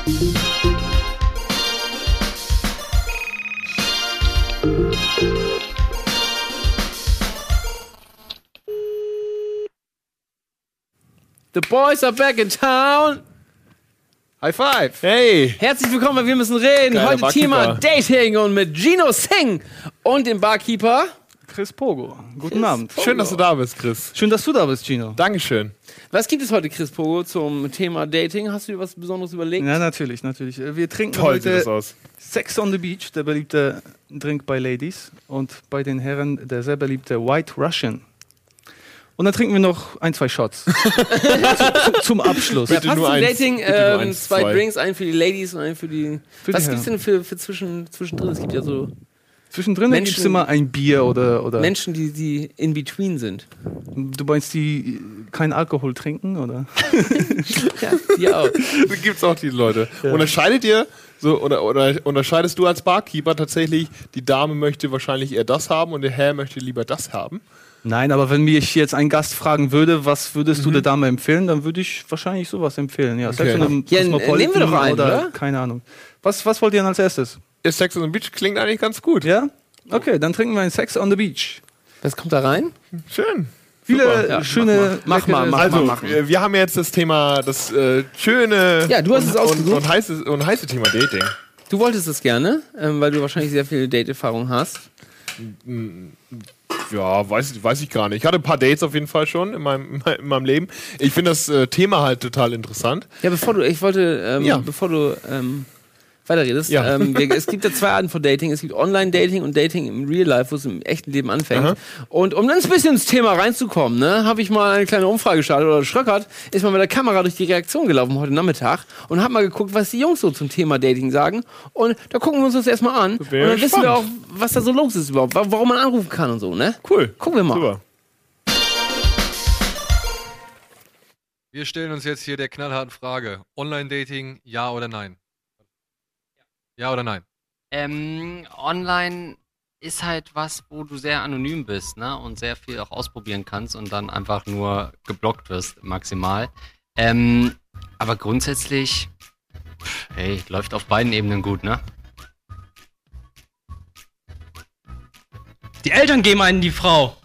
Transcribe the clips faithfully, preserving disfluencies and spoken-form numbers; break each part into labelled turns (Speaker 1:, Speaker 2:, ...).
Speaker 1: The boys are back in town.
Speaker 2: High five.
Speaker 1: Hey. Herzlich willkommen bei Wir müssen reden.
Speaker 2: Geiler
Speaker 1: Heute
Speaker 2: Barkeeper.
Speaker 1: Thema Dating und mit Gino Singh und dem Barkeeper
Speaker 3: Chris Pogo. Guten
Speaker 1: Chris
Speaker 3: Abend.
Speaker 1: Pogo.
Speaker 2: Schön, dass du da bist, Chris.
Speaker 3: Schön, dass du da bist, Gino.
Speaker 2: Dankeschön.
Speaker 1: Was gibt es heute, Chris Pogo, zum Thema Dating? Hast du dir was Besonderes überlegt?
Speaker 3: Ja, natürlich, natürlich. Wir trinken
Speaker 2: Toll sieht das
Speaker 3: heute
Speaker 2: aus.
Speaker 3: Sex on the Beach, der beliebte Drink bei Ladies. Und bei den Herren der sehr beliebte White Russian. Und dann trinken wir noch ein, zwei Shots. zu, zum Abschluss.
Speaker 1: Ja,
Speaker 2: Bitte
Speaker 1: passt
Speaker 2: nur
Speaker 1: zum
Speaker 2: eins.
Speaker 1: Dating
Speaker 2: Bitte nur
Speaker 1: ähm,
Speaker 2: eins,
Speaker 1: zwei,
Speaker 2: zwei.
Speaker 1: Drinks, einen für die Ladies und einen für die...
Speaker 3: Für
Speaker 1: was
Speaker 3: die
Speaker 1: gibt's denn für, für zwischen, zwischendrin? Es gibt ja so
Speaker 3: Zwischendrin
Speaker 1: Menschen-
Speaker 3: gibt es immer ein Bier oder... oder
Speaker 1: Menschen, die, die in between sind.
Speaker 3: Du meinst, die keinen Alkohol trinken, oder?
Speaker 1: Ja, die auch.
Speaker 2: Da gibt's auch die Leute. Unterscheidet ihr so oder, oder unterscheidest du als Barkeeper tatsächlich, die Dame möchte wahrscheinlich eher das haben und der Herr möchte lieber das haben?
Speaker 3: Nein, aber wenn mich jetzt ein Gast fragen würde, was würdest du der Dame empfehlen, dann würde ich wahrscheinlich sowas empfehlen. Ja, Sex
Speaker 2: Okay.
Speaker 3: on the
Speaker 1: Ja,
Speaker 3: Cosmopolitan
Speaker 1: nehmen wir doch einen, oder?
Speaker 3: Keine Ahnung. Was, was wollt ihr denn als erstes?
Speaker 2: Ist Sex on the Beach klingt eigentlich ganz gut.
Speaker 3: Ja? Okay, dann trinken wir einen Sex on the Beach.
Speaker 1: Was kommt da rein?
Speaker 2: Schön.
Speaker 3: Viele
Speaker 1: Ja,
Speaker 3: schöne...
Speaker 1: mach mal,
Speaker 3: leckere-
Speaker 1: mach
Speaker 2: Also,
Speaker 1: mal machen.
Speaker 2: wir wir haben jetzt das Thema, das äh, schöne
Speaker 1: Ja, du hast
Speaker 2: und,
Speaker 1: es ausgesucht.
Speaker 2: und, und, heiße, und heiße Thema Dating.
Speaker 1: Du wolltest es gerne, ähm, weil du wahrscheinlich sehr viel Date-Erfahrung hast.
Speaker 2: Ja, weiß, weiß ich gar nicht. Ich hatte ein paar Dates auf jeden Fall schon in meinem, in meinem Leben. Ich finde das äh, Thema halt total interessant.
Speaker 1: Ja, bevor du, ich wollte, ähm,
Speaker 2: Ja.
Speaker 1: bevor du ähm, weiterredest,
Speaker 2: Ja.
Speaker 1: ähm, wir, es gibt ja zwei Arten von Dating. Es gibt Online-Dating und Dating im Real Life, wo es im echten Leben anfängt.
Speaker 2: Aha.
Speaker 1: Und um dann ein bisschen ins Thema reinzukommen, ne, habe ich mal eine kleine Umfrage gestartet, oder Schröckert ist mal mit der Kamera durch die Reaktion gelaufen heute Nachmittag und hat mal geguckt, was die Jungs so zum Thema Dating sagen. Und da gucken wir uns das erstmal an. Und
Speaker 2: Wäre
Speaker 1: dann wissen wir auch,
Speaker 2: spannend.
Speaker 1: was da so los ist überhaupt, wa- warum man anrufen kann und so, ne?
Speaker 2: Cool.
Speaker 1: Gucken wir mal.
Speaker 2: Super.
Speaker 4: Wir stellen uns jetzt hier der knallharten Frage. Online-Dating, ja oder nein? Ja oder nein?
Speaker 5: Ähm, online ist halt was, wo du sehr anonym bist, ne? Und sehr viel auch ausprobieren kannst und dann einfach nur geblockt wirst, maximal. Ähm, aber grundsätzlich, pff, ey, läuft auf beiden Ebenen gut, ne?
Speaker 6: Die Eltern geben einen die Frau.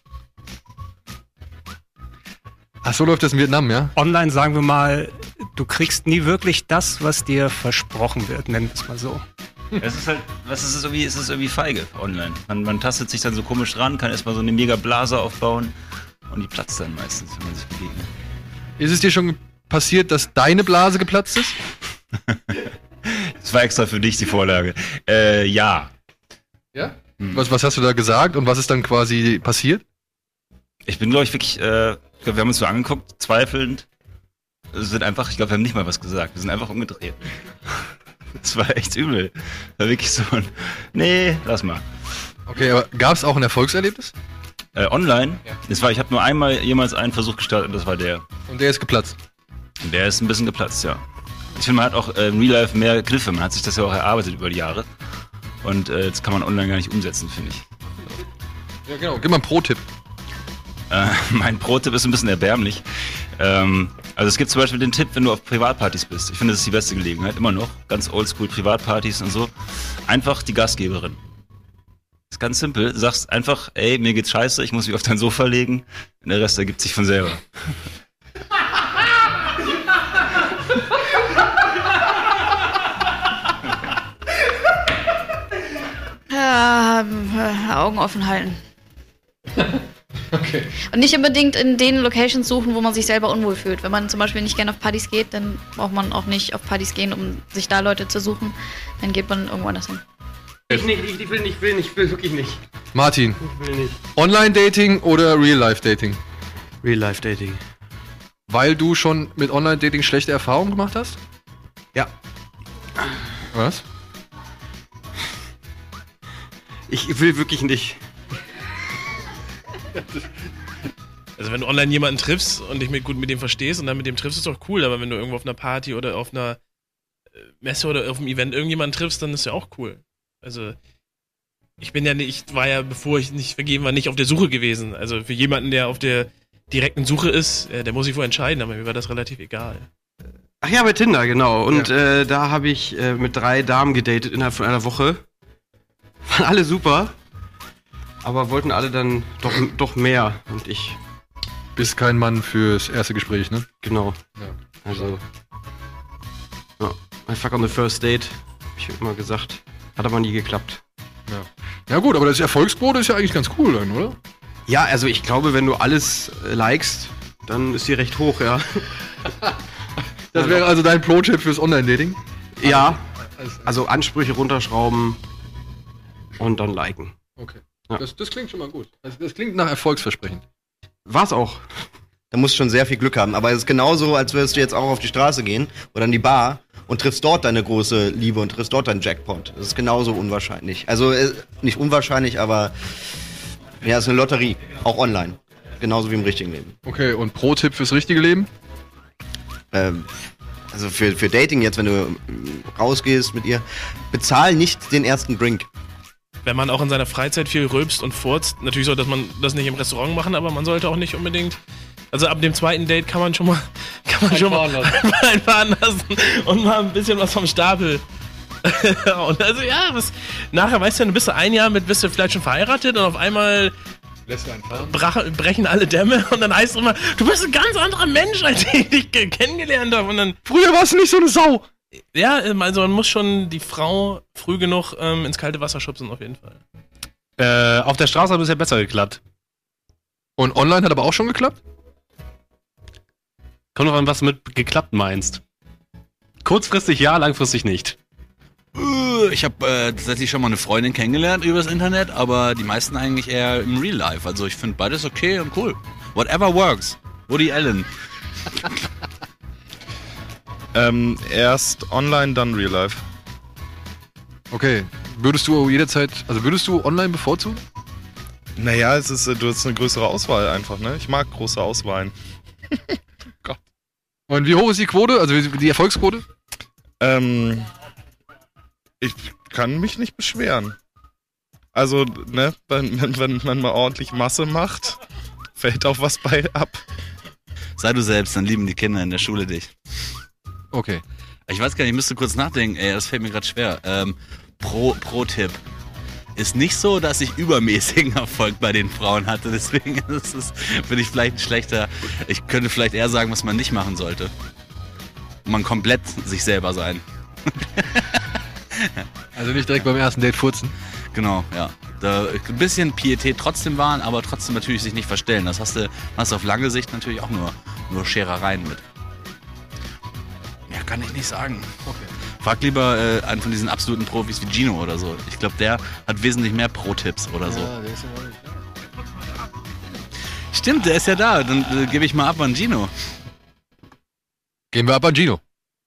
Speaker 4: Ach, so läuft das in Vietnam, ja?
Speaker 6: Online sagen wir mal, du kriegst nie wirklich das, was dir versprochen wird, nennen wir es mal so.
Speaker 7: Es ist halt, was ist es irgendwie, es ist irgendwie feige online. Man, man tastet sich dann so komisch ran, kann erstmal so eine mega Blase aufbauen und die platzt dann meistens, wenn man sich begegnet.
Speaker 4: Ist es dir schon passiert, dass deine Blase geplatzt ist?
Speaker 7: Das war extra für dich die Vorlage. Äh, ja.
Speaker 4: Ja? Was, was hast du da gesagt und was ist dann quasi passiert?
Speaker 7: Ich bin, glaube ich, wirklich, äh, ich glaub, wir haben uns so angeguckt, zweifelnd. Es wird einfach, ich glaube, wir haben nicht mal was gesagt. Wir sind einfach umgedreht. Das war echt übel. Das war wirklich so ein, nee, lass mal.
Speaker 4: Okay, aber gab es auch ein Erfolgserlebnis?
Speaker 7: Äh, online, das war, ich habe nur einmal jemals einen Versuch gestartet und das war der.
Speaker 4: Und der ist geplatzt.
Speaker 7: Und der ist ein bisschen geplatzt, ja. Ich finde, man hat auch äh, im Real Life mehr Kniffe. Man hat sich das ja auch erarbeitet über die Jahre. Und äh, das kann man online gar nicht umsetzen, finde ich.
Speaker 4: Ja, genau. Gib mal einen Pro-Tipp.
Speaker 7: Äh, mein Pro-Tipp ist ein bisschen erbärmlich. Ähm, also es gibt zum Beispiel den Tipp, wenn du auf Privatpartys bist. Ich finde, das ist die beste Gelegenheit, immer noch. Ganz oldschool Privatpartys und so. Einfach die Gastgeberin. Ist ganz simpel. Du sagst einfach, ey, mir geht's scheiße, ich muss mich auf dein Sofa legen. Und der Rest ergibt sich von selber.
Speaker 8: Ja, äh, Augen offen halten.
Speaker 4: Okay.
Speaker 8: Und nicht unbedingt in den Locations suchen, wo man sich selber unwohl fühlt. Wenn man zum Beispiel nicht gerne auf Partys geht, dann braucht man auch nicht auf Partys gehen, um sich da Leute zu suchen. Dann geht man irgendwo anders hin.
Speaker 6: Ich nicht, ich, ich will nicht, ich will nicht, ich will wirklich nicht.
Speaker 4: Martin,
Speaker 6: Ich will nicht.
Speaker 4: Online-Dating oder Real-Life-Dating?
Speaker 9: Real-Life-Dating.
Speaker 4: Weil du schon mit Online-Dating schlechte Erfahrungen gemacht hast?
Speaker 9: Ja.
Speaker 4: Was?
Speaker 9: Ich will wirklich nicht.
Speaker 10: Also wenn du online jemanden triffst und dich mit, gut mit dem verstehst und dann mit dem triffst, ist doch cool, aber wenn du irgendwo auf einer Party oder auf einer Messe oder auf einem Event irgendjemanden triffst, dann ist ja auch cool. Also ich bin ja nicht, ich war ja, bevor ich nicht vergeben war, nicht auf der Suche gewesen. Also für jemanden, der auf der direkten Suche ist, der muss sich wohl entscheiden, aber mir war das relativ egal.
Speaker 9: Ach ja, bei Tinder, genau. Und ja. äh, da habe ich äh, mit drei Damen gedatet innerhalb von einer Woche. Waren alle super, aber wollten alle dann doch, doch mehr. Und ich...
Speaker 4: Bist kein Mann fürs erste Gespräch, ne?
Speaker 9: Genau.
Speaker 4: Ja.
Speaker 9: Also... Ja, I fuck on the first date, hab ich immer gesagt. Hat aber nie geklappt.
Speaker 4: Ja. Ja gut, aber das Erfolgsquote ist ja eigentlich ganz cool dann, oder?
Speaker 9: Ja, also ich glaube, wenn du alles äh, likest, dann ist die recht hoch, ja.
Speaker 4: Das wäre also dein Pro-Tipp fürs Online-Dating?
Speaker 9: Ja, also Ansprüche runterschrauben und dann liken.
Speaker 4: Okay,
Speaker 9: ja.
Speaker 4: das, das klingt schon mal gut. Das, das klingt nach Erfolgsversprechen.
Speaker 9: War's auch.
Speaker 11: Da musst du schon sehr viel Glück haben. Aber es ist genauso, als würdest du jetzt auch auf die Straße gehen oder in die Bar und triffst dort deine große Liebe und triffst dort deinen Jackpot. Das ist genauso unwahrscheinlich. Also äh, nicht unwahrscheinlich, aber ja, es ist eine Lotterie. Auch online. Genauso wie im richtigen Leben.
Speaker 4: Okay, und Pro-Tipp fürs richtige Leben?
Speaker 11: Ähm, also für, für Dating jetzt, wenn du ähm, rausgehst mit ihr, bezahl nicht den ersten Drink.
Speaker 10: Wenn man auch in seiner Freizeit viel rülpst und furzt, natürlich sollte man das nicht im Restaurant machen, aber man sollte auch nicht unbedingt, also ab dem zweiten Date kann man schon mal, kann man schon mal einfahren lassen und mal ein bisschen was vom Stapel. Und also ja, was, nachher weißt du, du bist du ein Jahr mit, bist du vielleicht schon verheiratet und auf einmal brach, brechen alle Dämme und dann heißt es immer, du bist ein ganz anderer Mensch, als ich dich kennengelernt habe. Und dann,
Speaker 4: früher warst du nicht so eine Sau.
Speaker 10: Ja, also man muss schon die Frau früh genug ähm, ins kalte Wasser schubsen, auf jeden Fall.
Speaker 12: Äh, auf der Straße hat es ja besser geklappt.
Speaker 4: Und online hat aber auch schon geklappt?
Speaker 12: Kommt noch an, was du mit geklappt meinst. Kurzfristig ja, langfristig nicht.
Speaker 13: Ich habe äh, tatsächlich schon mal eine Freundin kennengelernt übers Internet, aber die meisten eigentlich eher im Real Life. Also ich finde beides okay und cool. Whatever works. Woody Allen.
Speaker 2: ähm, erst online, dann Real Life.
Speaker 4: Okay. Würdest du jederzeit, also würdest du online bevorzugen?
Speaker 2: Naja, es ist, du hast eine größere Auswahl einfach, ne? Ich mag große Auswahlen.
Speaker 4: Gott. Und wie hoch ist die Quote, also die Erfolgsquote?
Speaker 2: Ähm... Ich kann mich nicht beschweren. Also, ne, wenn, wenn, wenn man mal ordentlich Masse macht, fällt auch was bei ab.
Speaker 13: Sei du selbst, dann lieben die Kinder in der Schule dich.
Speaker 4: Okay.
Speaker 13: Ich weiß gar nicht, ich müsste kurz nachdenken, ey, das fällt mir gerade schwer. Ähm, Pro, Pro-Tipp. Ist nicht so, dass ich übermäßigen Erfolg bei den Frauen hatte, deswegen ist es, bin ich vielleicht ein schlechter. Ich könnte vielleicht eher sagen, was man nicht machen sollte. Man komplett sich selber sein.
Speaker 4: Also nicht direkt beim ersten Date furzen?
Speaker 13: Genau, ja. Da ein bisschen Pietät trotzdem wahren, aber trotzdem natürlich sich nicht verstellen. Das hast du, hast du auf lange Sicht natürlich auch nur, nur Scherereien mit. Ja, kann ich nicht sagen. Okay. Frag lieber äh, einen von diesen absoluten Profis wie Gino oder so. Ich glaube, der hat wesentlich mehr Pro-Tipps oder so.
Speaker 4: Ja, der ist ja nicht.
Speaker 13: Stimmt, der ist ja da. Dann äh, gebe ich mal ab an Gino.
Speaker 4: Gehen wir ab an Gino.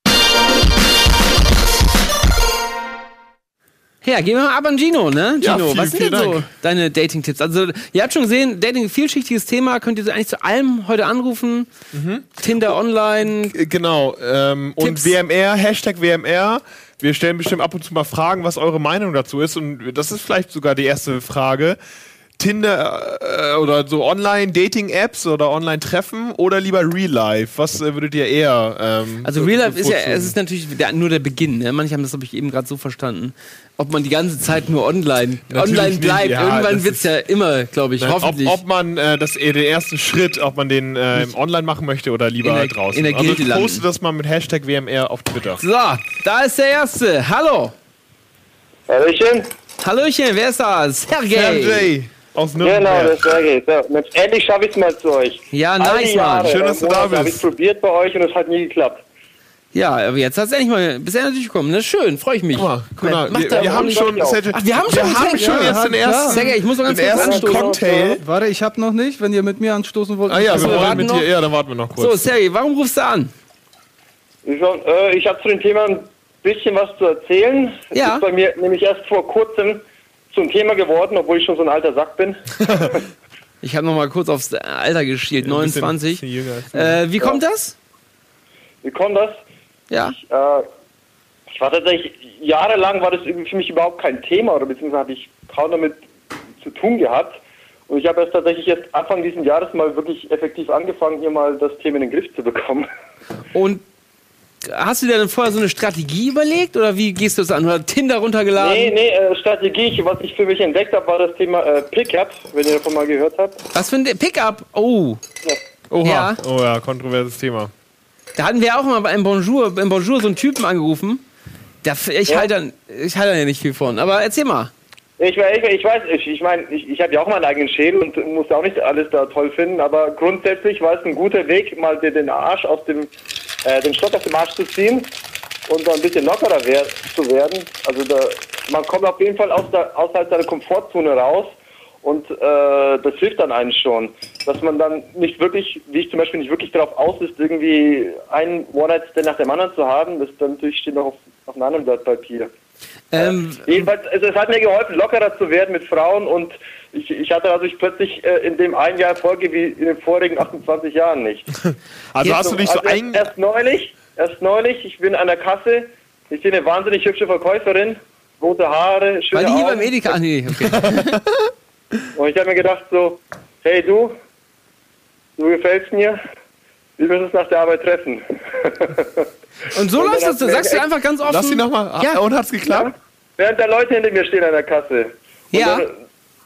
Speaker 1: Ja, gehen wir mal ab an Gino, ne? Gino,
Speaker 2: Ja, vielen,
Speaker 1: was sind
Speaker 2: vielen
Speaker 1: denn so
Speaker 2: Dank.
Speaker 1: deine Dating-Tipps? Also, ihr habt schon gesehen, Dating, vielschichtiges Thema, könnt ihr so eigentlich zu allem heute anrufen.
Speaker 2: Mhm.
Speaker 1: Tinder online.
Speaker 2: G- Genau, ähm, und
Speaker 1: Tipps.
Speaker 2: W M R, Hashtag W M R. Wir stellen bestimmt ab und zu mal Fragen, was eure Meinung dazu ist. Und das ist vielleicht sogar die erste Frage. Tinder äh, oder so Online-Dating-Apps oder Online-Treffen oder lieber Real Life? Was äh, würdet ihr eher ähm,
Speaker 1: Also Real Life ist ja,
Speaker 2: bevorzugen?
Speaker 1: es ist natürlich der, nur der Beginn, ne? Manche haben das, glaube ich, eben gerade so verstanden. Ob man die ganze Zeit nur online,
Speaker 2: Natürlich
Speaker 1: online
Speaker 2: nicht,
Speaker 1: bleibt.
Speaker 2: ja,
Speaker 1: Irgendwann
Speaker 2: das
Speaker 1: wird's
Speaker 2: ist-
Speaker 1: ja immer, glaube ich,
Speaker 2: Nein,
Speaker 1: hoffentlich.
Speaker 2: Ob, ob man äh, das, äh, den ersten Schritt, ob man den äh, im Online machen möchte oder lieber
Speaker 1: In der-
Speaker 2: halt draußen.
Speaker 1: in der
Speaker 2: also
Speaker 1: Gilde landen.
Speaker 2: postet das mal mit Hashtag W M R auf Twitter.
Speaker 1: So, da ist der Erste. Hallo.
Speaker 14: Hallöchen.
Speaker 1: Hallöchen, wer ist das? Sergej.
Speaker 2: Sergej aus
Speaker 14: Genau,
Speaker 2: Nürnberg.
Speaker 14: das sage ich. So, Mensch, endlich schaffe ich es mal zu euch.
Speaker 1: Ja,
Speaker 14: All
Speaker 1: nice,
Speaker 14: die Jahre,
Speaker 1: Mann.
Speaker 2: Schön, dass du da
Speaker 14: habe ich
Speaker 2: bist.
Speaker 14: es probiert bei euch und es hat nie geklappt.
Speaker 1: Ja, aber jetzt hat's endlich mal bisher natürlich gekommen. Ne? Schön, freue ich mich.
Speaker 2: Guck mal, guck mal,
Speaker 1: Mach
Speaker 2: wir,
Speaker 1: da
Speaker 2: wir haben
Speaker 1: ordentlich-
Speaker 2: schon,
Speaker 14: auch.
Speaker 2: Sergej,
Speaker 1: Ach, wir haben schon,
Speaker 2: wir haben
Speaker 1: Sergej.
Speaker 2: schon
Speaker 1: Ja,
Speaker 2: jetzt den
Speaker 1: klar.
Speaker 2: ersten,
Speaker 1: Sergej, ich muss noch ganz
Speaker 2: den
Speaker 1: kurz
Speaker 2: ersten
Speaker 1: anstoßen.
Speaker 2: Cocktail.
Speaker 3: Warte, ich hab noch nicht, wenn ihr mit mir anstoßen wollt.
Speaker 2: Ah ja,
Speaker 1: Achso,
Speaker 2: wir
Speaker 1: wir
Speaker 2: wollen
Speaker 1: warten
Speaker 2: mit
Speaker 1: noch.
Speaker 2: dir. Ja, dann warten wir noch
Speaker 1: So,
Speaker 2: kurz.
Speaker 1: Sergej, warum rufst du an?
Speaker 14: Ich, äh, ich habe zu dem Thema ein bisschen was zu erzählen. Es
Speaker 1: Ja.
Speaker 14: ist bei mir nämlich erst vor kurzem zum Thema geworden, obwohl ich schon so ein alter Sack bin.
Speaker 1: Ich habe noch mal kurz aufs Alter geschielt,
Speaker 2: Ein bisschen-
Speaker 1: neunundzwanzig.
Speaker 2: bisschen jünger als du.
Speaker 1: Äh, wie kommt das?
Speaker 14: Wie kommt das?
Speaker 1: Ja.
Speaker 14: Äh, ich war tatsächlich, jahrelang war das irgendwie für mich überhaupt kein Thema oder beziehungsweise habe ich kaum damit zu tun gehabt. Und ich habe erst tatsächlich jetzt Anfang dieses Jahres mal wirklich effektiv angefangen, hier mal das Thema in den Griff zu bekommen.
Speaker 1: Und hast du dir denn vorher so eine Strategie überlegt oder wie gehst du das an? Oder Tinder runtergeladen?
Speaker 14: Nee, nee, äh, Strategie, was ich für mich entdeckt habe, war das Thema äh, Pickup, wenn ihr davon mal gehört habt.
Speaker 1: Was für ein Pickup? Oh.
Speaker 14: Ja.
Speaker 2: Oha.
Speaker 1: Ja.
Speaker 2: Oh ja, kontroverses Thema.
Speaker 1: Da hatten wir auch mal beim Bonjour, im Bonjour so einen Typen angerufen. Da, ich
Speaker 14: Ja.
Speaker 1: halte ich halt da ja nicht viel von. Aber erzähl mal.
Speaker 14: Ich, ich, ich weiß, ich, ich meine, ich, ich habe ja auch meinen eigenen Schädel und muss auch nicht alles da toll finden, aber grundsätzlich war es ein guter Weg, mal den, den Arsch aus dem, äh, den Stock aus dem Arsch zu ziehen und da ein bisschen lockerer wer zu werden. Also da, man kommt auf jeden Fall aus der, außerhalb seiner Komfortzone raus und äh, das hilft dann einen schon, dass man dann nicht wirklich, wie ich zum Beispiel nicht wirklich darauf aus ist, irgendwie einen One-Night-Stand nach dem anderen zu haben, das dann natürlich steht noch auf, auf einem anderen Blatt Papier.
Speaker 1: Ähm,
Speaker 14: äh, jedenfalls, also es hat mir geholfen, lockerer zu werden mit Frauen und ich, ich hatte dadurch plötzlich äh, in dem einen Jahr Erfolge wie in den vorigen achtundzwanzig Jahren nicht.
Speaker 2: Also
Speaker 14: Jetzt
Speaker 2: hast du dich so
Speaker 14: also
Speaker 2: ein...
Speaker 14: erst, erst neulich, erst neulich, ich bin an der Kasse, ich sehe eine wahnsinnig hübsche Verkäuferin, rote Haare, schöne
Speaker 1: War die hier
Speaker 14: Augen.
Speaker 1: beim Edeka? Ah, nee, okay.
Speaker 14: Und ich habe mir gedacht so, hey du, du gefällst mir, wir müssen uns nach der Arbeit treffen.
Speaker 1: Und so
Speaker 14: Und
Speaker 1: läuft
Speaker 14: dann
Speaker 1: das,
Speaker 14: hat mir
Speaker 1: sagst du
Speaker 14: echt-
Speaker 1: einfach ganz offen.
Speaker 2: Lass sie nochmal...
Speaker 1: Ja.
Speaker 2: Und hat's geklappt?
Speaker 14: Während da Leute hinter mir stehen an der Kasse. Und
Speaker 1: Ja.
Speaker 14: Dann,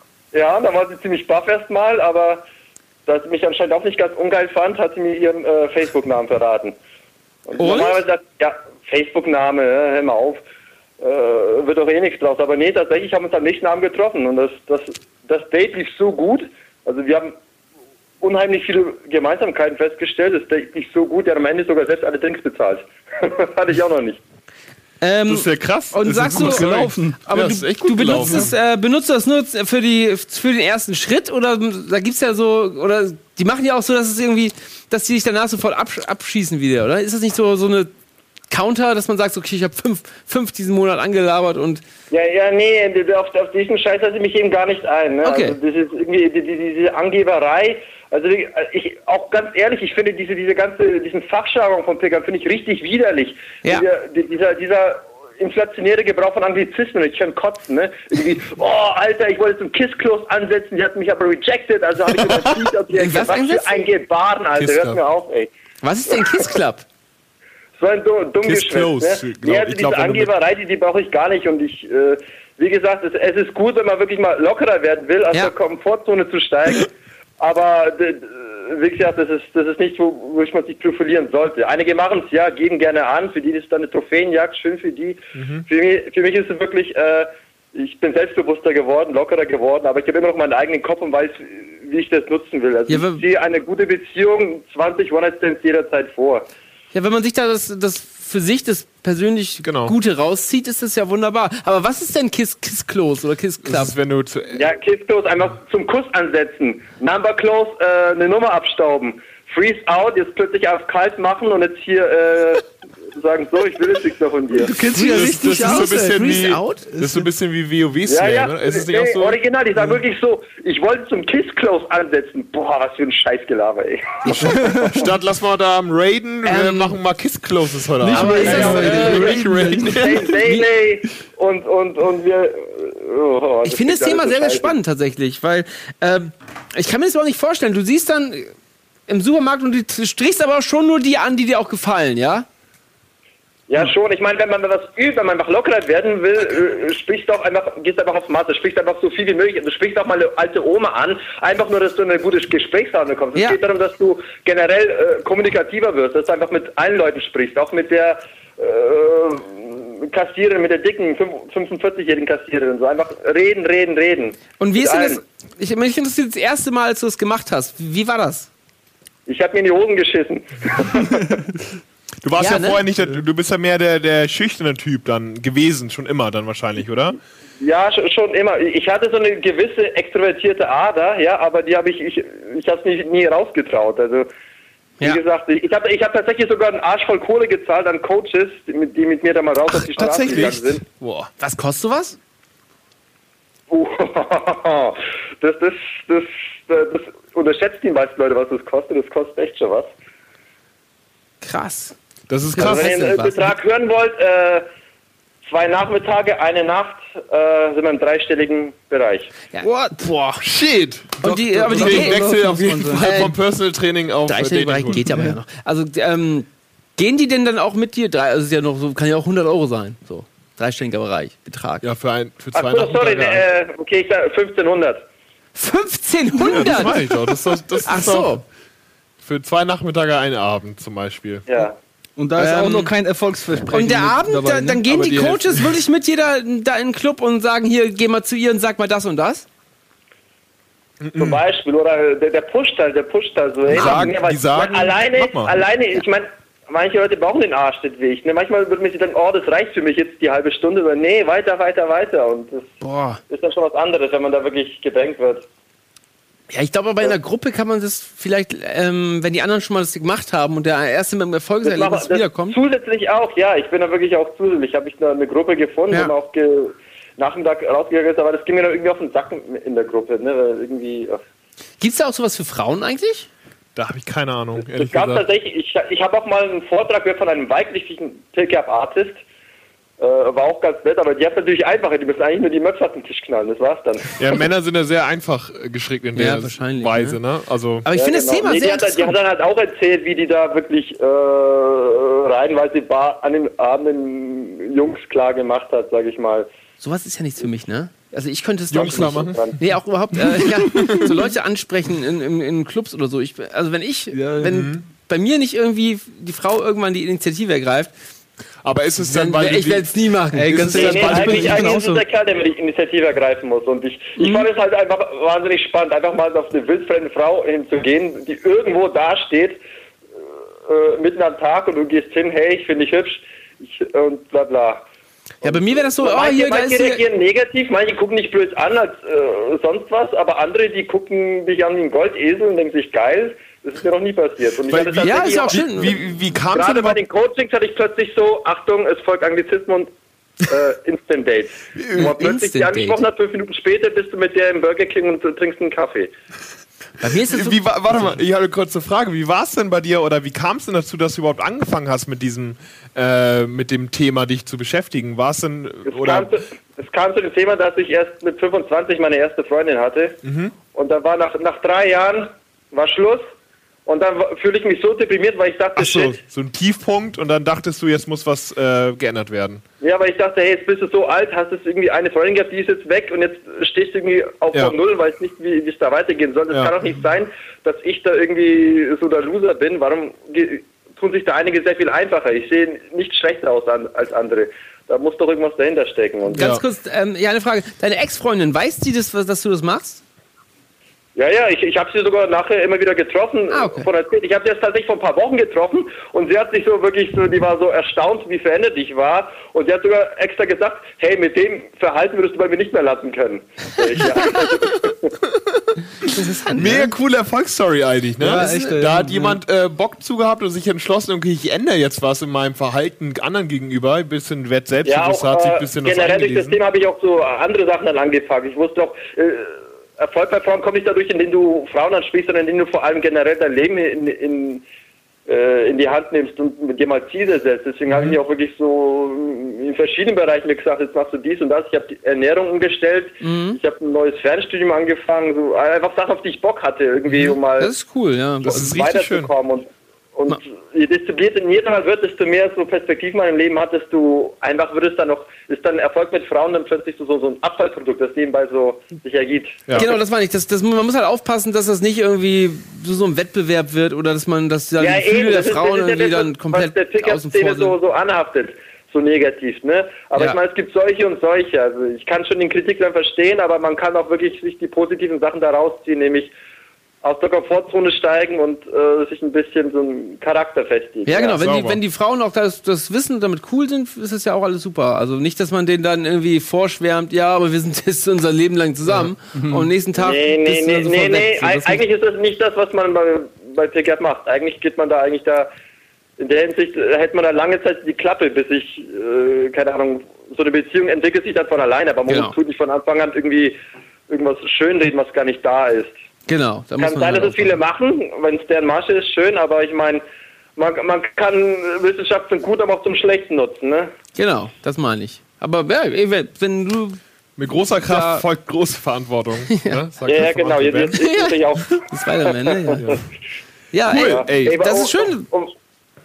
Speaker 14: ja, da war sie ziemlich baff erstmal, aber da sie mich anscheinend auch nicht ganz ungeil fand, hat sie mir ihren äh, Facebook-Namen verraten. Und,
Speaker 1: Und?
Speaker 14: normalerweise sagt, ja, Facebook-Name, äh, hör mal auf, äh, wird doch eh nichts draus. Aber nee, tatsächlich haben wir uns am nächsten Abend getroffen und das, das, das Date lief so gut. Also wir haben unheimlich viele Gemeinsamkeiten festgestellt. Das Date lief so gut, der hat am Ende sogar selbst alle Drinks bezahlt. Hatte ich auch noch nicht.
Speaker 1: Ähm,
Speaker 2: Das ist ja krass.
Speaker 1: Und
Speaker 2: Das ist
Speaker 1: sagst
Speaker 2: gut
Speaker 1: du,
Speaker 2: gelaufen.
Speaker 1: aber
Speaker 2: Ja,
Speaker 1: du,
Speaker 2: das ist echt gut
Speaker 1: du benutzt,
Speaker 2: gelaufen.
Speaker 1: es, äh, benutzt das nur für, die, für den ersten Schritt oder da gibt's ja so, oder die machen ja auch so, dass es irgendwie, dass die sich danach sofort absch abschießen wieder, oder? Ist das nicht so, so eine Counter, dass man sagt, okay, ich habe fünf, fünf diesen Monat angelabert und...
Speaker 14: Ja, ja, nee, auf, auf diesen Scheiß lasse ich mich eben gar nicht ein. Ne?
Speaker 1: Okay.
Speaker 14: Also das ist irgendwie die, die, diese Angeberei. Also ich, auch ganz ehrlich, ich finde diese, diese ganze, diesen Fachjargon von Pickup finde ich richtig widerlich.
Speaker 1: Ja.
Speaker 14: Dieser, dieser, dieser inflationäre Gebrauch von Anglizismen, ich kann kotzen, ne? Irgendwie, oh, Alter, ich wollte zum Kiss-Close ansetzen, die hat mich aber rejected, also habe ich überzieht, ob die
Speaker 1: Was
Speaker 14: was für
Speaker 1: einsetzen?
Speaker 14: ein Gebaren, Alter,
Speaker 2: Kiss
Speaker 14: hört
Speaker 2: Club.
Speaker 14: mir auf, ey.
Speaker 1: Was ist denn Kiss Club?
Speaker 14: So ein dumm, dumm
Speaker 2: Kiss
Speaker 14: Geschwätz,
Speaker 2: close,
Speaker 14: ne?
Speaker 2: glaub-
Speaker 14: Nee, also
Speaker 2: ich glaub,
Speaker 14: diese
Speaker 2: wenn du mit-
Speaker 14: Angeberei, die, die brauche ich gar nicht und ich, äh, wie gesagt, es, es ist gut, wenn man wirklich mal lockerer werden will, aus
Speaker 1: Ja.
Speaker 14: der Komfortzone zu steigen, aber d- d- wie gesagt, das ist, das ist nicht, wo, wo ich man sich profilieren sollte. Einige machen es ja, geben gerne an, für die ist dann eine Trophäenjagd, schön für die.
Speaker 2: Mhm.
Speaker 14: Für, mich, für mich ist es wirklich, äh, ich bin selbstbewusster geworden, lockerer geworden, aber ich habe immer noch meinen eigenen Kopf und weiß, wie ich das nutzen will. Also
Speaker 1: Ja, aber-
Speaker 14: ich ziehe eine gute Beziehung, zwanzig One-Night-Stands jederzeit vor.
Speaker 1: Ja, wenn man sich da das, das für sich das persönlich
Speaker 2: Genau.
Speaker 1: Gute rauszieht, ist das ja wunderbar. Aber was ist denn Kiss, Kiss Close oder Kiss Club?
Speaker 2: Das ist, wenn du zu,
Speaker 14: Ja, Kiss Close einfach zum Kuss ansetzen. Number Close, äh, eine Nummer abstauben. Freeze out, jetzt plötzlich auf kalt machen und jetzt hier äh, sagen, so, ich will jetzt nichts mehr von dir.
Speaker 1: Du kennst dich ja
Speaker 2: das,
Speaker 1: richtig
Speaker 2: das
Speaker 1: aus,
Speaker 2: ist so ein bisschen
Speaker 1: ey. Freeze
Speaker 2: wie,
Speaker 1: out?
Speaker 2: das ist so ein bisschen wie WoW
Speaker 14: Ja,
Speaker 2: Slang,
Speaker 14: ja,
Speaker 2: ne? Ist es nicht
Speaker 14: nee,
Speaker 2: auch so?
Speaker 14: original, die sagen wirklich so, ich wollte zum Kiss Close ansetzen. Boah, was für ein Scheißgelaber, ey.
Speaker 2: Statt lass mal da am Raiden, wir
Speaker 1: Ähm,
Speaker 2: machen mal Kiss Closes heute
Speaker 1: nicht
Speaker 2: Abend.
Speaker 1: Raiden,
Speaker 2: Ja,
Speaker 1: aber,
Speaker 2: äh,
Speaker 1: äh,
Speaker 2: nicht Raiden.
Speaker 14: Day, Day und, und, und wir... Oh,
Speaker 1: Ich finde das
Speaker 14: klingt
Speaker 1: Thema
Speaker 14: alles so
Speaker 1: sehr, sehr
Speaker 14: scheiße.
Speaker 1: spannend tatsächlich, weil ähm, ich kann mir das auch nicht vorstellen. Du siehst dann im Supermarkt und du strichst aber auch schon nur die an, die dir auch gefallen, ja?
Speaker 14: Ja, schon. Ich meine, wenn man was übt, wenn man einfach lockerer werden will, äh, sprichst doch einfach, gehst einfach aufs Maß, sprichst einfach so viel wie möglich. Du sprichst auch mal eine alte Oma an, einfach nur, dass du in eine gute Gesprächsrunde kommst. Es
Speaker 1: Ja.
Speaker 14: geht darum, dass du generell äh, kommunikativer wirst, dass du einfach mit allen Leuten sprichst, auch mit der äh, Kassiererin, mit der dicken fünfundvierzigjährigen Kassiererin. So einfach reden, reden, reden.
Speaker 1: Und wie
Speaker 14: Mit
Speaker 1: ist denn
Speaker 14: allen.
Speaker 1: das? Ich, mich interessiert das erste Mal, als du es gemacht hast. Wie war das?
Speaker 14: Ich habe mir in die Hosen geschissen.
Speaker 2: Du warst
Speaker 1: Ja,
Speaker 2: ja,
Speaker 1: ne?
Speaker 2: vorher nicht, der, du bist ja mehr der, der schüchterne Typ dann gewesen, schon immer dann wahrscheinlich, oder?
Speaker 14: Ja, sch- schon immer. Ich hatte so eine gewisse extrovertierte Ader, ja, aber die habe ich, ich, ich habe nie, nie rausgetraut. Also, wie
Speaker 1: Ja.
Speaker 14: gesagt, ich habe ich hab tatsächlich sogar einen Arsch voll Kohle gezahlt an Coaches, die mit, die mit mir da mal raus auf die Straße gegangen sind.
Speaker 2: Boah.
Speaker 1: Was kostet sowas?
Speaker 14: Uh, das, das, das, das unterschätzt die meisten Leute, was das kostet. Das kostet echt schon was.
Speaker 1: Krass.
Speaker 2: Das ist
Speaker 1: Ja,
Speaker 2: krass.
Speaker 14: Also, wenn ihr den
Speaker 1: was?
Speaker 14: Betrag hören wollt, äh, zwei Nachmittage, eine Nacht, äh, sind wir im dreistelligen Bereich.
Speaker 1: Ja.
Speaker 2: What? Boah, shit.
Speaker 1: Und die, aber die
Speaker 2: Deswegen
Speaker 1: Ge-
Speaker 2: Wechsel auf jeden Fall
Speaker 1: Äh,
Speaker 2: vom Personal Training auf
Speaker 1: Dreistellige Bereich
Speaker 2: Dating-Tool.
Speaker 1: geht aber ja noch. Also, ähm, Gehen die denn dann auch mit dir? Drei, also es ist ja noch so, kann ja auch hundert Euro sein. So, dreistelliger Bereich, Betrag.
Speaker 2: Ja, für, ein, für
Speaker 14: Ach
Speaker 2: zwei
Speaker 14: so, sorry,
Speaker 2: Nachmittage.
Speaker 14: äh, okay, ich sag fünfzehnhundert.
Speaker 1: fünfzehnhundert?
Speaker 2: Ja, das meine ich doch. Das, das, das
Speaker 1: Ach
Speaker 2: ist
Speaker 1: so.
Speaker 2: doch für zwei Nachmittage einen Abend zum Beispiel.
Speaker 14: Ja.
Speaker 3: Und da ist
Speaker 1: Ähm,
Speaker 3: auch noch kein Erfolgsversprechen.
Speaker 1: Und der
Speaker 3: mit
Speaker 1: Abend,
Speaker 3: dabei,
Speaker 1: da,
Speaker 3: ne?
Speaker 1: dann gehen
Speaker 2: Aber
Speaker 1: die
Speaker 2: die
Speaker 1: Coaches wirklich mit jeder da in den Club und sagen, hier, geh mal zu ihr und sag mal das und das?
Speaker 14: Zum Beispiel, oder der, der pusht halt, der pusht halt so. Ey,
Speaker 2: sagen-
Speaker 14: mir, weil,
Speaker 2: die sagen,
Speaker 14: weil alleine,
Speaker 2: mach mal.
Speaker 14: alleine, ich meine, manche Leute brauchen den Arsch nicht wie ich. Ne? Manchmal wird mir dann, oh, das reicht für mich jetzt die halbe Stunde, aber nee, weiter, weiter, weiter. Und das
Speaker 1: Boah.
Speaker 14: ist dann schon was anderes, wenn man da wirklich gedrängt wird.
Speaker 1: Ja, ich glaube aber in der Gruppe kann man das vielleicht, ähm, wenn die anderen schon mal das gemacht haben und der Erste mit dem
Speaker 14: Das
Speaker 1: Erfolgserlebnis
Speaker 14: mache- das
Speaker 1: wiederkommt.
Speaker 14: Zusätzlich auch, ja, ich bin da wirklich auch zusätzlich. Habe ich da eine Gruppe gefunden
Speaker 1: Ja.
Speaker 14: und auch ge Nachmittag rausgegangen ist, aber das ging mir dann irgendwie auf den Sack in der Gruppe. Ne? Weil irgendwie, ach.
Speaker 1: Gibt's da auch sowas für Frauen eigentlich?
Speaker 2: Da habe ich keine Ahnung,
Speaker 14: Es
Speaker 2: ehrlich
Speaker 14: gab
Speaker 2: gesagt.
Speaker 14: tatsächlich, ich, ich habe auch mal einen Vortrag gehört von einem weiblichen Pickup-Artist. Äh, war auch ganz nett, aber die hat natürlich einfacher, die müssen eigentlich nur die Möpse auf den Tisch knallen, das war's dann.
Speaker 2: Ja, Männer sind ja sehr einfach äh, gestrickt in
Speaker 1: Ja,
Speaker 2: der
Speaker 1: wahrscheinlich,
Speaker 2: Weise, ne? Also
Speaker 1: Aber ich
Speaker 14: Ja,
Speaker 1: finde
Speaker 14: genau.
Speaker 1: das Thema
Speaker 14: Nee,
Speaker 1: sehr
Speaker 14: die, hat, die
Speaker 1: interessant.
Speaker 14: hat dann halt auch erzählt, wie die da wirklich äh, reihenweise Bar an den armen Jungs klar gemacht hat, sag ich mal.
Speaker 1: Sowas ist ja nichts für mich, ne? Also ich könnte es
Speaker 2: Jungs
Speaker 1: glaub ich,
Speaker 2: klar
Speaker 1: nicht.
Speaker 2: machen?
Speaker 1: Nee, auch überhaupt, äh, ja, so Leute ansprechen in, in, in Clubs oder so. Ich, also wenn ich,
Speaker 3: Ja,
Speaker 1: wenn
Speaker 2: mhm.
Speaker 1: bei mir nicht irgendwie die Frau irgendwann die Initiative ergreift,
Speaker 2: aber ist es dann,
Speaker 1: dann,
Speaker 2: weil
Speaker 1: ich
Speaker 2: du
Speaker 1: werde es nie machen.
Speaker 3: Ey,
Speaker 2: Ist
Speaker 3: ganz
Speaker 2: es
Speaker 14: Nee,
Speaker 3: ehrlich,
Speaker 14: nee,
Speaker 2: dann, weil du-
Speaker 14: eigentlich,
Speaker 3: ich bin
Speaker 14: eigentlich
Speaker 3: auch
Speaker 14: ist
Speaker 3: so.
Speaker 14: es der Kerl, der die Initiative ergreifen muss. Und ich, ich fand es halt einfach wahnsinnig spannend, einfach mal auf eine wildfremde Frau hinzugehen, die irgendwo da steht, äh, mitten am Tag, und du gehst hin, hey, ich finde dich hübsch, ich, und bla bla.
Speaker 1: Ja, bei mir wäre das so, oh,
Speaker 14: manche,
Speaker 1: hier, da
Speaker 14: manche
Speaker 1: ist hier.
Speaker 14: reagieren negativ, manche gucken dich blöd an als äh, sonst was, aber andere, die gucken dich an wie ein Goldesel und denken sich, geil, das ist mir noch nie passiert. Und ich
Speaker 2: Weil-
Speaker 14: hatte
Speaker 2: wie-
Speaker 1: Ja,
Speaker 14: tatsächlich
Speaker 1: ist ja auch
Speaker 14: auch-
Speaker 1: schön.
Speaker 2: wie, wie kam es
Speaker 14: Gerade
Speaker 2: denn
Speaker 14: bei
Speaker 2: überhaupt?
Speaker 14: den Coachings hatte ich plötzlich so, Achtung, es folgt Anglizismus und äh, Instant Date. Wo man plötzlich die
Speaker 1: Instant Date.
Speaker 14: angesprochen hat, fünf Minuten später bist du mit der im Burger King und du trinkst einen Kaffee.
Speaker 1: Bei mir ist es so,
Speaker 2: Wie, wa- warte mal, ich habe eine kurze Frage. Wie war es denn bei dir oder wie kam es denn dazu, dass du überhaupt angefangen hast mit diesem, äh, mit dem Thema dich zu beschäftigen? War es denn,
Speaker 14: Es
Speaker 2: oder?
Speaker 14: kam, zu, es kam zu dem Thema, dass ich erst mit fünfundzwanzig meine erste Freundin hatte.
Speaker 2: Mhm.
Speaker 14: Und dann war nach, nach drei Jahren war Schluss. Und dann wa- fühle ich mich so deprimiert, weil ich dachte,
Speaker 2: Ach so,
Speaker 14: shit.
Speaker 2: so ein Tiefpunkt und dann dachtest du, jetzt muss was äh, geändert werden.
Speaker 14: Ja, weil ich dachte, hey, jetzt bist du so alt, hast jetzt irgendwie eine Freundin gehabt, die ist jetzt weg und jetzt stehst du irgendwie auf
Speaker 2: Ja.
Speaker 14: von Null, weißt nicht, wie wie es da weitergehen soll. Es
Speaker 2: Ja.
Speaker 14: kann doch nicht sein, dass ich da irgendwie so der Loser bin. Warum ge- tun sich da einige sehr viel einfacher? Ich sehe nicht schlechter aus an, als andere. Da muss doch irgendwas dahinter stecken. Und
Speaker 1: ganz
Speaker 2: Ja.
Speaker 1: kurz, ähm, ja, eine Frage. Deine Ex-Freundin, weiß die das, was- dass du das machst?
Speaker 14: Ja, ja, ich, ich habe sie sogar nachher immer wieder getroffen.
Speaker 1: Ah, okay.
Speaker 14: Von erzählt. Ich habe sie jetzt tatsächlich vor ein paar Wochen getroffen und sie hat sich so wirklich so, die war so erstaunt, wie verändert ich war. Und sie hat sogar extra gesagt, hey, mit dem Verhalten würdest du bei mir nicht mehr lassen können. Sag ich, ja.
Speaker 1: Interessant.
Speaker 2: Mega
Speaker 1: ne?
Speaker 2: coole Erfolgsstory eigentlich, ne?
Speaker 3: Ja,
Speaker 2: Das ist-
Speaker 3: echt,
Speaker 2: da
Speaker 3: ja.
Speaker 2: hat jemand äh, Bock zu gehabt und sich entschlossen, okay, ich ändere jetzt was in meinem Verhalten anderen gegenüber. Ein bisschen Wert
Speaker 14: Ja,
Speaker 2: Selbstbewusst,
Speaker 14: auch,
Speaker 2: hat sich ein
Speaker 14: äh,
Speaker 2: bisschen was
Speaker 14: generell durch das
Speaker 2: eingelesen.
Speaker 14: Thema habe ich auch so andere Sachen dann angepackt. Ich wusste auch, äh, Erfolg bei Frauen kommt nicht dadurch, indem du Frauen ansprichst, sondern indem du vor allem generell dein Leben in, in, äh, in die Hand nimmst und mit dir mal Ziele setzt. Deswegen habe ich mir auch wirklich so in verschiedenen Bereichen mir gesagt, jetzt machst du dies und das. Ich habe die Ernährung umgestellt, ich habe ein neues Fernstudium angefangen, so einfach Sachen, auf die ich Bock hatte, irgendwie, um mal
Speaker 1: Das ist cool, ja.
Speaker 2: Das ist richtig schön.
Speaker 14: weiterzukommen. Und, und je disziplinierter man wird, desto mehr so Perspektiven man im Leben hat, desto einfach wird es dann noch, ist dann Erfolg mit Frauen dann plötzlich so, so, so ein Abfallprodukt, das nebenbei so sich ergibt.
Speaker 2: Ja.
Speaker 1: Genau, das meine ich. Das, das, man muss halt aufpassen, dass das nicht irgendwie so, so ein Wettbewerb wird oder dass man, dass dann die Gefühle der
Speaker 14: das ist-
Speaker 1: Frauen
Speaker 14: das ist ja
Speaker 1: irgendwie
Speaker 14: das,
Speaker 1: dann
Speaker 14: was
Speaker 1: komplett
Speaker 14: der
Speaker 1: außen
Speaker 14: Pickup-Szene
Speaker 1: vor sind.
Speaker 14: so, so anhaftet, so negativ, ne? Aber
Speaker 1: Ja.
Speaker 14: ich meine, es gibt solche und solche. Also ich kann schon den Kritik dann verstehen, aber man kann auch wirklich sich die positiven Sachen da rausziehen, nämlich aus der Komfortzone steigen und äh, sich ein bisschen so einen Charakter festigen.
Speaker 1: Ja, genau. Wenn die,
Speaker 2: sauber.
Speaker 1: wenn die Frauen auch das, das wissen und damit cool sind, ist das ja auch alles super. Also nicht, dass man denen dann irgendwie vorschwärmt, ja, aber wir sind jetzt unser Leben lang zusammen und am nächsten Tag
Speaker 14: Nee, nee,
Speaker 1: bist du
Speaker 14: nee,
Speaker 1: dann sofort
Speaker 14: nee,
Speaker 1: weg.
Speaker 14: nee.
Speaker 1: So,
Speaker 14: Eig-
Speaker 1: das
Speaker 14: eigentlich ist das nicht das, was man bei, bei Pickup macht. Eigentlich geht man da eigentlich da, in der Hinsicht äh, hält man da lange Zeit die Klappe, bis sich, äh, keine Ahnung, so eine Beziehung entwickelt sich dann von alleine, aber man
Speaker 1: Genau.
Speaker 14: muss tut nicht von Anfang an irgendwie irgendwas schönreden, was gar nicht da ist.
Speaker 1: Genau. Da muss
Speaker 14: Kann
Speaker 1: man
Speaker 14: sein,
Speaker 1: halt
Speaker 14: dass es viele machen, wenn es deren Masche ist, schön, aber ich meine, man, man kann Wissenschaft zum Guten, aber auch zum Schlechten nutzen, ne?
Speaker 1: Genau, das meine ich. Aber ja, Ewe, wenn du.
Speaker 2: Mit großer Kraft
Speaker 1: Ja.
Speaker 2: folgt große Verantwortung. Ne? Sagt
Speaker 14: Ja, ja,
Speaker 2: der
Speaker 14: genau,
Speaker 2: Uncle
Speaker 14: jetzt,
Speaker 2: Ben.
Speaker 14: jetzt ist natürlich auch.
Speaker 1: Das Spider-Man, ne? Ja, ja
Speaker 2: Cool,
Speaker 1: ey,
Speaker 2: ey.
Speaker 1: das
Speaker 14: um-
Speaker 1: ist schön.
Speaker 14: Um,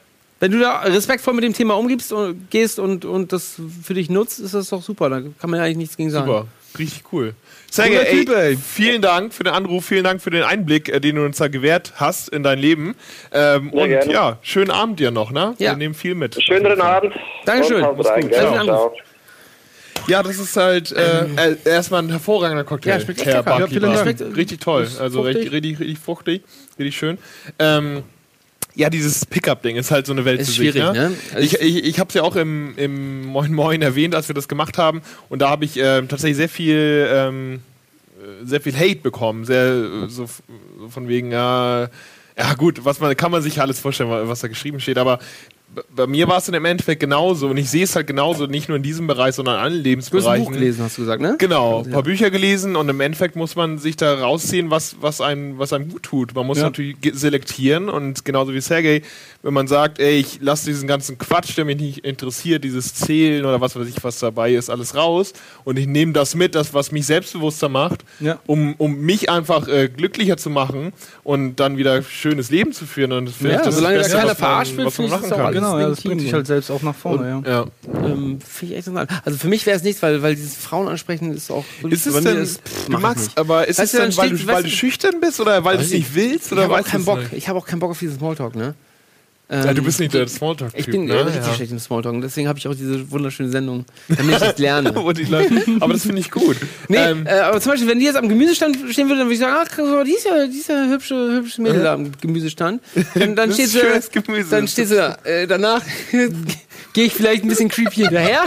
Speaker 1: Wenn du da respektvoll mit dem Thema umgehst und gehst und, und das für dich nutzt, ist das doch super. Da kann man ja eigentlich nichts gegen sagen.
Speaker 2: Super, richtig cool. Sergej, ey,
Speaker 1: Typ, ey.
Speaker 2: vielen Dank für den Anruf, vielen Dank für den Einblick, äh, den du uns da gewährt hast in dein Leben. Ähm,
Speaker 14: Sehr
Speaker 2: und
Speaker 14: gerne.
Speaker 2: ja, schönen Abend dir noch, ne?
Speaker 1: Ja.
Speaker 2: Wir nehmen viel mit.
Speaker 14: Schönen Abend.
Speaker 1: Dankeschön.
Speaker 14: Und haut
Speaker 1: Mach's
Speaker 14: rein,
Speaker 1: gut.
Speaker 14: gell?
Speaker 1: Danke für den
Speaker 14: Ciao.
Speaker 2: Ja, das ist halt äh, äh, erstmal ein hervorragender Cocktail.
Speaker 1: Ja, schmeckt echt
Speaker 2: Herr
Speaker 1: lecker. Ja,
Speaker 2: Barkeeper.
Speaker 1: vielen Dank.
Speaker 2: Schmeckt richtig toll.
Speaker 1: Ist
Speaker 2: Also
Speaker 1: fruchtig.
Speaker 2: richtig, richtig, richtig fruchtig, richtig schön. Ähm, ja, dieses Pickup-Ding ist halt so eine Welt
Speaker 1: Ist
Speaker 2: für
Speaker 1: schwierig,
Speaker 2: sich. Ne?
Speaker 1: ne? Also
Speaker 2: Ich, ich, ich habe es ja auch im, im Moin Moin erwähnt, als wir das gemacht haben. Und da habe ich ähm, tatsächlich sehr viel, ähm, sehr viel Hate bekommen. Sehr äh, so, f- so von wegen, ja, ja gut, was man kann man sich alles vorstellen, was da geschrieben steht. Aber b- bei mir war es dann im Endeffekt genauso. Und ich sehe es halt genauso, nicht nur in diesem Bereich, sondern in allen
Speaker 1: Du hast
Speaker 2: Lebensbereichen.
Speaker 1: ein Buch gelesen, hast du gesagt, ne?
Speaker 2: Genau, ein
Speaker 1: Ja.
Speaker 2: paar Bücher gelesen und im Endeffekt muss man sich da rausziehen, was, was, einem, was einem gut tut. Man muss
Speaker 3: Ja.
Speaker 2: natürlich ge- selektieren und genauso wie Sergej, wenn man sagt, ey, ich lasse diesen ganzen Quatsch, der mich nicht interessiert, dieses Zählen oder was weiß ich, was dabei ist, alles raus und ich nehme das mit, das, was mich selbstbewusster macht,
Speaker 3: Ja.
Speaker 2: um, um mich einfach äh, glücklicher zu machen und dann wieder schönes Leben zu führen. Und das finde
Speaker 1: Ja,
Speaker 2: ich das
Speaker 1: solange da
Speaker 2: Beste,
Speaker 1: keiner
Speaker 2: was man-
Speaker 1: verarscht wird,
Speaker 2: was man
Speaker 1: finde ich
Speaker 2: machen
Speaker 1: das auch
Speaker 2: kann.
Speaker 1: alles
Speaker 3: Genau, ja, das
Speaker 1: legitim.
Speaker 3: bringt dich halt selbst auch nach vorne,
Speaker 2: Und,
Speaker 3: ja.
Speaker 2: ja.
Speaker 1: Ähm, Finde ich echt interessant. Also für mich wäre es nichts, weil, weil dieses Frauen ansprechen ist auch.
Speaker 2: Ist es
Speaker 1: bei mir
Speaker 2: denn,
Speaker 1: ist- pff,
Speaker 2: du
Speaker 1: mach ich
Speaker 2: magst,
Speaker 1: nicht.
Speaker 2: aber ist
Speaker 1: Weißt
Speaker 2: es
Speaker 1: du,
Speaker 2: denn,
Speaker 1: dann
Speaker 2: weil,
Speaker 1: steht-
Speaker 2: du, weil
Speaker 1: weißt
Speaker 2: du
Speaker 1: du-
Speaker 2: schüchtern bist oder weil du
Speaker 1: Weiß
Speaker 2: es
Speaker 1: ich.
Speaker 2: nicht willst?
Speaker 1: Ich
Speaker 2: Oder
Speaker 1: habe auch
Speaker 2: weißt
Speaker 1: keinen
Speaker 2: du's
Speaker 1: Bock.
Speaker 2: nicht?
Speaker 1: Ich habe auch keinen Bock auf diesen Smalltalk, ne?
Speaker 2: Ja,
Speaker 1: Ähm,
Speaker 2: du bist nicht der Smalltalk-Typ,
Speaker 1: Ich bin
Speaker 2: ne?
Speaker 1: äh, richtig
Speaker 2: Ja.
Speaker 1: schlecht im Smalltalk. Und deswegen habe ich auch diese wunderschöne Sendung, damit ich das lerne.
Speaker 2: Wo die Leute, aber das finde ich gut.
Speaker 1: Nee,
Speaker 2: Ähm,
Speaker 1: äh, aber zum Beispiel, wenn die jetzt am Gemüsestand stehen würde, dann würde ich sagen, ach, guck mal, die ist ja, die ist ja hübsche, hübsche Mädel da am Gemüsestand. Dann, dann
Speaker 2: Das
Speaker 1: steht
Speaker 2: ist
Speaker 1: sie,
Speaker 2: schönes Gemüse.
Speaker 1: dann steht sie da. Äh, danach gehe ich vielleicht ein bisschen creepy hinterher.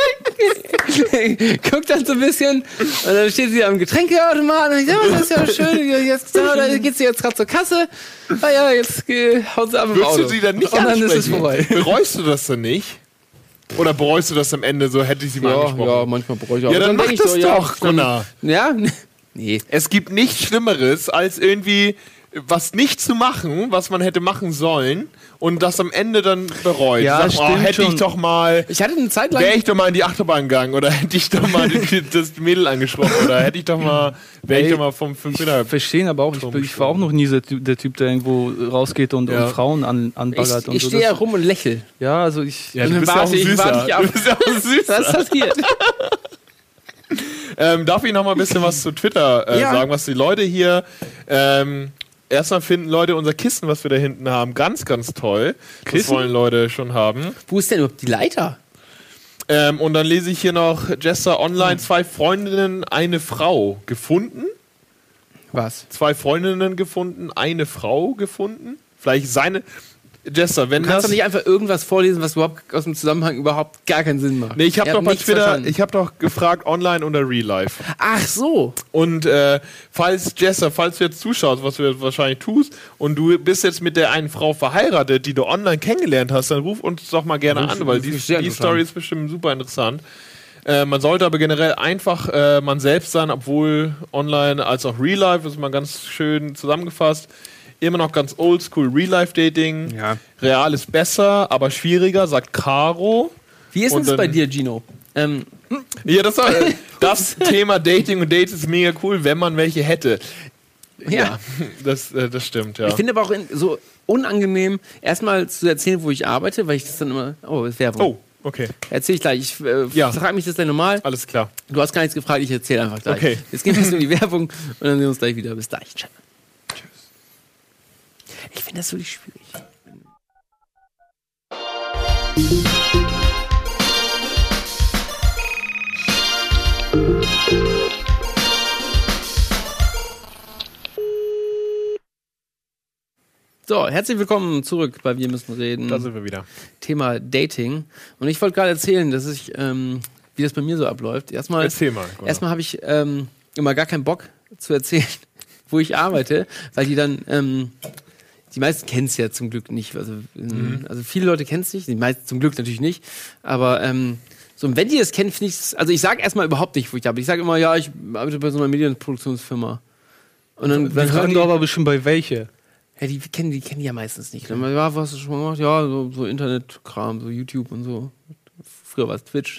Speaker 1: Guck dann so ein bisschen. Und dann steht sie am Getränkeautomaten. Und ich sag, oh, das ist ja schön. Jetzt, da, da geht sie jetzt gerade zur Kasse. Ah ja, jetzt äh, haut sie ab im
Speaker 2: Würdest
Speaker 1: Auto.
Speaker 2: du sie dann nicht
Speaker 1: Und dann ist es
Speaker 2: ansprechen?
Speaker 1: vorbei.
Speaker 2: Bereust du das dann nicht? Oder bereust du das am Ende so, hätte ich sie mal
Speaker 1: Ja,
Speaker 2: angesprochen?
Speaker 1: ja, manchmal bereue ich auch.
Speaker 2: Ja, dann,
Speaker 1: Dann
Speaker 2: mach
Speaker 1: denk ich
Speaker 2: das
Speaker 1: so, ja,
Speaker 2: doch,
Speaker 1: dann-
Speaker 2: Gunnar.
Speaker 1: Ja? Nee.
Speaker 2: Es gibt nichts Schlimmeres, als irgendwie was nicht zu machen, was man hätte machen sollen und das am Ende dann bereut.
Speaker 3: Ja,
Speaker 2: Sag, oh,
Speaker 3: stimmt
Speaker 2: hätte ich
Speaker 3: schon.
Speaker 2: doch mal,
Speaker 1: Ich hatte eine Zeit lang.
Speaker 2: wäre ich doch mal in die Achterbahn gegangen oder hätte ich doch mal die, das Mädel angesprochen oder hätte ich doch mal, wäre ich
Speaker 3: Ey,
Speaker 2: doch mal vom fünf Meter.
Speaker 3: Verstehen aber auch, ich, ich war auch noch nie so der Typ, der, typ, der irgendwo rausgeht und,
Speaker 2: Ja.
Speaker 3: und Frauen an,
Speaker 1: Ich,
Speaker 3: anbaggert und
Speaker 1: ich
Speaker 3: so.
Speaker 1: stehe ja
Speaker 3: Das-
Speaker 1: rum und lächel.
Speaker 3: Ja, also ich.
Speaker 2: Ja,
Speaker 1: Und
Speaker 2: du
Speaker 1: dann
Speaker 2: bist ja auch
Speaker 1: warte ich- warte
Speaker 2: süßer.
Speaker 1: ich ab.
Speaker 2: Du bist ja auch süßer.
Speaker 1: Was passiert?
Speaker 2: Ähm, darf ich noch mal ein bisschen was zu Twitter äh,
Speaker 1: Ja.
Speaker 2: sagen, was die Leute hier. Ähm, erstmal finden Leute unser Kissen, was wir da hinten haben, ganz, ganz toll. Das
Speaker 3: Kissen?
Speaker 2: wollen Leute schon haben.
Speaker 1: Wo ist denn überhaupt die Leiter?
Speaker 2: Ähm, und dann lese ich hier noch Jester online, zwei Freundinnen, eine Frau gefunden.
Speaker 1: Was?
Speaker 2: Zwei Freundinnen gefunden, eine Frau gefunden. Vielleicht seine. Jester, wenn
Speaker 1: Du kannst
Speaker 2: das.
Speaker 1: doch nicht einfach irgendwas vorlesen, was überhaupt aus dem Zusammenhang überhaupt gar keinen Sinn macht.
Speaker 2: Nee, ich habe
Speaker 1: Ihr
Speaker 2: doch
Speaker 1: habt
Speaker 2: bei
Speaker 1: nichts
Speaker 2: Twitter,
Speaker 1: verstanden.
Speaker 2: ich habe doch gefragt, online oder real life.
Speaker 1: Ach so.
Speaker 2: Und äh, falls, Jester, falls du jetzt zuschaust, was du jetzt wahrscheinlich tust, und du bist jetzt mit der einen Frau verheiratet, die du online kennengelernt hast, dann ruf uns doch mal gerne
Speaker 1: Ruf-
Speaker 2: an, weil
Speaker 1: ruf
Speaker 2: die,
Speaker 1: mich sehr
Speaker 2: die
Speaker 1: interessant.
Speaker 2: Story ist bestimmt super interessant. Äh, man sollte aber generell einfach äh, man selbst sein, obwohl online als auch real life, ist mal ganz schön zusammengefasst. Immer noch ganz oldschool Real-Life-Dating.
Speaker 1: Ja.
Speaker 2: Real ist besser, aber schwieriger, sagt Caro.
Speaker 1: Wie ist
Speaker 2: Und
Speaker 1: es
Speaker 2: dann-
Speaker 1: bei dir, Gino? Ähm,
Speaker 2: Ja, das, war, äh, das Thema Dating und Dates ist mega cool, wenn man welche hätte.
Speaker 1: ja.
Speaker 2: Das, äh, das stimmt, ja.
Speaker 1: Ich finde aber auch in, so unangenehm, erstmal zu erzählen, wo ich arbeite, weil ich das dann immer. Oh, ist Werbung.
Speaker 2: Oh, okay.
Speaker 1: Erzähl ich gleich. Ich äh,
Speaker 2: Ja.
Speaker 1: frage mich das gleich normal.
Speaker 2: Alles klar.
Speaker 1: Du hast gar nichts gefragt, ich erzähle einfach gleich.
Speaker 2: Okay.
Speaker 1: Jetzt geht es um die Werbung und dann sehen wir uns gleich wieder. Bis gleich. Tschüss. Ich finde das wirklich schwierig. So, herzlich willkommen zurück bei Wir müssen reden.
Speaker 2: Da sind wir wieder.
Speaker 1: Thema Dating. Und ich wollte gerade erzählen, dass ich, ähm, wie das bei mir so abläuft. Erstmal,
Speaker 2: Erzähl mal, Gunnar.
Speaker 1: erstmal habe ich ähm, immer gar keinen Bock zu erzählen, wo ich arbeite, weil die dann, ähm, die meisten kennen es ja zum Glück nicht. Also, ähm, also viele Leute kennen es nicht, die meisten zum Glück natürlich nicht. Aber ähm, so, und wenn die das kennen, finde ich es, also ich sage erstmal überhaupt nicht, wo ich arbeite. Ich sage immer, ja, ich arbeite bei so einer Medienproduktionsfirma. Und dann,
Speaker 3: Wir
Speaker 1: dann hören
Speaker 3: fragen
Speaker 1: die,
Speaker 3: doch aber bestimmt bei welche.
Speaker 1: ja, die kennen die kennen die ja meistens nicht. Dann, ja, was hast du schon mal gemacht? Ja, so, so Internetkram, so YouTube und so. Früher war es Twitch.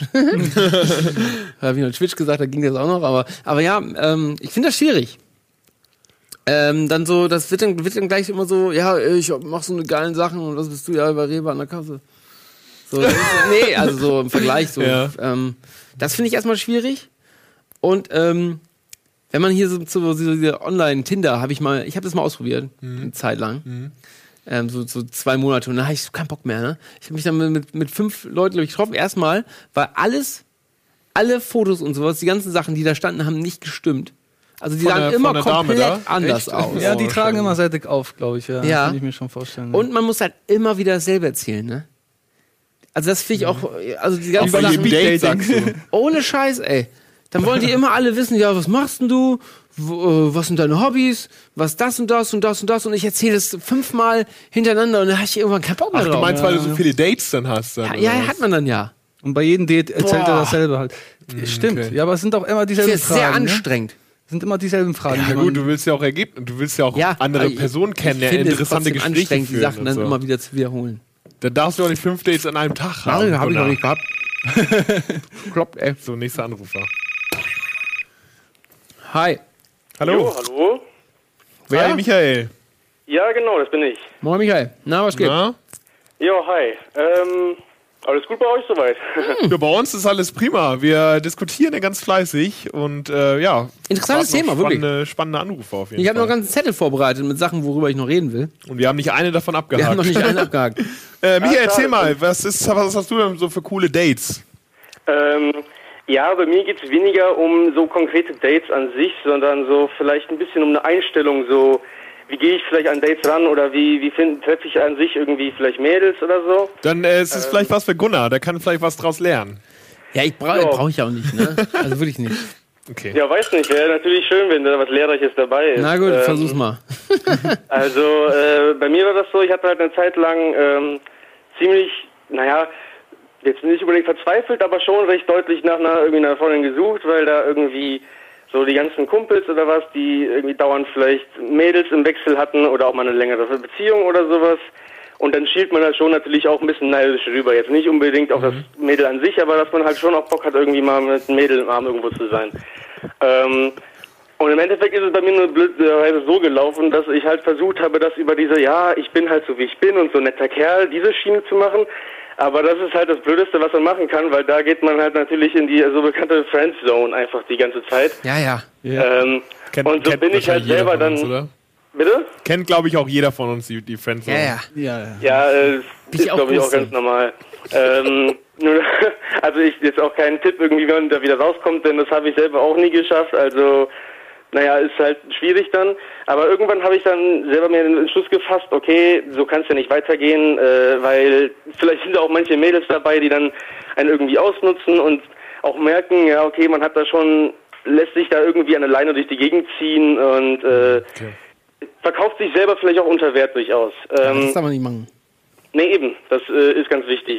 Speaker 1: Habe ich noch Twitch gesagt, da ging das auch noch. Aber, aber ja, ähm, ich finde das schwierig. Ähm, dann so, das wird dann, wird dann gleich immer so, ja, ich mach so eine geilen Sachen und was bist du ja bei Rewe an der Kasse. So, das ist, nee, also so im Vergleich so.
Speaker 2: Ja.
Speaker 1: Ähm, das finde ich erstmal schwierig. Und ähm, wenn man hier so, so, so diese Online-Tinder, habe ich mal, ich habe das mal ausprobiert,
Speaker 2: Mhm.
Speaker 1: eine Zeit lang.
Speaker 2: Mhm.
Speaker 1: Ähm, so, so zwei Monate und dann habe ich so keinen Bock mehr, ne? Ich habe mich dann mit, mit fünf Leuten, glaube ich, getroffen. Erstmal, weil alles, alle Fotos und sowas, die ganzen Sachen, die da standen, haben nicht gestimmt. Also die
Speaker 2: Von
Speaker 1: sahen
Speaker 2: der-
Speaker 1: immer
Speaker 2: von der Dame
Speaker 1: komplett
Speaker 2: da?
Speaker 1: anders
Speaker 2: Echt?
Speaker 1: aus.
Speaker 3: Ja, die tragen immer sehr dick auf, glaube ich. Ja,
Speaker 1: Ja.
Speaker 3: kann ich mir schon vorstellen.
Speaker 1: Und man muss halt immer wieder dasselbe erzählen, ne? Also das finde ich auch, also die ganzen
Speaker 2: Auch bei jedem
Speaker 1: Sachen,
Speaker 2: Date sagst du.
Speaker 1: ohne Scheiß, ey. Dann wollen die immer alle wissen, ja, was machst denn du? Wo, äh, was sind deine Hobbys? Was das und das und das und das? Und ich erzähle es fünfmal hintereinander und dann habe ich irgendwann keinen Bock mehr
Speaker 2: Ach, du
Speaker 1: drauf.
Speaker 2: meinst, weil du so viele Dates dann hast? Dann,
Speaker 1: Ja,
Speaker 2: oder
Speaker 1: ja,
Speaker 2: was?
Speaker 1: hat man dann ja.
Speaker 3: Und bei jedem Date erzählt
Speaker 1: Boah.
Speaker 3: er dasselbe halt. Stimmt.
Speaker 2: okay.
Speaker 3: Ja, aber es sind auch immer dieselben
Speaker 1: Das ist
Speaker 3: Fragen.
Speaker 1: sehr
Speaker 3: ne?
Speaker 1: anstrengend.
Speaker 3: Es sind immer dieselben Fragen.
Speaker 2: Ja
Speaker 3: die
Speaker 2: gut,
Speaker 3: man-
Speaker 2: du willst ja auch Ergebnisse, du willst ja auch
Speaker 1: Ja,
Speaker 2: andere
Speaker 1: aber ich-
Speaker 2: Personen kennen,
Speaker 1: ich
Speaker 2: ja,
Speaker 1: finde es
Speaker 2: interessante
Speaker 1: trotzdem
Speaker 2: Gespräche
Speaker 1: anstrengend,
Speaker 2: führen
Speaker 1: die Sachen
Speaker 2: und
Speaker 1: dann
Speaker 2: so.
Speaker 1: immer wieder zu wiederholen.
Speaker 2: Dann darfst du auch nicht fünf Dates an einem Tag haben.
Speaker 1: Nein, hab ich
Speaker 2: Gunnar.
Speaker 1: noch nicht gehabt. Kloppt, ey.
Speaker 2: So, nächster Anrufer.
Speaker 1: Hi.
Speaker 2: Hallo.
Speaker 15: Jo, hallo?
Speaker 2: Wer? Hi, Michael.
Speaker 15: Ja, genau, das bin ich.
Speaker 1: Moin Michael. Na, was geht?
Speaker 2: Na?
Speaker 15: Jo, hi. Ähm, alles gut bei euch soweit?
Speaker 2: Ja, bei uns ist alles prima. Wir diskutieren ja ganz fleißig und äh, ja.
Speaker 1: Interessantes
Speaker 2: warten auf
Speaker 1: Thema, wirklich.
Speaker 2: Spannende, spannende Anrufe auf jeden
Speaker 1: Ich habe noch
Speaker 2: Fall.
Speaker 1: ganz Zettel vorbereitet mit Sachen, worüber ich noch reden will.
Speaker 2: Und wir haben nicht eine davon abgehakt.
Speaker 1: Wir haben noch nicht einen abgehakt.
Speaker 2: äh, Michael,
Speaker 15: Ah,
Speaker 2: erzähl
Speaker 15: schade.
Speaker 2: mal, was, ist, was hast du denn so für coole Dates?
Speaker 15: Ähm, ja, bei mir geht es weniger um so konkrete Dates an sich, sondern so vielleicht ein bisschen um eine Einstellung, so wie gehe ich vielleicht an Dates ran oder wie, wie find, treffe ich an sich irgendwie vielleicht Mädels oder so.
Speaker 2: Dann äh, es ist
Speaker 15: Ähm.
Speaker 2: vielleicht was für Gunnar, der kann vielleicht was draus lernen.
Speaker 1: Ja, ich brauche
Speaker 15: Ja.
Speaker 1: brauch ich auch nicht, ne? Also wirklich nicht.
Speaker 2: Okay.
Speaker 15: Ja, weiß nicht, wäre natürlich schön, wenn da was Lehrreiches dabei ist.
Speaker 1: Na gut,
Speaker 15: Ähm,
Speaker 1: versuch's mal.
Speaker 15: Also äh, bei mir war das so, ich hatte halt eine Zeit lang ähm, ziemlich, naja, jetzt nicht unbedingt verzweifelt, aber schon recht deutlich nach einer, irgendwie einer Freundin gesucht, weil da irgendwie so die ganzen Kumpels oder was, die irgendwie dauernd vielleicht Mädels im Wechsel hatten oder auch mal eine längere Beziehung oder sowas. Und dann schielt man halt schon natürlich auch ein bisschen neidisch rüber. Jetzt nicht unbedingt auf das Mädel an sich, aber dass man halt schon auch Bock hat, irgendwie mal mit einem Mädel im Arm irgendwo zu sein. Ähm, und im Endeffekt ist es bei mir nur blöderweise so gelaufen, dass ich halt versucht habe, das über diese, ja, ich bin halt so wie ich bin und so ein netter Kerl, diese Schiene zu machen. Aber das ist halt das Blödeste, was man machen kann, weil da geht man halt natürlich in die so bekannte Friendzone einfach die ganze Zeit.
Speaker 1: Ja, ja.
Speaker 15: Ähm,
Speaker 2: Kennt,
Speaker 15: und so
Speaker 2: kennt
Speaker 15: bin ich halt
Speaker 2: wahrscheinlich jeder
Speaker 15: selber
Speaker 2: von
Speaker 15: dann...
Speaker 2: Uns, oder?
Speaker 15: Bitte?
Speaker 2: Kennt, glaube ich, auch jeder von uns die, die Friendzone.
Speaker 1: Ja,
Speaker 3: Ja, ja.
Speaker 15: Ja, äh,
Speaker 1: ich
Speaker 15: ist
Speaker 1: auch
Speaker 15: glaube ich auch
Speaker 1: wusste.
Speaker 15: ganz normal. ähm, nur, also ich jetzt auch keinen Tipp irgendwie, wie man da wieder rauskommt, denn das habe ich selber auch nie geschafft. Also, naja, ist halt schwierig dann. Aber irgendwann habe ich dann selber mir den Entschluss gefasst, okay, so kann es ja nicht weitergehen, äh, weil vielleicht sind da auch manche Mädels dabei, die dann einen irgendwie ausnutzen und auch merken, ja, okay, man hat da schon, lässt sich da irgendwie an der Leine durch die Gegend ziehen und äh,
Speaker 2: Okay.
Speaker 15: verkauft sich selber vielleicht auch unter Wert durchaus. Ähm,
Speaker 1: Das darf man nicht machen.
Speaker 15: Nee, eben. Das äh, ist ganz wichtig.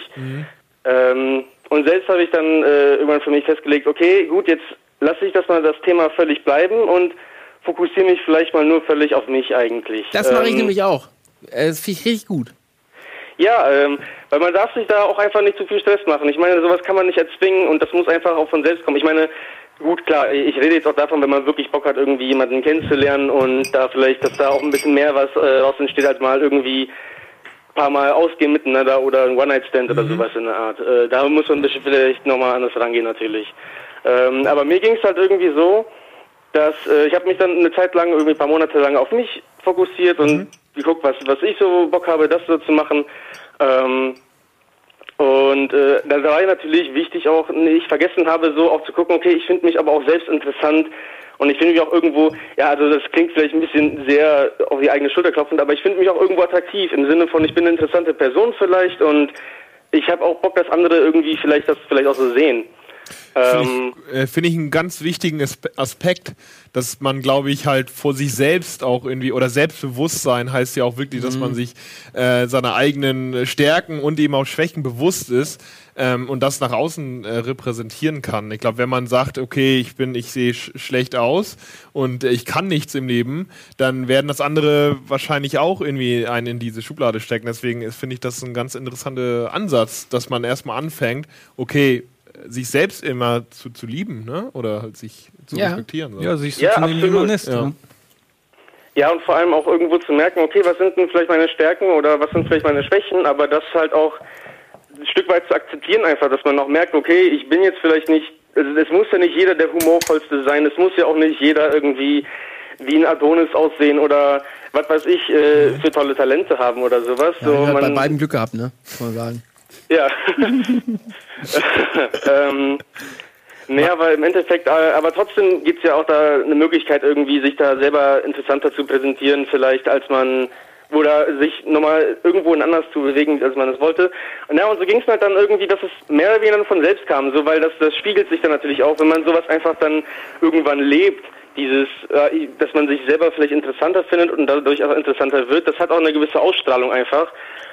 Speaker 15: Ähm, und selbst habe ich dann äh, irgendwann für mich festgelegt, okay, gut, jetzt lasse ich das mal das Thema völlig bleiben und fokussiere mich vielleicht mal nur völlig auf mich eigentlich.
Speaker 1: Das mache ich
Speaker 15: Ähm,
Speaker 1: nämlich auch. Äh, Das finde ich richtig gut.
Speaker 15: Ja, ähm, weil man darf sich da auch einfach nicht zu viel Stress machen. Ich meine, sowas kann man nicht erzwingen und das muss einfach auch von selbst kommen. Ich meine, gut, klar, ich rede jetzt auch davon, wenn man wirklich Bock hat, irgendwie jemanden kennenzulernen und da vielleicht, dass da auch ein bisschen mehr was äh, raus entsteht, als mal irgendwie ein paar Mal ausgehen miteinander oder ein One-Night-Stand oder sowas in der Art. Äh, da muss man ein bisschen vielleicht nochmal anders rangehen natürlich. Ähm, aber mir ging es halt irgendwie so, dass äh, ich habe mich dann eine Zeit lang, irgendwie ein paar Monate lang auf mich fokussiert und geguckt, was, was ich so Bock habe, das so zu machen. Ähm, und äh, da war natürlich wichtig auch, ich vergessen habe, so auch zu gucken, okay, ich finde mich aber auch selbst interessant und ich finde mich auch irgendwo, ja, also das klingt vielleicht ein bisschen sehr auf die eigene Schulter klopfend, aber ich finde mich auch irgendwo attraktiv im Sinne von, ich bin eine interessante Person vielleicht und ich habe auch Bock, dass andere irgendwie vielleicht das vielleicht auch so sehen. Ähm,
Speaker 2: Finde ich, äh, find ich einen ganz wichtigen Aspe- Aspekt, dass man, glaube ich, halt vor sich selbst auch irgendwie, oder Selbstbewusstsein heißt ja auch wirklich, dass man sich äh, seiner eigenen Stärken und eben auch Schwächen bewusst ist ähm, und das nach außen äh, repräsentieren kann. Ich glaube, wenn man sagt, okay, ich bin, ich sehe sch schlecht aus und äh, ich kann nichts im Leben, dann werden das andere wahrscheinlich auch irgendwie einen in diese Schublade stecken. Deswegen ist- finde ich das ein ganz interessanter Ansatz, dass man erstmal anfängt, okay, sich selbst immer zu, zu lieben, ne? Oder halt sich zu
Speaker 3: Ja.
Speaker 2: respektieren. So.
Speaker 3: Ja, sich so Ja, zu nehmen, wie man absolut. ist,
Speaker 2: Ja.
Speaker 3: ne?
Speaker 15: Ja, und vor allem auch irgendwo zu merken, okay, was sind denn vielleicht meine Stärken oder was sind vielleicht meine Schwächen, aber das halt auch ein Stück weit zu akzeptieren einfach, dass man auch merkt, okay, ich bin jetzt vielleicht nicht, also es muss ja nicht jeder der humorvollste sein, es muss ja auch nicht jeder irgendwie wie ein Adonis aussehen oder was weiß ich, äh, für tolle Talente haben oder sowas.
Speaker 1: Ja,
Speaker 15: so,
Speaker 1: ich hab
Speaker 15: man,
Speaker 1: bei beiden Glück gehabt, ne? Kann man sagen.
Speaker 15: Ja. ähm, naja, weil im Endeffekt, äh, aber trotzdem gibt's ja auch da eine Möglichkeit irgendwie, sich da selber interessanter zu präsentieren vielleicht, als man, oder sich nochmal irgendwo anders zu bewegen, als man es wollte. Und ja, und so ging's mir halt dann irgendwie, dass es mehr oder weniger dann von selbst kam, so, weil das, das spiegelt sich dann natürlich auch, wenn man sowas einfach dann irgendwann lebt, dieses, äh, dass man sich selber vielleicht interessanter findet und dadurch auch interessanter wird, das hat auch eine gewisse Ausstrahlung einfach.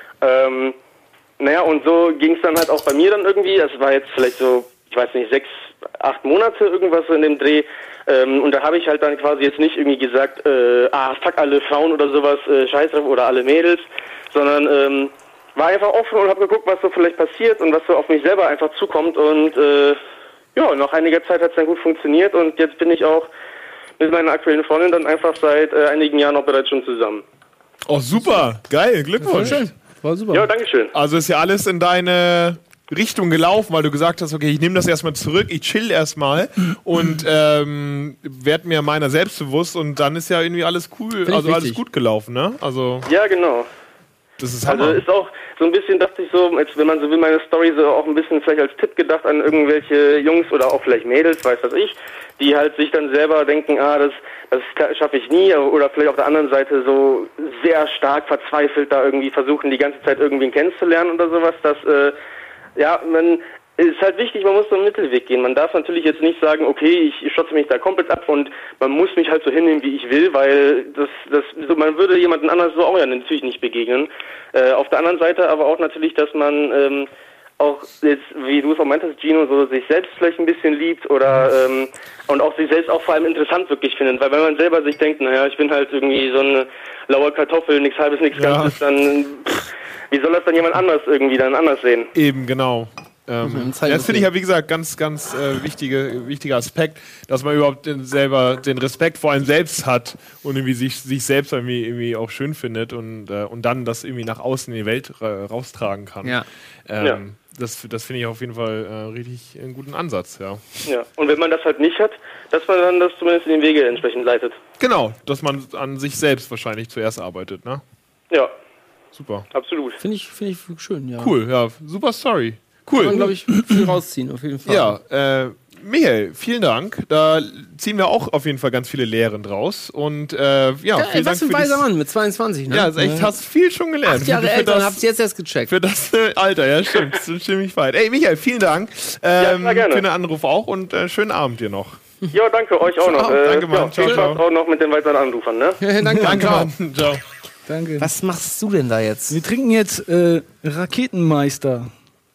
Speaker 15: Ähm, naja, und so ging's dann halt auch bei mir dann irgendwie, das war jetzt vielleicht so, ich weiß nicht, sechs, acht Monate irgendwas so in dem Dreh. Ähm, und da habe ich halt dann quasi jetzt nicht irgendwie gesagt, äh, ah, fuck alle Frauen oder sowas, äh, scheiß drauf, oder alle Mädels, sondern ähm, war einfach offen und habe geguckt, was so vielleicht passiert und was so auf mich selber einfach zukommt. Und äh, ja, nach einiger Zeit hat es dann gut funktioniert und jetzt bin ich auch mit meiner aktuellen Freundin dann einfach seit äh, einigen Jahren auch bereits schon zusammen.
Speaker 2: Oh, super. Geil. Glückwunsch.
Speaker 1: Voll schön. War super.
Speaker 15: Ja, dankeschön.
Speaker 2: Also ist ja alles in deine Richtung gelaufen, weil du gesagt hast, okay, ich nehme das erstmal zurück, ich chill erstmal und ähm, werd mir meiner selbst bewusst und dann ist ja irgendwie alles cool, also alles gut gelaufen, ne? Also
Speaker 15: ja, genau.
Speaker 2: Das ist Hammer.
Speaker 15: Also ist auch so ein bisschen, dachte ich so, jetzt, wenn man so will, meine Story so auch ein bisschen vielleicht als Tipp gedacht an irgendwelche Jungs oder auch vielleicht Mädels, weiß was ich, die halt sich dann selber denken, ah, das, das schaffe ich nie, oder vielleicht auf der anderen Seite so sehr stark verzweifelt da irgendwie versuchen, die ganze Zeit irgendwen kennenzulernen oder sowas, dass, äh, ja, man ist halt wichtig, man muss so einen Mittelweg gehen. Man darf natürlich jetzt nicht sagen, okay, ich schotze mich da komplett ab und man muss mich halt so hinnehmen, wie ich will, weil das, das, so, man würde jemanden anders so auch ja natürlich nicht begegnen. Äh, auf der anderen Seite aber auch natürlich, dass man ähm, auch jetzt, wie du es auch meintest, Gino, so sich selbst vielleicht ein bisschen liebt oder ähm, und auch sich selbst auch vor allem interessant wirklich findet, weil wenn man selber sich denkt, naja, ich bin halt irgendwie so eine laue Kartoffel, nichts halbes, nichts
Speaker 2: Ja.
Speaker 15: Ganzes, dann pff, wie soll das dann jemand anders irgendwie dann anders sehen?
Speaker 2: Eben, genau. Ähm,
Speaker 1: Mhm,
Speaker 2: ja, das finde ich ja, wie gesagt, ganz, ganz äh, wichtige, wichtiger Aspekt, dass man überhaupt den, selber den Respekt vor einem selbst hat und irgendwie sich, sich selbst irgendwie, irgendwie auch schön findet und, äh, und dann das irgendwie nach außen in die Welt ra raustragen kann.
Speaker 1: Ja.
Speaker 2: Ähm,
Speaker 15: Ja.
Speaker 2: Das, das finde ich auf jeden Fall äh, richtig einen guten Ansatz, ja.
Speaker 15: Ja, und wenn man das halt nicht hat, dass man dann das zumindest in den Wege entsprechend leitet.
Speaker 2: Genau, dass man an sich selbst wahrscheinlich zuerst arbeitet, ne?
Speaker 15: Ja.
Speaker 2: Super.
Speaker 15: Absolut.
Speaker 1: Finde ich, finde ich schön, ja.
Speaker 2: Cool, ja, super Story. Cool.
Speaker 1: Kann man, glaube ich, viel rausziehen, auf jeden Fall.
Speaker 2: Ja, äh, Michael, vielen Dank. Da ziehen wir auch auf jeden Fall ganz viele Lehren draus. Und äh, ja,
Speaker 1: Ja,
Speaker 2: vielen
Speaker 1: was
Speaker 2: Dank
Speaker 1: für ein
Speaker 2: für
Speaker 1: weiser
Speaker 2: dies-
Speaker 1: Mann mit zweiundzwanzig, ne?
Speaker 2: Ja, ist echt, hast viel schon gelernt.
Speaker 1: Acht Jahre
Speaker 2: Für
Speaker 1: älter
Speaker 2: das-
Speaker 1: und hab's jetzt erst gecheckt.
Speaker 2: Für das äh, Alter, ja, stimmt. Das stimme ich weit. Ey, Michael, vielen Dank ähm,
Speaker 15: klar, gerne.
Speaker 2: für den Anruf auch und äh, schönen Abend dir noch.
Speaker 15: Ja, danke, euch auch noch.
Speaker 2: Ciao.
Speaker 15: Äh,
Speaker 2: Danke, Mann.
Speaker 15: ja,
Speaker 2: Ciao,
Speaker 15: viel
Speaker 2: ciao.
Speaker 15: Spaß auch noch mit den weiteren Anrufern, ne?
Speaker 1: Danke,
Speaker 2: Danke,
Speaker 1: ciao.
Speaker 2: Mann. Ciao.
Speaker 3: Danke.
Speaker 1: Was machst du denn da jetzt?
Speaker 3: Wir trinken jetzt äh, Raketenmeister.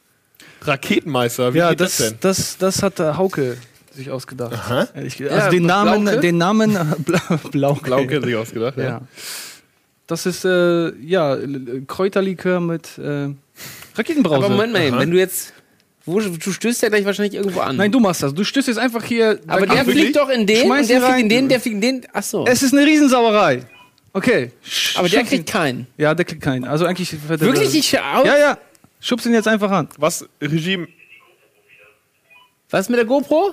Speaker 2: Raketenmeister, wie
Speaker 3: ja,
Speaker 2: geht
Speaker 3: das,
Speaker 2: das denn?
Speaker 3: Das, das hat der Hauke sich ausgedacht.
Speaker 2: Aha.
Speaker 3: Ehrlich,
Speaker 1: Ja,
Speaker 3: also den Namen,
Speaker 1: Blauke?
Speaker 3: den Namen äh, Bla, Blauke.
Speaker 2: Blauke sich ausgedacht, ja.
Speaker 3: Ja. Das ist äh, ja L- Kräuterlikör mit äh, Raketenbrause.
Speaker 1: Aber Moment mal, eben,
Speaker 3: Aha.
Speaker 1: wenn du jetzt. Wo, du stößt ja gleich wahrscheinlich irgendwo an.
Speaker 3: Nein, du machst das. Du stößt jetzt einfach hier.
Speaker 1: Aber
Speaker 3: Ach,
Speaker 1: der
Speaker 3: wirklich?
Speaker 1: fliegt doch in den,
Speaker 3: Schmeiß
Speaker 1: und der
Speaker 3: ihn
Speaker 1: fliegt
Speaker 3: rein.
Speaker 1: in den, der fliegt in den. Achso.
Speaker 3: Es ist eine Riesensauerei. Okay. Sch-
Speaker 1: Aber der
Speaker 3: schubs
Speaker 1: kriegt
Speaker 3: ihn.
Speaker 1: keinen.
Speaker 3: Ja, der kriegt keinen. Also eigentlich.
Speaker 1: Wirklich? Ich aus?
Speaker 3: Ja, ja. Schubst ihn jetzt einfach an.
Speaker 2: Was, Regime?
Speaker 1: Was ist mit der GoPro?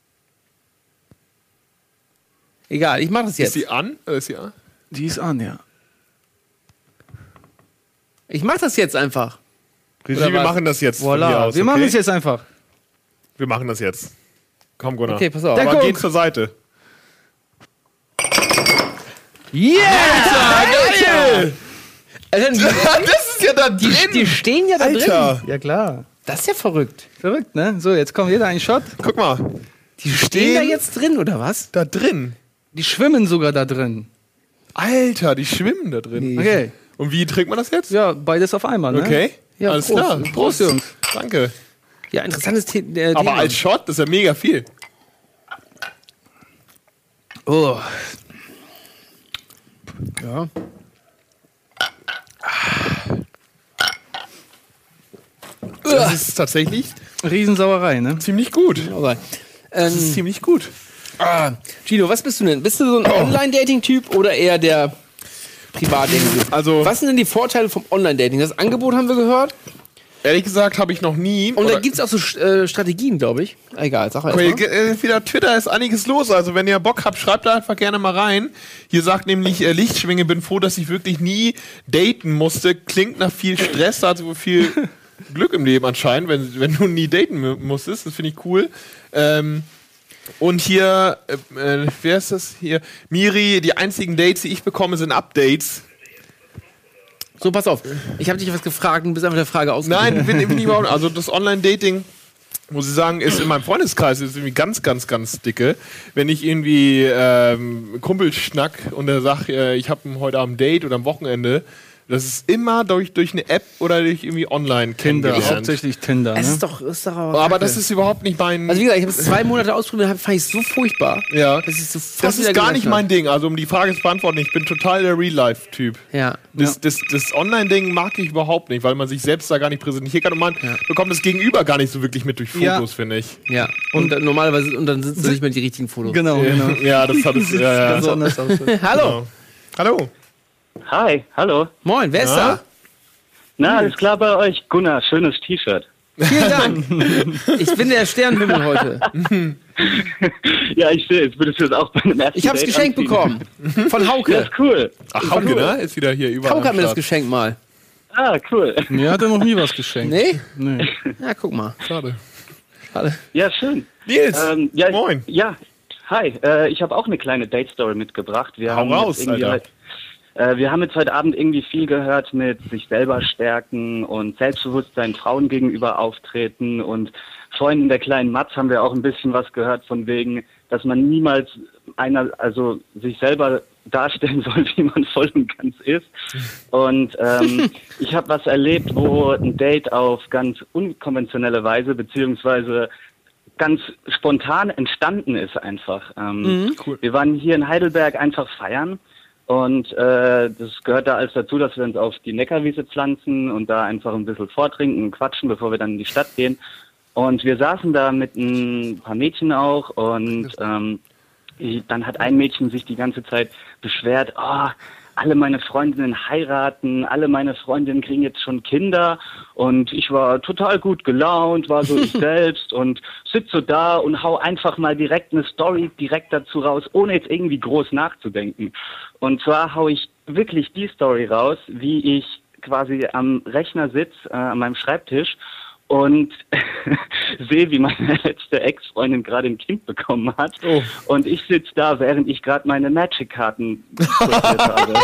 Speaker 1: Egal, ich mach das
Speaker 2: Ist
Speaker 1: jetzt.
Speaker 2: sie an? Äh, Ist sie an?
Speaker 3: Die ist an, ja.
Speaker 1: Ich mach das jetzt einfach.
Speaker 2: Regie,
Speaker 1: Oder
Speaker 2: wir
Speaker 1: was?
Speaker 2: machen das jetzt von hier
Speaker 3: Voilà.
Speaker 2: aus,
Speaker 3: Wir machen
Speaker 2: okay?
Speaker 3: es jetzt einfach.
Speaker 2: Wir machen das jetzt. Komm, Gunnar.
Speaker 1: Okay, pass auf.
Speaker 2: Aber
Speaker 3: Der
Speaker 2: geh
Speaker 3: Guck.
Speaker 2: zur Seite.
Speaker 3: Yeah!
Speaker 1: Alter! Alter, die,
Speaker 2: Das ist ja da
Speaker 1: die, die stehen ja da
Speaker 2: Alter.
Speaker 1: drin.
Speaker 3: Ja, klar.
Speaker 1: Das ist ja verrückt.
Speaker 3: Verrückt, ne? So, jetzt kommt jeder ein Shot.
Speaker 2: Guck mal.
Speaker 1: Die stehen da jetzt drin, oder was?
Speaker 2: Da drin.
Speaker 3: Die schwimmen sogar da drin.
Speaker 2: Alter, die schwimmen da drin.
Speaker 3: Okay.
Speaker 2: Und wie trinkt man das jetzt?
Speaker 3: Ja, beides auf einmal, ne?
Speaker 2: Okay.
Speaker 1: Ja,
Speaker 2: Alles
Speaker 1: Prost.
Speaker 2: klar.
Speaker 3: Prost, Jungs.
Speaker 2: Danke.
Speaker 1: Ja, interessantes The äh,
Speaker 2: Aber
Speaker 1: Thema.
Speaker 2: als Shot, das ist ja mega viel.
Speaker 3: Oh.
Speaker 1: Ja.
Speaker 2: Das ist tatsächlich
Speaker 3: Riesensauerei, ne?
Speaker 2: ziemlich gut.
Speaker 1: Aber,
Speaker 2: Das ist
Speaker 1: ähm,
Speaker 2: ziemlich gut.
Speaker 1: Ah, Gino, was bist du denn? Bist du so ein Online-Dating-Typ oder eher der Privat-Dating-Typ?
Speaker 2: Also,
Speaker 1: was sind denn die Vorteile vom Online-Dating? Das Angebot haben wir gehört.
Speaker 2: Ehrlich gesagt habe ich noch nie.
Speaker 1: Und da gibt es auch so äh, Strategien, glaube ich. Egal, sag mal.
Speaker 2: Okay, äh, wieder Twitter ist einiges los. Also wenn ihr Bock habt, schreibt da einfach gerne mal rein. Hier sagt nämlich äh, Lichtschwinge, bin froh, dass ich wirklich nie daten musste. Klingt nach viel Stress, also viel Glück im Leben anscheinend, wenn, wenn du nie daten musstest. Das finde ich cool. Ähm, und hier, äh, äh, wer ist das hier? Miri, die einzigen Dates, die ich bekomme, sind Updates.
Speaker 1: So, pass auf. Ich habe dich was gefragt und bist einfach der Frage ausgegangen.
Speaker 2: Nein, bin, bin ich überhaupt. Also das Online-Dating, muss ich sagen, ist in meinem Freundeskreis ist irgendwie ganz, ganz, ganz dicke. Wenn ich irgendwie ähm, Kumpel schnack und er sagt, äh, ich habe heute Abend ein Date oder am Wochenende, das ist immer durch, durch eine App oder durch irgendwie online
Speaker 3: Tinder,
Speaker 2: kennengelernt.
Speaker 3: hauptsächlich Tinder. Ne?
Speaker 1: Es ist doch, ist doch
Speaker 2: aber, aber das ist überhaupt nicht mein.
Speaker 1: Also wie gesagt, ich habe es zwei Monate ausprobiert, hab, fand ich so furchtbar.
Speaker 2: Ja.
Speaker 1: Das ist, sofort
Speaker 2: das ist gar nicht mein Ding. Also um die Frage zu beantworten, ich bin total der Real-Life-Typ.
Speaker 1: Ja.
Speaker 2: Das, das, das Online-Ding mag ich überhaupt nicht, weil man sich selbst da gar nicht präsentieren kann und man ja. bekommt das Gegenüber gar nicht so wirklich mit durch Fotos,
Speaker 3: ja.
Speaker 2: finde ich.
Speaker 1: Ja. Und, und normalerweise und dann sitzen nicht mehr die richtigen Fotos.
Speaker 3: Genau, genau.
Speaker 2: Ja, das hat es. Ja, ja.
Speaker 3: Ganz anders aus.
Speaker 1: Hallo.
Speaker 2: Genau. Hallo.
Speaker 16: Hi, hallo.
Speaker 1: Moin, wer ist
Speaker 2: ja?
Speaker 1: da?
Speaker 16: Na, alles klar bei euch? Gunnar, schönes T-Shirt.
Speaker 1: Vielen Dank. Ich bin der Sternenhimmel heute.
Speaker 16: Ja, ich sehe, jetzt würdest du es auch bei einem ersten
Speaker 1: Ich hab's
Speaker 16: Date
Speaker 1: geschenkt
Speaker 16: anziehen.
Speaker 1: bekommen. Von Hauke.
Speaker 16: Das ist cool.
Speaker 2: Ach, Hauke, ne? Ist wieder hier überall.
Speaker 1: Hauke hat
Speaker 2: am
Speaker 1: mir das
Speaker 2: Start.
Speaker 1: geschenkt mal.
Speaker 16: Ah, cool.
Speaker 3: Mir hat er noch nie was geschenkt.
Speaker 1: Nee?
Speaker 3: Nee.
Speaker 1: Ja, guck mal.
Speaker 2: Schade.
Speaker 1: Schade.
Speaker 16: Ja, schön.
Speaker 2: Nils,
Speaker 16: ähm, ja,
Speaker 2: moin.
Speaker 16: Ja, hi. Äh, ich habe auch eine kleine Date-Story mitgebracht. Wir
Speaker 2: Hau
Speaker 16: haben
Speaker 2: raus,
Speaker 16: jetzt irgendwie
Speaker 2: Alter.
Speaker 16: halt- Äh, wir haben jetzt heute Abend irgendwie viel gehört mit sich selber stärken und Selbstbewusstsein Frauen gegenüber auftreten und vorhin in der kleinen Matz haben wir auch ein bisschen was gehört von wegen, dass man niemals einer, also sich selber darstellen soll, wie man voll und ganz ist. Und ähm, ich habe was erlebt, wo ein Date auf ganz unkonventionelle Weise beziehungsweise ganz spontan entstanden ist einfach. Ähm,
Speaker 1: Mhm.
Speaker 2: Cool.
Speaker 16: Wir waren hier in Heidelberg einfach feiern. Und äh, das gehört da alles dazu, dass wir uns auf die Neckarwiese pflanzen und da einfach ein bisschen vortrinken und quatschen, bevor wir dann in die Stadt gehen. Und wir saßen da mit ein paar Mädchen auch und ähm, ich, dann hat ein Mädchen sich die ganze Zeit beschwert, oh, alle meine Freundinnen heiraten, alle meine Freundinnen kriegen jetzt schon Kinder und ich war total gut gelaunt, war so ich selbst und sitze so da und hau einfach mal direkt eine Story direkt dazu raus, ohne jetzt irgendwie groß nachzudenken. Und zwar hau ich wirklich die Story raus, wie ich quasi am Rechner sitze, äh, an meinem Schreibtisch und sehe, wie meine letzte Ex-Freundin gerade ein Kind bekommen hat.
Speaker 2: Oh.
Speaker 16: Und ich sitze da, während ich gerade meine Magic-Karten sortiert habe.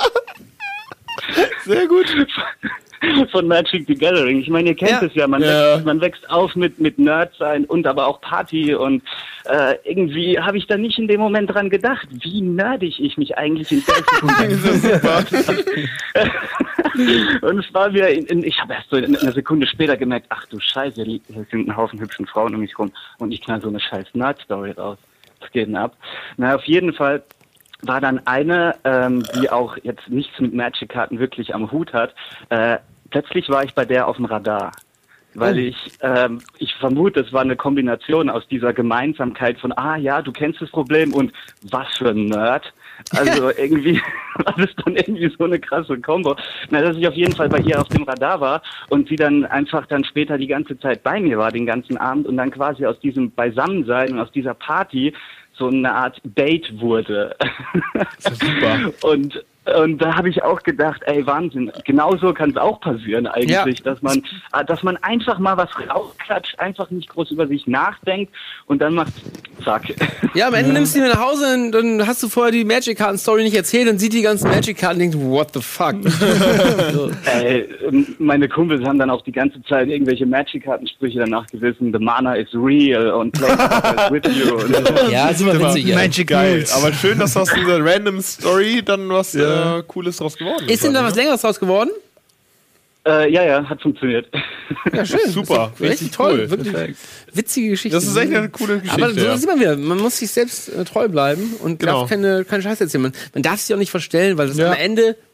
Speaker 2: Sehr gut.
Speaker 16: Von Magic the Gathering. Ich meine, ihr kennt
Speaker 1: Ja.
Speaker 16: es ja, man,
Speaker 2: Ja.
Speaker 16: Wächst, man wächst auf mit, mit Nerd sein und aber auch Party und äh, irgendwie habe ich da nicht in dem Moment dran gedacht, wie nerdig ich mich eigentlich in der Sekunde und es war mir, in, in, ich habe erst so in einer Sekunde später gemerkt, ach du Scheiße, hier sind ein Haufen hübschen Frauen um mich rum und ich knall so eine scheiß Nerd-Story raus. Was geht denn ab? Na, auf jeden Fall war dann eine, ähm, die auch jetzt nichts mit Magic-Karten wirklich am Hut hat. Äh, plötzlich war ich bei der auf dem Radar. Weil
Speaker 1: Oh.
Speaker 16: ich, ähm, ich vermute, es war eine Kombination aus dieser Gemeinsamkeit von, ah ja, du kennst das Problem und was für ein Nerd. Also irgendwie war das dann irgendwie so eine krasse Kombo. Na, dass ich auf jeden Fall bei ihr auf dem Radar war und sie dann einfach dann später die ganze Zeit bei mir war, den ganzen Abend und dann quasi aus diesem Beisammensein und aus dieser Party so eine Art Date wurde.
Speaker 2: Das ist super.
Speaker 16: Und und da habe ich auch gedacht, ey, Wahnsinn, genauso kann es auch passieren eigentlich,
Speaker 1: Ja.
Speaker 16: dass man dass man einfach mal was rausklatscht, einfach nicht groß über sich nachdenkt und dann macht zack.
Speaker 1: Ja, am Ende nimmst du die mit nach Hause und dann hast du vorher die Magic-Karten-Story nicht erzählt und sieht die ganzen Magic-Karten und denkt, what the fuck? So.
Speaker 16: Ey, meine Kumpels haben dann auch die ganze Zeit irgendwelche Magic-Kartensprüche danach gewissen, the mana is real und play with you. Und so.
Speaker 1: Ja, ist immer witzig. Ja.
Speaker 3: Magic
Speaker 2: Geil.
Speaker 3: Rules.
Speaker 2: Aber schön, dass aus dieser random Story dann was äh, Cooles draus geworden ist.
Speaker 1: Ist denn da was Längeres draus geworden?
Speaker 16: Äh, ja, ja, hat funktioniert.
Speaker 1: Ja, schön.
Speaker 2: Super.
Speaker 1: Richtig, richtig toll.
Speaker 2: cool.
Speaker 1: Wirklich witzige Geschichte.
Speaker 2: Das ist echt eine coole Geschichte.
Speaker 1: Aber so
Speaker 2: ja.
Speaker 1: sieht man wieder, man muss sich selbst äh, treu bleiben und
Speaker 2: Genau.
Speaker 1: darf keine, keine Scheiße erzählen. Man, man darf sich auch nicht verstellen, weil das
Speaker 2: Ja.
Speaker 1: am Ende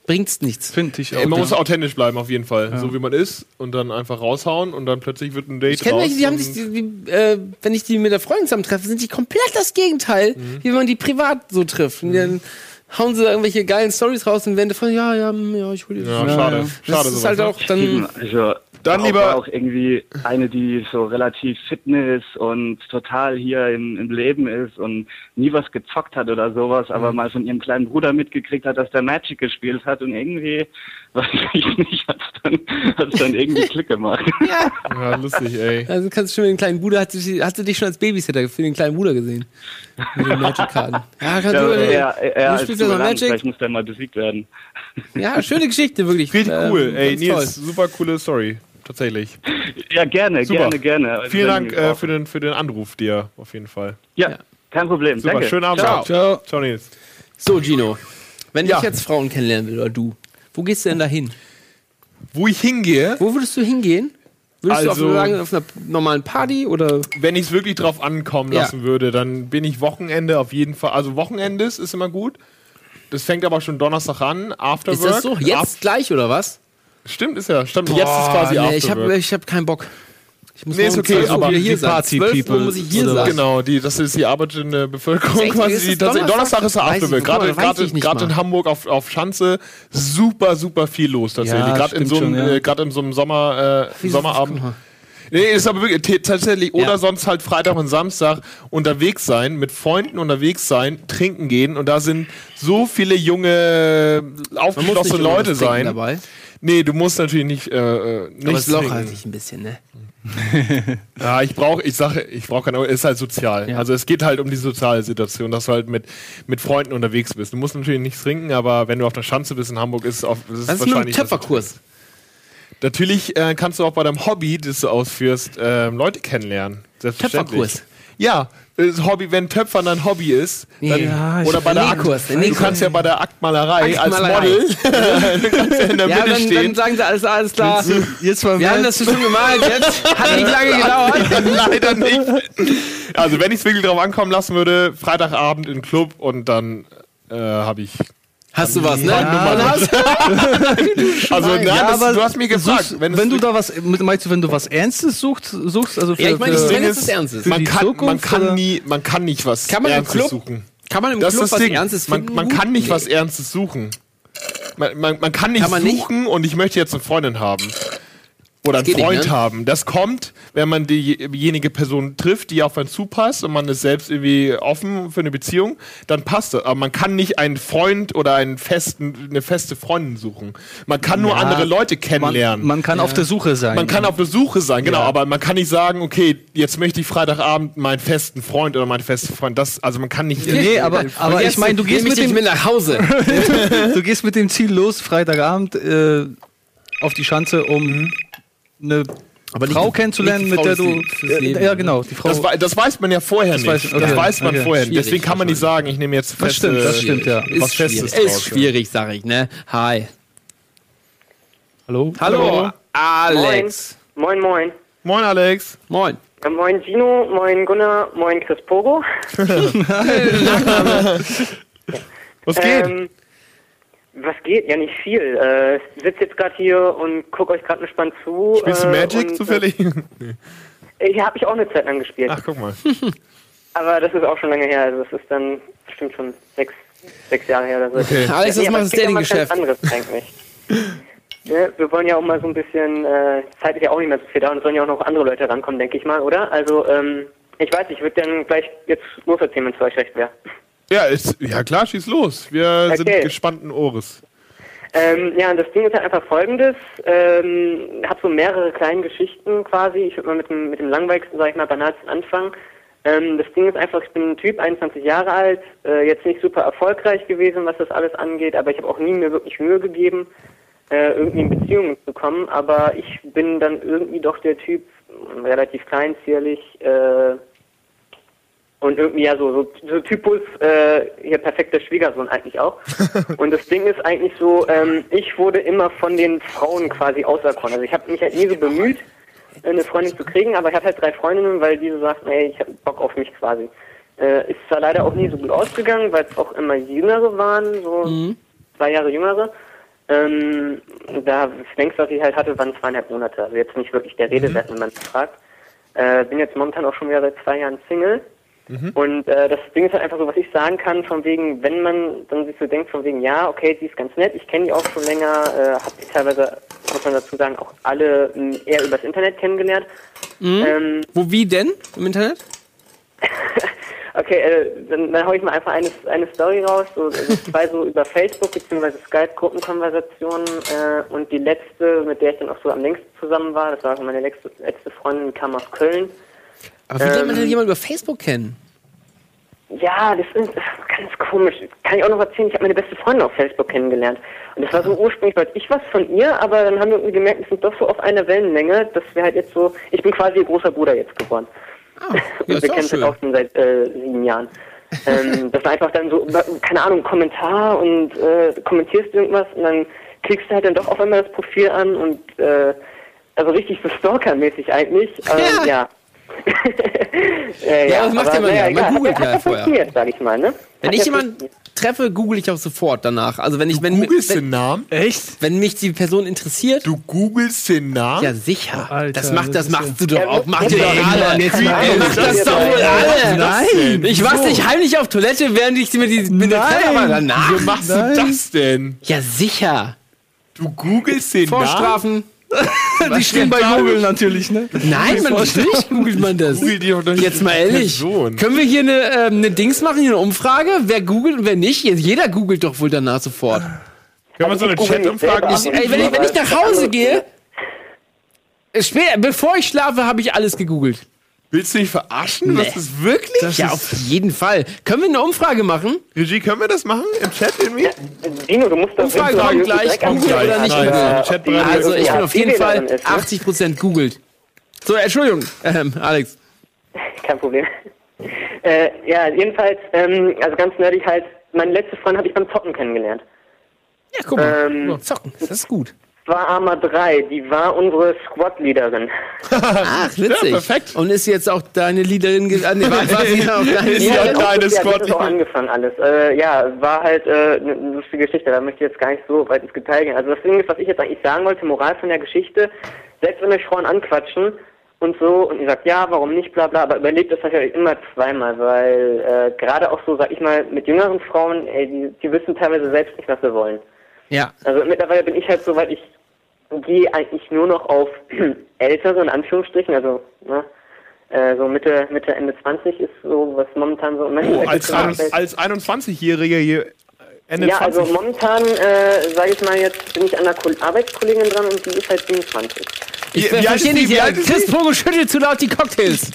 Speaker 1: bringt's nichts.
Speaker 3: Finde ich auch.
Speaker 2: Ey, man muss
Speaker 3: ja.
Speaker 2: authentisch bleiben, auf jeden Fall.
Speaker 3: Ja.
Speaker 2: So wie man ist und dann einfach raushauen und dann plötzlich wird ein Date
Speaker 1: Ich kenne
Speaker 2: raus.
Speaker 1: welche, die haben
Speaker 2: und-
Speaker 1: sich, die, die, äh, wenn ich die mit der Freundin zusammen treffe, sind die komplett das Gegenteil,
Speaker 2: Mhm.
Speaker 1: wie wenn man die privat so trifft. Und dann hauen sie da irgendwelche geilen Storys raus und werden davon, ja, ja, mm, ja, ich hol dir das.
Speaker 2: Ja, schade.
Speaker 1: Das
Speaker 2: Schade
Speaker 1: ist
Speaker 2: sowas,
Speaker 1: halt
Speaker 2: ne?
Speaker 1: auch dann.
Speaker 16: Also,
Speaker 2: Dann
Speaker 16: auch,
Speaker 2: lieber-
Speaker 16: war auch irgendwie eine, die so relativ Fitness und total hier im, im Leben ist und nie was gezockt hat oder sowas, aber
Speaker 2: Mhm.
Speaker 16: mal von ihrem kleinen Bruder mitgekriegt hat, dass der Magic gespielt hat und irgendwie, weiß ich nicht, hat's dann, hat's dann irgendwie Klick gemacht.
Speaker 2: Ja, lustig, ey.
Speaker 1: Also kannst du schon mit dem kleinen Bruder, hat sie, hat sie dich schon als Babysitter für den kleinen Bruder gesehen? Mit den Magic-Karten. Ja, kannst
Speaker 16: Ja,
Speaker 1: du,
Speaker 16: er, er, er
Speaker 1: du
Speaker 16: als
Speaker 1: spielst ja mal
Speaker 16: Duellant,
Speaker 1: Magic.
Speaker 16: vielleicht muss der mal besiegt werden.
Speaker 1: Ja, schöne Geschichte, wirklich.
Speaker 2: Richtig
Speaker 1: Ähm,
Speaker 2: cool. Ey,
Speaker 1: ganz
Speaker 2: Nils,
Speaker 1: toll.
Speaker 2: super coole Story. Tatsächlich.
Speaker 16: Ja, gerne,
Speaker 2: Super.
Speaker 16: gerne, gerne. Also,
Speaker 2: Vielen
Speaker 16: wenn
Speaker 2: Dank
Speaker 16: ihr
Speaker 2: äh,
Speaker 16: braucht.
Speaker 2: für, den, für den Anruf dir, auf jeden Fall.
Speaker 16: Ja, kein Problem.
Speaker 2: Super,
Speaker 16: Danke.
Speaker 2: schönen Abend.
Speaker 16: Ciao.
Speaker 2: Ciao. Ciao, Nils.
Speaker 1: So, Gino, wenn
Speaker 2: Ja.
Speaker 1: ich jetzt Frauen kennenlernen will, oder du, wo gehst du denn da hin?
Speaker 2: Wo ich hingehe?
Speaker 1: Wo würdest du hingehen? Würdest du
Speaker 2: Also-
Speaker 1: auf, sagen, auf einer normalen Party oder?
Speaker 2: Wenn ich es wirklich drauf ankommen
Speaker 1: Ja.
Speaker 2: lassen würde, dann bin ich Wochenende auf jeden Fall. Also Wochenendes ist immer gut. Das fängt aber schon Donnerstag an. Afterwork.
Speaker 1: Ist das so? Jetzt
Speaker 2: Af-
Speaker 1: gleich oder was?
Speaker 2: Stimmt, ist ja. Stimmt, jetzt ist quasi
Speaker 1: nee, ich
Speaker 2: Afterwork.
Speaker 1: habe ich hab keinen Bock. Ich muss
Speaker 2: Nee, ist
Speaker 1: morgen
Speaker 2: okay,
Speaker 1: zwölf Uhr
Speaker 2: aber
Speaker 1: wieder hier
Speaker 2: die
Speaker 1: sein.
Speaker 2: Party
Speaker 1: zwölf Uhr
Speaker 2: People
Speaker 1: muss ich hier
Speaker 2: oder
Speaker 1: sein.
Speaker 2: Genau, die, das ist die arbeitende Bevölkerung
Speaker 1: Ist echt-
Speaker 2: quasi.
Speaker 1: ist
Speaker 2: Die,
Speaker 1: es
Speaker 2: tatsächlich-
Speaker 1: Donnerstag?
Speaker 2: Donnerstag ist der
Speaker 1: Weiß ich
Speaker 2: Afterwork.
Speaker 1: nicht. Guck mal,
Speaker 2: Gerade
Speaker 1: weiß
Speaker 2: gerade
Speaker 1: ich nicht
Speaker 2: gerade in
Speaker 1: mal.
Speaker 2: Hamburg auf, auf Schanze super, super viel los tatsächlich.
Speaker 3: Ja,
Speaker 2: Gerade in
Speaker 3: stimmt
Speaker 2: so einem
Speaker 3: schon, ja.
Speaker 2: äh, gerade in so einem Sommer, äh,
Speaker 1: Wieso-
Speaker 2: Sommerabend.
Speaker 1: guck mal.
Speaker 2: Nee, ist aber wirklich t- tatsächlich. Oder
Speaker 1: Ja.
Speaker 2: sonst halt Freitag und Samstag unterwegs sein, mit Freunden unterwegs sein, trinken gehen. Und da sind so viele junge, aufgeschlossene
Speaker 1: immer
Speaker 2: Leute
Speaker 1: was trinken
Speaker 2: sein.
Speaker 1: dabei.
Speaker 2: Nee, du musst natürlich nicht, äh, äh,
Speaker 1: Aber
Speaker 2: nichts
Speaker 1: es laucht
Speaker 2: trinken.
Speaker 1: halt sich ein bisschen, ne?
Speaker 2: Ja, ich brauche, ich sage, ich brauche keine, ist halt sozial.
Speaker 1: Ja.
Speaker 2: Also es geht halt um die soziale Situation, dass du halt mit, mit Freunden unterwegs bist. Du musst natürlich nichts trinken, aber wenn du auf der Schanze bist in Hamburg, ist es auch, ist es
Speaker 1: Was ist mit dem
Speaker 2: wahrscheinlich.
Speaker 1: Töpferkurs?
Speaker 2: Natürlich äh, kannst du auch bei deinem Hobby, das du ausführst, ähm, Leute kennenlernen. Selbstverständlich.
Speaker 1: Töpferkurs.
Speaker 2: Ja, das Hobby, wenn Töpfern dein Hobby ist, dann,
Speaker 1: Ja, ich-
Speaker 2: oder bei der Akt,
Speaker 1: Nähkurs, der
Speaker 2: du
Speaker 1: Nähkurs.
Speaker 2: kannst ja bei der Aktmalerei,
Speaker 1: Aktmalerei.
Speaker 2: als Model, du kannst ja in der
Speaker 1: Ja,
Speaker 2: Mitte
Speaker 1: dann,
Speaker 2: stehen.
Speaker 1: dann sagen sie alles, alles klar.
Speaker 3: Jetzt mal
Speaker 1: Wir haben das schon gemalt jetzt. Hat nicht lange gedauert.
Speaker 2: Leider nicht. Also wenn ich es wirklich drauf ankommen lassen würde, Freitagabend im Club und dann äh, habe ich.
Speaker 1: Hast du was, ne?
Speaker 2: Ja.
Speaker 1: Dann hast
Speaker 2: Also nein,
Speaker 3: Ja,
Speaker 2: das,
Speaker 3: aber
Speaker 2: du hast mir gefragt.
Speaker 3: Suchst,
Speaker 2: wenn,
Speaker 3: wenn,
Speaker 2: es
Speaker 3: du da was, meinst du, wenn du was Ernstes suchst, suchst also für,
Speaker 1: Ja, ich meine,
Speaker 3: für,
Speaker 1: ich
Speaker 2: Ding
Speaker 1: meine, das
Speaker 2: ist,
Speaker 1: ist Ernstes.
Speaker 3: für
Speaker 2: man
Speaker 3: die
Speaker 2: kann, man
Speaker 3: Zukunft,
Speaker 2: kann
Speaker 3: oder?
Speaker 2: nie, man kann nicht was
Speaker 1: Kann man im
Speaker 2: Ernstes
Speaker 1: Club-
Speaker 2: suchen.
Speaker 1: Kann man im
Speaker 2: Das ist
Speaker 1: Club
Speaker 2: das
Speaker 1: was
Speaker 2: Ding.
Speaker 1: Ernstes
Speaker 2: Man,
Speaker 1: finden?
Speaker 2: man kann nicht
Speaker 1: Nee.
Speaker 2: was Ernstes suchen. Man, man, man kann nicht
Speaker 1: Kann man nicht?
Speaker 2: suchen und ich möchte jetzt eine Freundin haben. Oder einen
Speaker 1: geht nicht,
Speaker 2: Freund
Speaker 1: ne?
Speaker 2: haben. Das kommt, wenn man diejenige Person trifft, die auf einen zupasst und man ist selbst irgendwie offen für eine Beziehung, dann passt das. Aber man kann nicht einen Freund oder einen festen, eine feste Freundin suchen. Man kann nur
Speaker 3: Ja,
Speaker 2: andere Leute kennenlernen.
Speaker 3: Man, man kann auf der Suche sein.
Speaker 2: Man kann auf Besuche sein, genau,
Speaker 3: Ja.
Speaker 2: aber man kann nicht sagen, okay, jetzt möchte ich Freitagabend meinen festen Freund oder meinen festen Freund. Das, also man kann nicht.
Speaker 3: Nee, aber, aber
Speaker 1: jetzt
Speaker 3: ich meine, du gehst
Speaker 1: nehme ich
Speaker 3: mit
Speaker 1: dich
Speaker 3: dem,
Speaker 1: mit nach Hause.
Speaker 3: du gehst mit dem Ziel los, Freitagabend äh, auf die Schanze, um eine
Speaker 1: Aber
Speaker 3: Frau
Speaker 1: nicht-
Speaker 3: kennenzulernen,
Speaker 1: nicht die
Speaker 3: mit
Speaker 1: Frau
Speaker 3: der
Speaker 1: des
Speaker 3: du.
Speaker 1: Le- fürs Leben.
Speaker 3: Ja, genau, die Frau.
Speaker 2: Das, wei- das weiß man ja vorher
Speaker 3: Das
Speaker 2: nicht.
Speaker 3: weiß- okay.
Speaker 2: Das weiß man
Speaker 3: Okay.
Speaker 2: vorher nicht.
Speaker 1: Schwierig
Speaker 2: Deswegen kann man nicht sagen, ich nehme jetzt
Speaker 3: Das
Speaker 2: feste,
Speaker 3: stimmt, das stimmt, ja.
Speaker 2: was
Speaker 1: Ist
Speaker 2: Festes
Speaker 1: schwierig,
Speaker 2: draus.
Speaker 1: ist schwierig, sag ich, ne? Hi.
Speaker 3: Hallo?
Speaker 1: Hallo, Alex.
Speaker 17: Moin, moin.
Speaker 2: Moin, Alex.
Speaker 1: Moin.
Speaker 17: Ja, moin Gino, moin Gunnar, moin Chris Pogo.
Speaker 2: Was geht?
Speaker 17: Ähm, was geht? Ja, nicht viel. Äh, ich sitze jetzt gerade hier und gucke euch gerade entspannt zu.
Speaker 2: Spielst du
Speaker 17: äh,
Speaker 2: Magic
Speaker 17: und,
Speaker 2: zufällig?
Speaker 17: Äh, hier habe ich auch eine Zeit lang gespielt.
Speaker 2: Ach, guck mal.
Speaker 17: Aber das ist auch schon lange her. Also das ist dann bestimmt schon sechs, sechs Jahre her oder so.
Speaker 2: Okay.
Speaker 1: Alex, was
Speaker 17: aber
Speaker 1: macht
Speaker 17: es
Speaker 1: das
Speaker 17: geht um was
Speaker 1: Dating-Geschäft?
Speaker 17: ganz anderes eigentlich. Ja, wir wollen ja auch mal so ein bisschen, äh, Zeit ist ja auch nicht mehr so viel da und es sollen ja auch noch andere Leute rankommen, denke ich mal, oder? Also, ähm, ich weiß, ich würde dann gleich jetzt loserzählen, wenn es für euch recht wäre.
Speaker 2: Ja, ist, ja klar, schieß los. Wir sind
Speaker 17: Okay.
Speaker 2: gespannten Ohres.
Speaker 17: Ähm, ja, und das Ding ist halt einfach folgendes. Ähm, ich habe so mehrere kleine Geschichten quasi. Ich würde mal mit dem, mit dem langweiligsten, sag ich mal, banalsten anfangen. Ähm, das Ding ist einfach, ich bin ein Typ, einundzwanzig Jahre alt, äh, jetzt nicht super erfolgreich gewesen, was das alles angeht, aber ich habe auch nie mir wirklich Mühe gegeben, äh, irgendwie in Beziehungen zu kommen. Aber ich bin dann irgendwie doch der Typ, relativ klein, zierlich, äh, und irgendwie ja so, so, so Typus, äh, hier perfekter Schwiegersohn eigentlich auch. Und das Ding ist eigentlich so, ähm, ich wurde immer von den Frauen quasi auserkoren. Also ich habe mich halt nie so bemüht, eine Freundin zu kriegen, aber ich hatte halt drei Freundinnen, weil die so sagten, ey, ich hab Bock auf mich quasi. Äh, ist zwar leider auch nie so gut ausgegangen, weil es auch immer jüngere waren, so zwei Jahre jüngere. Ähm, da, das längste, was ich halt hatte, waren zweieinhalb Monate. Also jetzt nicht wirklich der Rede wert, wenn man fragt. Äh, bin jetzt momentan auch schon wieder seit zwei Jahren Single. Mhm. Und äh, das Ding ist halt einfach so, was ich sagen kann, von wegen, wenn man dann sich so denkt, von wegen, ja, okay, die ist ganz nett, ich kenne die auch schon länger, äh, hab die teilweise, muss man dazu sagen, auch alle mh, eher übers Internet kennengelernt.
Speaker 1: Mhm.
Speaker 17: Ähm,
Speaker 1: Wo, wie denn? Im Internet?
Speaker 17: Okay, äh, dann, dann hau ich mal einfach eine, eine Story raus, so, also zwei so über Facebook bzw. Skype-Gruppenkonversationen äh, und die letzte, mit der ich dann auch so am längsten zusammen war, das war meine letzte, letzte Freundin, die kam aus Köln.
Speaker 1: Aber wie lernt man denn
Speaker 17: Ähm,
Speaker 1: jemanden über Facebook kennen?
Speaker 17: Ja, das ist ganz komisch. Kann ich auch noch erzählen, ich habe meine beste Freundin auf Facebook kennengelernt. Und das war so ursprünglich, wollte ich was von ihr, aber dann haben wir irgendwie gemerkt, wir sind doch so auf einer Wellenlänge, dass wir halt jetzt so, ich bin quasi ihr großer Bruder jetzt geworden.
Speaker 1: Ah, ja,
Speaker 17: und wir
Speaker 1: ist auch
Speaker 17: kennen
Speaker 1: schön.
Speaker 17: uns auch schon seit äh, sieben Jahren. ähm, das war einfach dann so, keine Ahnung, Kommentar und äh, kommentierst irgendwas und dann klickst du halt dann doch auf einmal das Profil an und äh, also richtig so Stalker-mäßig eigentlich. Ähm, ja. äh,
Speaker 1: Ja, das macht ja
Speaker 17: aber,
Speaker 1: man ja.
Speaker 17: naja,
Speaker 1: Man
Speaker 17: egal.
Speaker 1: googelt
Speaker 17: Hat
Speaker 1: ja
Speaker 17: ja
Speaker 1: vorher.
Speaker 17: funktioniert, sag ich mal, ne?
Speaker 1: Wenn
Speaker 17: Hat
Speaker 1: ich
Speaker 17: ja
Speaker 1: jemanden treffe, google ich auch sofort danach. Also wenn ich, wenn,
Speaker 2: googelst
Speaker 1: wenn,
Speaker 2: den Namen?
Speaker 1: Echt? Wenn mich die Person interessiert.
Speaker 2: Du googelst den Namen?
Speaker 1: Ja, sicher.
Speaker 3: Alter,
Speaker 1: das macht, das
Speaker 3: das ist
Speaker 1: machst du
Speaker 3: ja-
Speaker 1: doch
Speaker 3: Ja,
Speaker 1: auch. Macht
Speaker 3: nee,
Speaker 1: ihr doch
Speaker 3: nee,
Speaker 1: alle.
Speaker 3: jetzt mal
Speaker 1: Ey,
Speaker 3: ehrlich.
Speaker 1: macht das
Speaker 3: Das
Speaker 1: doch
Speaker 3: ist
Speaker 1: wohl
Speaker 3: ja-
Speaker 1: alle.
Speaker 3: Nein.
Speaker 1: Ich was
Speaker 3: Wieso?
Speaker 1: nicht heimlich auf Toilette, während ich mit, die, mit der
Speaker 2: Nein.
Speaker 1: Kamera danach.
Speaker 2: Wieso machst du
Speaker 1: Nein.
Speaker 2: das denn?
Speaker 1: Ja, sicher.
Speaker 2: Du googelst den
Speaker 1: Vorstrafen.
Speaker 3: Die stehen bei Google natürlich, ne?
Speaker 1: Nein, man, natürlich googelt man das.
Speaker 2: Google die doch nicht
Speaker 1: Jetzt mal ehrlich.
Speaker 2: Person.
Speaker 1: Können wir hier eine, ähm, eine Dings machen, hier eine Umfrage? Wer googelt und wer nicht? Jeder googelt doch wohl danach sofort.
Speaker 2: Können wir so eine Chat-Umfrage
Speaker 1: Ich, ey, wenn, ich, wenn ich nach Hause gehe, spä- bevor ich schlafe, habe ich alles gegoogelt.
Speaker 2: Willst du dich verarschen?
Speaker 1: Nee.
Speaker 2: Was ist wirklich?
Speaker 1: Das ja, auf jeden Fall. Können wir eine Umfrage machen?
Speaker 2: Regie, können wir das machen? Im Chat irgendwie?
Speaker 17: Dino, du musst das
Speaker 1: Umfrage kommt gleich. Google oder nicht
Speaker 2: Nein,
Speaker 1: Google?
Speaker 2: im Chat bereit.
Speaker 1: Also ich bin auf jeden
Speaker 17: die
Speaker 1: Fall
Speaker 17: Wählerin ist, ne?
Speaker 1: achtzig Prozent googelt. So, Entschuldigung, ähm, Alex.
Speaker 17: Kein Problem. äh, ja, jedenfalls, ähm, also ganz nerdig halt, meine letzte Freundin habe ich beim Zocken kennengelernt.
Speaker 1: Ja, guck mal.
Speaker 17: Ähm,
Speaker 1: Zocken, das ist gut.
Speaker 17: War Arma drei, die war unsere Squad-Leaderin.
Speaker 1: Ach, witzig.
Speaker 2: Ja, perfekt.
Speaker 1: Und ist jetzt auch deine Leaderin... Ge- ah, nee, war, war sie auch deine
Speaker 2: Ist
Speaker 1: Leaderin?
Speaker 2: ja deine
Speaker 17: Ja, das hat auch
Speaker 2: Squad.
Speaker 17: angefangen alles. Äh, ja, war halt äh, eine lustige Geschichte, da möchte ich jetzt gar nicht so weit ins Detail gehen. Also das Ding ist, was ich jetzt eigentlich sagen wollte, Moral von der Geschichte, selbst wenn euch Frauen anquatschen und so und ihr sagt, ja, warum nicht, bla bla, aber überlegt das euch immer zweimal, weil äh, gerade auch so, sag ich mal, mit jüngeren Frauen, ey, die, die wissen teilweise selbst nicht, was sie wollen.
Speaker 1: Ja.
Speaker 17: Also mittlerweile bin ich halt so weit, ich gehe eigentlich nur noch auf ältere, in Anführungsstrichen, also ne, äh, so Mitte, Mitte, Ende zwanzig ist so, was momentan so...
Speaker 2: Oh, als, als, als einundzwanzigjähriger hier Ende
Speaker 17: ja,
Speaker 2: zwanzig.
Speaker 17: also momentan, äh, sage ich mal, jetzt bin ich an einer Ko- Arbeitskollegin dran und die ist halt siebenundzwanzig.
Speaker 1: Ich
Speaker 2: Wie- wie alt
Speaker 1: verstehe
Speaker 2: ist
Speaker 1: nicht,
Speaker 2: die? Wie
Speaker 1: ja,
Speaker 2: alt ist
Speaker 1: Chris
Speaker 2: die?
Speaker 1: Pogo schüttelt zu laut die Cocktails.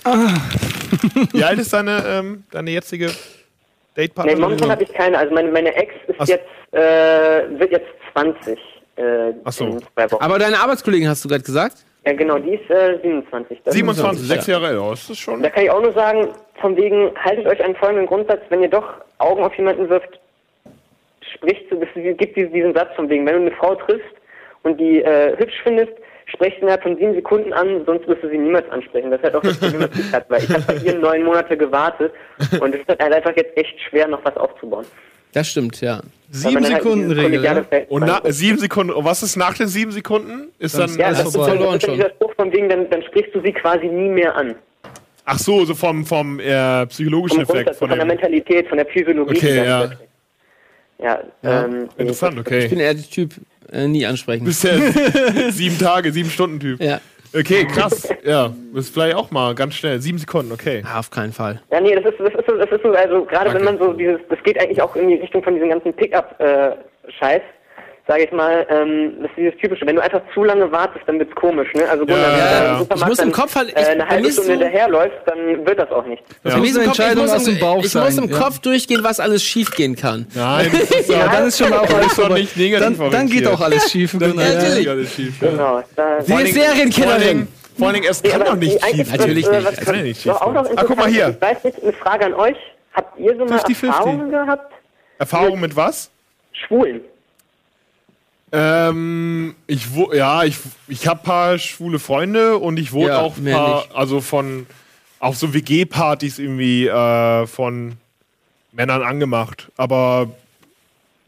Speaker 2: Wie alt ist deine, ähm, deine jetzige
Speaker 17: Nee,
Speaker 2: Datepartnerin?
Speaker 17: momentan habe ich keine, also meine, meine Ex ist
Speaker 2: Ach so.
Speaker 17: jetzt, äh, wird jetzt zwanzig. Äh,
Speaker 2: Ach so.
Speaker 17: in zwei Wochen.
Speaker 1: Aber deine Arbeitskollegin hast du gerade gesagt?
Speaker 17: Ja genau, die ist äh, siebenundzwanzig. Das
Speaker 2: siebenundzwanzig,
Speaker 1: Ja.
Speaker 2: sechs Jahre älter. Oh, ist das schon?
Speaker 17: Da kann ich auch nur sagen, von wegen, haltet euch an folgenden Grundsatz, wenn ihr doch Augen auf jemanden wirft, spricht, so- es gibt diesen, diesen Satz von wegen, wenn du eine Frau triffst und die äh, hübsch findest, sprech sie innerhalb von sieben Sekunden an, sonst wirst du sie niemals ansprechen. Das ist halt auch das Problem, was ich hatte, weil ich habe bei ihr neun Monate gewartet und es ist halt einfach jetzt echt schwer, noch was aufzubauen.
Speaker 1: Das stimmt, ja.
Speaker 17: Weil man halt dieses kollegiale Verhältnis
Speaker 2: Und na,
Speaker 17: eingeht.
Speaker 2: sieben Sekunden. Und was ist nach den sieben Sekunden? Ist dann.
Speaker 17: Ja, das
Speaker 1: ist
Speaker 17: ist, dann,
Speaker 1: verloren
Speaker 17: das ist dann
Speaker 1: schon.
Speaker 17: dieser Spruch von wegen, dann, dann sprichst du sie quasi nie mehr an.
Speaker 2: Ach so, so vom, vom äh, psychologischen
Speaker 17: Vom
Speaker 2: Effekt.
Speaker 17: Grundsatz,
Speaker 2: Von
Speaker 17: von der
Speaker 2: dem,
Speaker 17: Mentalität, von der Physiologie.
Speaker 2: Okay,
Speaker 17: die
Speaker 2: ja.
Speaker 17: dahinter steckt. Ja,
Speaker 1: Ja,
Speaker 17: ähm,
Speaker 2: interessant,
Speaker 1: Ich
Speaker 2: okay.
Speaker 1: bin eher der Typ, äh, nie ansprechen.
Speaker 2: Bist ja sieben Tage, sieben Stunden Typ.
Speaker 1: Ja.
Speaker 2: Okay, krass. Ja, ist vielleicht auch mal ganz schnell. Sieben Sekunden, okay.
Speaker 1: Ah, auf keinen Fall.
Speaker 17: Ja, nee, das ist, das ist so, das ist so, also gerade wenn man so dieses, das geht eigentlich auch in die Richtung von diesem ganzen Pickup-Scheiß, sage ich mal, ähm, das ist dieses typische, wenn du einfach zu lange wartest, dann wird's komisch, ne? Also gut,
Speaker 2: Ja,
Speaker 17: wenn du
Speaker 2: ja,
Speaker 17: im
Speaker 2: ja.
Speaker 17: Supermarkt
Speaker 1: Ich muss im
Speaker 17: dann,
Speaker 1: Kopf halt- ich-
Speaker 17: äh, eine
Speaker 1: bei
Speaker 17: halbe
Speaker 1: mir ist
Speaker 17: Stunde
Speaker 1: so-
Speaker 17: hinterherläufst, dann wird das auch nicht.
Speaker 3: Das
Speaker 1: Für
Speaker 3: muss
Speaker 1: mich ist
Speaker 3: eine
Speaker 1: im Kopf- ich
Speaker 3: Entscheidung
Speaker 1: muss
Speaker 3: aus
Speaker 1: im-
Speaker 3: dem Bauch
Speaker 1: Ich
Speaker 3: sein.
Speaker 1: muss im
Speaker 3: ja.
Speaker 1: Kopf durchgehen, was alles schief gehen kann.
Speaker 2: Nein, das ist
Speaker 3: Ja, dann ist schon auch alles
Speaker 2: ist doch
Speaker 3: vorbei.
Speaker 2: nicht negativ
Speaker 3: Dann, dann geht
Speaker 2: orientiert.
Speaker 3: auch alles schief.
Speaker 2: Dann
Speaker 3: Genau.
Speaker 2: geht
Speaker 1: Ja, natürlich.
Speaker 2: alles schief. Ja.
Speaker 17: Genau. Da,
Speaker 1: Sie ist Serienkillerin.
Speaker 2: Vor allen Dingen, es
Speaker 17: Nee,
Speaker 2: kann
Speaker 17: aber
Speaker 2: doch nicht
Speaker 17: eigentlich
Speaker 2: schief
Speaker 17: was,
Speaker 1: Natürlich
Speaker 17: äh,
Speaker 1: nicht.
Speaker 17: Was,
Speaker 2: Es kann ja nicht schief
Speaker 17: was auch noch
Speaker 2: gehen. Ah, guck mal
Speaker 17: interessant
Speaker 2: hier.
Speaker 17: ist, ich weiß nicht, eine Frage an euch. Habt ihr so mal
Speaker 3: fünfzig fünfzig.
Speaker 17: Erfahrungen gehabt?
Speaker 2: Erfahrung mit was?
Speaker 17: Schwulen.
Speaker 2: Ähm, ich wo, ja, ich, ich habe paar schwule Freunde und ich wurde
Speaker 1: Ja,
Speaker 2: auch
Speaker 1: mehr
Speaker 2: paar,
Speaker 1: nicht.
Speaker 2: also von auch so W G-Partys irgendwie äh, von Männern angemacht. Aber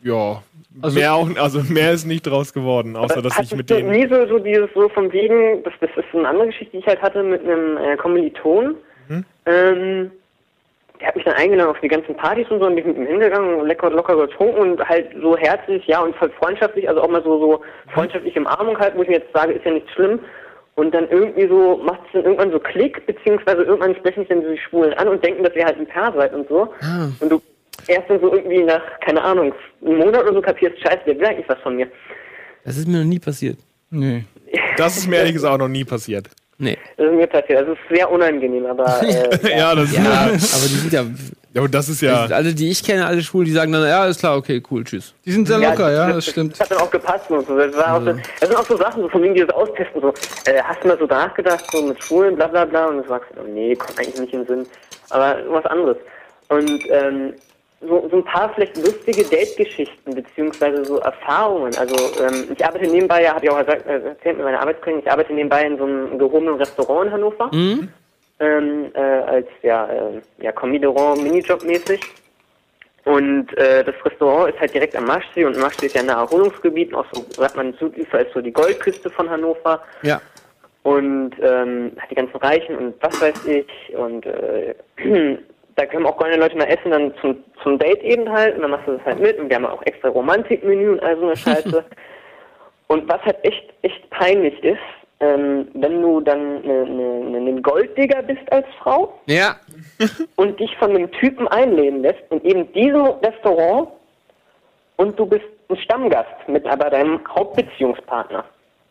Speaker 2: Ja,
Speaker 17: Also-
Speaker 2: mehr auch, also mehr ist nicht draus geworden, außer dass ich mit
Speaker 17: du
Speaker 2: denen.
Speaker 17: nie so, so dieses so von wegen, das, das ist so eine andere Geschichte, die ich halt hatte mit einem äh, Kommiliton.
Speaker 2: Mhm.
Speaker 17: Ähm, der hat mich dann eingeladen auf die ganzen Partys und so und bin mit ihm hingegangen und lecker locker getrunken und halt so herzlich, ja, und voll freundschaftlich, also auch mal so, so freundschaftliche Umarmung halt, wo ich mir jetzt sage, ist ja nichts schlimm. Und dann irgendwie so macht es dann irgendwann so Klick, beziehungsweise irgendwann sprechen sich dann so die Schwulen an und denken, dass ihr halt ein Paar seid und so.
Speaker 1: Ah.
Speaker 17: Und du erst dann so irgendwie nach, keine Ahnung, einem Monat oder so kapierst, scheiße, der will eigentlich was von mir.
Speaker 1: Das ist mir noch nie passiert.
Speaker 3: Nee.
Speaker 2: Das ist mir ehrlich gesagt auch noch nie passiert.
Speaker 1: Nee.
Speaker 17: Das ist mir passiert. Das ist sehr unangenehm, aber äh,
Speaker 2: ja, das ist
Speaker 1: Ja, aber die sind ja.
Speaker 2: Ja, und das ist ja.
Speaker 1: Alle, die ich kenne, alle Schwulen, die sagen dann, ja, ist klar, okay, cool, tschüss.
Speaker 3: Die sind sehr locker, ja, das stimmt.
Speaker 17: Das hat dann auch gepasst und so. Das, war auch so, das sind auch so Sachen, so von wegen dieses Austesten, so, äh, hast du mal so nachgedacht, so mit Schwulen, bla bla bla, und du sagst, oh, nee, kommt eigentlich nicht in den Sinn. Aber was anderes. Und ähm, so, so ein paar vielleicht lustige Date-Geschichten, beziehungsweise so Erfahrungen. Also ähm, ich arbeite nebenbei, ja, habe ich auch gesagt, äh, erzählt mit meiner Arbeitskollegen, ich arbeite nebenbei in so einem gehobenen Restaurant in Hannover.
Speaker 1: Mhm.
Speaker 17: Ähm, äh, als ja, äh, ja Commis-de-Rang Minijob-mäßig. Und äh, das Restaurant ist halt direkt am Maschsee und Maschsee ist ja ein Erholungsgebiet, und auch so, sagt man, Südufer ist so die Goldküste von Hannover.
Speaker 1: Ja.
Speaker 17: Und ähm, die ganzen Reichen und was weiß ich. Und äh, da können auch goldene Leute mal essen, dann zum, zum Date eben halt. Und dann machst du das halt mit. Und wir haben auch extra Romantikmenü und all so eine Scheiße. Und was halt echt, echt peinlich ist, ähm, wenn du dann ne, ne, ne, ein Golddigger bist als Frau
Speaker 1: Ja.
Speaker 17: und dich von einem Typen einladen lässt in eben diesem Restaurant und du bist ein Stammgast mit aber deinem Hauptbeziehungspartner.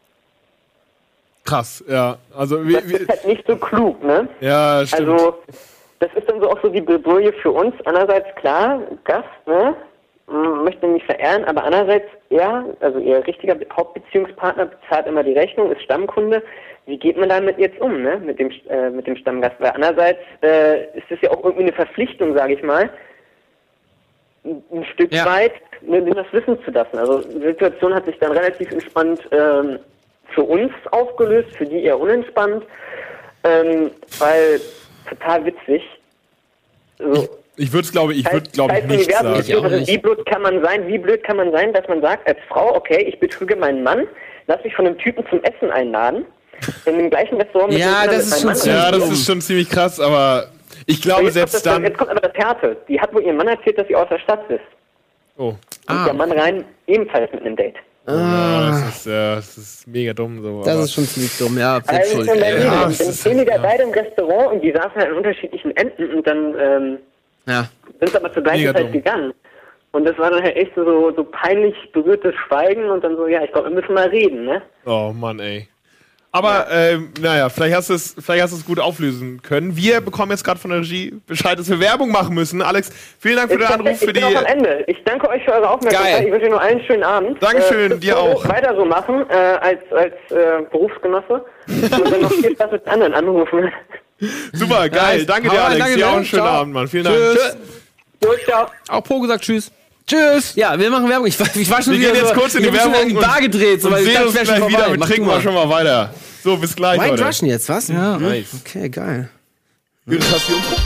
Speaker 2: Krass, ja. Also wie,
Speaker 17: Das ist halt nicht so klug, ne?
Speaker 2: Ja, stimmt.
Speaker 17: Also, das ist dann so auch so die Bredouille für uns. Einerseits, klar, Gast, ne? Man möchte ihn nicht verehren, aber andererseits, ja, also ihr richtiger Hauptbeziehungspartner bezahlt immer die Rechnung, ist Stammkunde. Wie geht man damit jetzt um, ne? Mit dem, äh, mit dem Stammgast? Weil andererseits äh, ist es ja auch irgendwie eine Verpflichtung, sage ich mal, ein, ein Stück
Speaker 1: Ja.
Speaker 17: weit, ne, das wissen zu lassen. Also die Situation hat sich dann relativ entspannt ähm, für uns aufgelöst, für die eher unentspannt, ähm, weil total witzig. So,
Speaker 2: Ich würde es, glaube ich, würde, glaube ich,
Speaker 17: Scheiß
Speaker 2: nicht
Speaker 17: Universum,
Speaker 2: sagen.
Speaker 17: ich glaube, wie blöd kann man sein, wie blöd kann man sein, dass man sagt, als Frau, okay, ich betrüge meinen Mann, lass mich von einem Typen zum Essen einladen, in dem gleichen Restaurant mit
Speaker 2: Ja,
Speaker 17: dem
Speaker 2: das ist schon ziemlich Ja, das ist schon ziemlich krass, aber ich glaube,
Speaker 17: jetzt
Speaker 2: selbst
Speaker 17: kommt das,
Speaker 2: dann.
Speaker 17: Jetzt kommt aber das Härte. Die hat wohl ihrem Mann erzählt, dass sie aus der Stadt ist.
Speaker 2: Oh.
Speaker 17: Und der Mann rein ebenfalls mit einem Date.
Speaker 2: Ja, das ist, ja, das ist mega dumm. So,
Speaker 1: Das
Speaker 2: aber-
Speaker 1: ist schon ziemlich dumm, ja.
Speaker 17: Also
Speaker 1: Selbst
Speaker 17: ich
Speaker 1: schuld.
Speaker 17: kann
Speaker 1: ey.
Speaker 17: überlegen,
Speaker 1: Ja,
Speaker 17: dann
Speaker 1: das ist-
Speaker 17: stehen die da beide im Restaurant und die saßen halt an unterschiedlichen Enden und dann ähm,
Speaker 1: Ja.
Speaker 17: sind aber zur gleichen
Speaker 2: Mega
Speaker 17: Zeit
Speaker 2: dumm.
Speaker 17: gegangen. Und das war dann halt echt so, so peinlich berührtes Schweigen und dann so, ja, ich glaube, wir müssen mal reden, ne?
Speaker 2: Oh Mann, ey. Aber, ähm, naja, vielleicht hast du es vielleicht hast du es gut auflösen können. Wir bekommen jetzt gerade von der Regie Bescheid, dass wir Werbung machen müssen. Alex, vielen Dank für den
Speaker 17: Ist
Speaker 2: Anruf.
Speaker 17: perfekt,
Speaker 2: Für
Speaker 17: ich bin
Speaker 2: die,
Speaker 17: auch am Ende. Ich danke euch für eure Aufmerksamkeit.
Speaker 2: Geil.
Speaker 17: Ich wünsche euch noch einen schönen Abend.
Speaker 2: Dankeschön,
Speaker 17: äh,
Speaker 2: dir
Speaker 17: so
Speaker 2: auch.
Speaker 17: Weiter so machen, äh, als, als äh, Berufsgenosse. Und dann noch viel Spaß mit anderen Anrufen.
Speaker 2: Super, geil.
Speaker 1: Nice.
Speaker 2: Danke
Speaker 1: Hau
Speaker 2: dir,
Speaker 1: rein,
Speaker 2: Alex.
Speaker 1: danke
Speaker 2: Dir
Speaker 1: dir.
Speaker 2: auch einen schönen
Speaker 1: Ciao.
Speaker 2: Abend, Mann. Vielen Dank.
Speaker 1: Tschüss.
Speaker 17: Jo, ciao.
Speaker 1: Auch Pro gesagt Tschüss. Tschüss. Ja, wir machen Werbung. Ich, war- ich war schon
Speaker 2: Wir
Speaker 1: wieder
Speaker 2: gehen jetzt
Speaker 1: so,
Speaker 2: kurz in die
Speaker 1: ich hab schon
Speaker 2: Werbung
Speaker 1: in die Bar
Speaker 2: und-
Speaker 1: gedreht. So,
Speaker 2: und
Speaker 1: weil ich
Speaker 2: sehen
Speaker 1: dachte,
Speaker 2: uns
Speaker 1: ich wär schon
Speaker 2: gleich wieder.
Speaker 1: vorbei.
Speaker 2: Wir
Speaker 1: Mach
Speaker 2: trinken
Speaker 1: du
Speaker 2: mal
Speaker 1: mal.
Speaker 2: schon mal weiter. So, bis gleich,
Speaker 1: White
Speaker 2: Leute.
Speaker 1: Russian jetzt, was?
Speaker 3: Ja.
Speaker 1: Mhm.
Speaker 2: Nice.
Speaker 1: Okay, geil.
Speaker 2: Gut, das hast du umgebracht.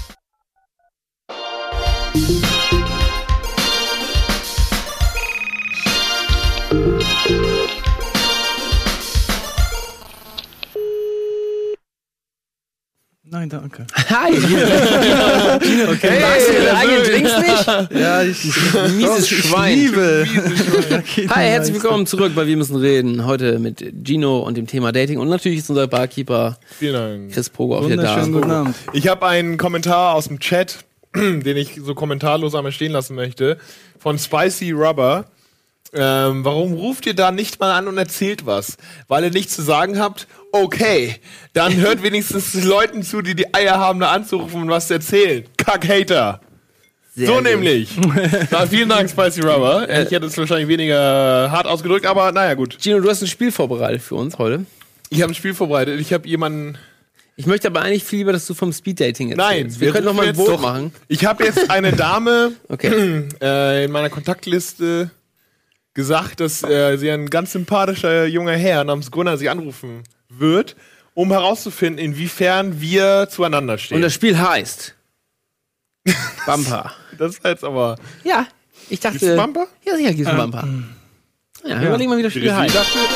Speaker 3: Nein, danke.
Speaker 1: Hi. Okay. Magst du deine eigenen Drinks nicht?
Speaker 3: Ja, ich,
Speaker 1: Mieses
Speaker 3: ich
Speaker 1: Schwein.
Speaker 3: liebe.
Speaker 1: Hi, herzlich willkommen zurück bei Wir müssen reden. Heute mit Gino und dem Thema Dating. Und natürlich ist unser Barkeeper
Speaker 2: Vielen Dank.
Speaker 1: Chris Pogo auch wieder da.
Speaker 3: Wunderschönen guten Abend.
Speaker 2: Ich habe einen Kommentar aus dem Chat, den ich so kommentarlos einmal stehen lassen möchte, von Spicy Rubber. Ähm, warum ruft ihr da nicht mal an und erzählt was? Weil ihr nichts zu sagen habt? Okay, dann hört wenigstens Leuten zu, die die Eier haben, da anzurufen und was zu erzählen. Kack-Hater.
Speaker 1: Sehr
Speaker 2: So
Speaker 1: gut.
Speaker 2: nämlich. Na, vielen Dank, Spicy Rubber. Ich hätte es wahrscheinlich weniger hart ausgedrückt, aber naja, gut.
Speaker 1: Gino, du hast ein Spiel vorbereitet für uns heute.
Speaker 2: Ich habe ein Spiel vorbereitet. Ich habe jemanden...
Speaker 1: Ich möchte aber eigentlich viel lieber, dass du vom Speeddating erzählst.
Speaker 2: Nein,
Speaker 1: wir, können noch mal ein
Speaker 2: jetzt
Speaker 1: Vote
Speaker 2: doch-
Speaker 1: machen.
Speaker 2: Ich habe jetzt eine Dame
Speaker 1: Okay.
Speaker 2: äh, in meiner Kontaktliste gesagt, dass äh, sie ein ganz sympathischer junger Herr namens Gunnar sie anrufen wird, um herauszufinden, inwiefern wir zueinander stehen.
Speaker 1: Und das Spiel heißt Bumper.
Speaker 2: Das ist jetzt aber...
Speaker 1: Ja. Ich dachte.
Speaker 2: Gibt's einen Bumper?
Speaker 1: Ja, sicher gibt's einen Bumper.
Speaker 3: Ähm,
Speaker 1: Ja, überlegen wir wieder
Speaker 2: Die
Speaker 1: Spiel
Speaker 2: Regie
Speaker 1: heißt.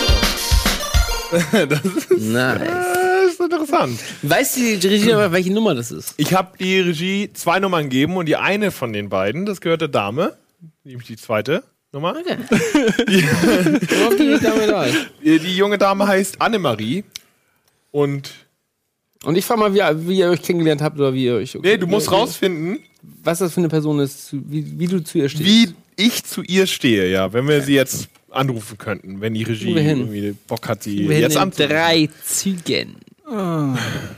Speaker 2: dachte, das ist,
Speaker 1: Nice.
Speaker 2: äh, ist interessant.
Speaker 1: Weißt du die Regie, aber welche Nummer das ist?
Speaker 2: Ich habe die Regie zwei Nummern gegeben und die eine von den beiden, das gehört der Dame, nämlich die zweite Nummer.
Speaker 1: Okay.
Speaker 2: Die,
Speaker 1: Worauf die Dame da ist.
Speaker 2: die junge Dame heißt Annemarie und
Speaker 1: Und ich frage mal, wie, wie ihr euch kennengelernt habt oder wie ihr euch.
Speaker 2: nee, du musst rausfinden,
Speaker 1: was das für eine Person ist, wie, wie du zu ihr stehst.
Speaker 2: wie ich zu ihr stehe, ja, wenn wir sie jetzt anrufen könnten, wenn die Regie
Speaker 1: Kriegen wir hin.
Speaker 2: irgendwie Bock hat, sie
Speaker 1: Wir
Speaker 2: jetzt
Speaker 1: in
Speaker 2: anzurufen.
Speaker 1: drei Zügen. Oh.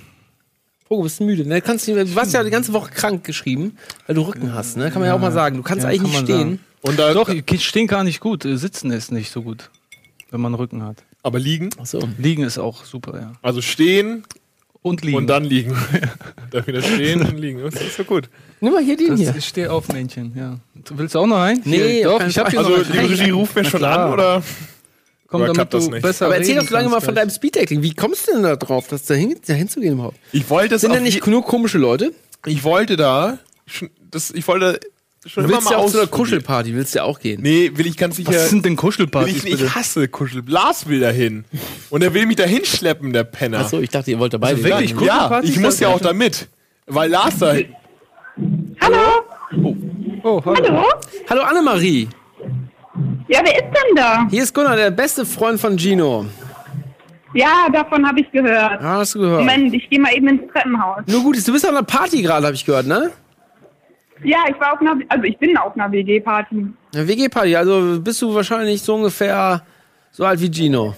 Speaker 1: Pogo, bist du müde? Ne? Kannst du, du warst ja die ganze Woche krank geschrieben, weil du Rücken hast. Ne? Kann man ja, auch mal sagen. Du kannst
Speaker 3: Ja,
Speaker 1: eigentlich
Speaker 3: kann
Speaker 1: nicht
Speaker 3: man
Speaker 1: stehen.
Speaker 3: sagen.
Speaker 2: Und da,
Speaker 3: Doch, stehen kann nicht gut. äh, Sitzen ist nicht so gut, wenn man Rücken hat.
Speaker 2: aber liegen,
Speaker 1: Ach so.
Speaker 3: Liegen ist auch super, ja.
Speaker 2: also stehen
Speaker 3: Und liegen.
Speaker 2: und dann liegen. Dann wieder stehen und liegen. Das ist so gut.
Speaker 1: Nimm mal hier den
Speaker 3: das,
Speaker 1: hier.
Speaker 3: ich stehe auf, Männchen, ja. Willst du auch noch einen?
Speaker 1: Nee,
Speaker 3: Hier,
Speaker 1: auf
Speaker 3: doch,
Speaker 1: keinen
Speaker 3: ich hab
Speaker 1: Fall.
Speaker 3: hier
Speaker 2: Also
Speaker 3: noch
Speaker 2: die
Speaker 3: einen.
Speaker 2: Regie ruft mir
Speaker 3: Na
Speaker 2: schon
Speaker 3: klar.
Speaker 2: an, oder?
Speaker 3: Komm,
Speaker 2: Oder
Speaker 3: damit
Speaker 2: klappt das
Speaker 3: du
Speaker 2: nicht?
Speaker 3: besser
Speaker 1: Aber erzähl
Speaker 3: reden
Speaker 1: doch so lange mal
Speaker 3: kannst
Speaker 1: von
Speaker 3: gleich.
Speaker 1: deinem Speeddating. Wie kommst du denn da drauf, dass da, hin, da hinzugehen überhaupt?
Speaker 2: Ich wollte es
Speaker 1: Sind
Speaker 2: auf
Speaker 1: da nicht
Speaker 2: je-
Speaker 1: nur komische Leute?
Speaker 2: Ich wollte da, schon- das, ich wollte schon
Speaker 1: Du
Speaker 2: immer
Speaker 1: willst
Speaker 2: mal
Speaker 1: ja auch zu einer
Speaker 2: ausprobieren.
Speaker 1: Kuschelparty, willst du ja auch gehen.
Speaker 2: Nee, will ich ganz sicher.
Speaker 3: Was sind denn
Speaker 2: will
Speaker 3: Kuschelpartys,
Speaker 2: ich, ich
Speaker 3: bitte?
Speaker 2: hasse Kuschel. Lars will dahin. Und er will mich dahin schleppen, der Penner.
Speaker 1: Achso, ich dachte, ihr wollt dabei
Speaker 3: Also wirklich
Speaker 1: sein.
Speaker 3: cool?
Speaker 2: Ja,
Speaker 3: Kuschelpartys
Speaker 2: ich muss
Speaker 3: das
Speaker 2: ja auch
Speaker 3: nicht?
Speaker 2: da mit. Weil Lars da.
Speaker 18: Hallo?
Speaker 3: Oh, hallo.
Speaker 18: Hallo?
Speaker 1: Hallo Annemarie.
Speaker 18: Ja, wer ist denn da?
Speaker 1: Hier ist Gunnar, der beste Freund von Gino.
Speaker 18: Ja, davon habe ich gehört.
Speaker 1: Ah, hast du gehört?
Speaker 18: Moment, ich gehe mal eben ins Treppenhaus.
Speaker 1: Nur gut, du bist auf einer Party gerade, habe ich gehört, ne?
Speaker 18: Ja, ich war auf einer, also ich bin auf einer W G-Party.
Speaker 1: Eine W G-Party, also bist du wahrscheinlich so ungefähr so alt wie Gino.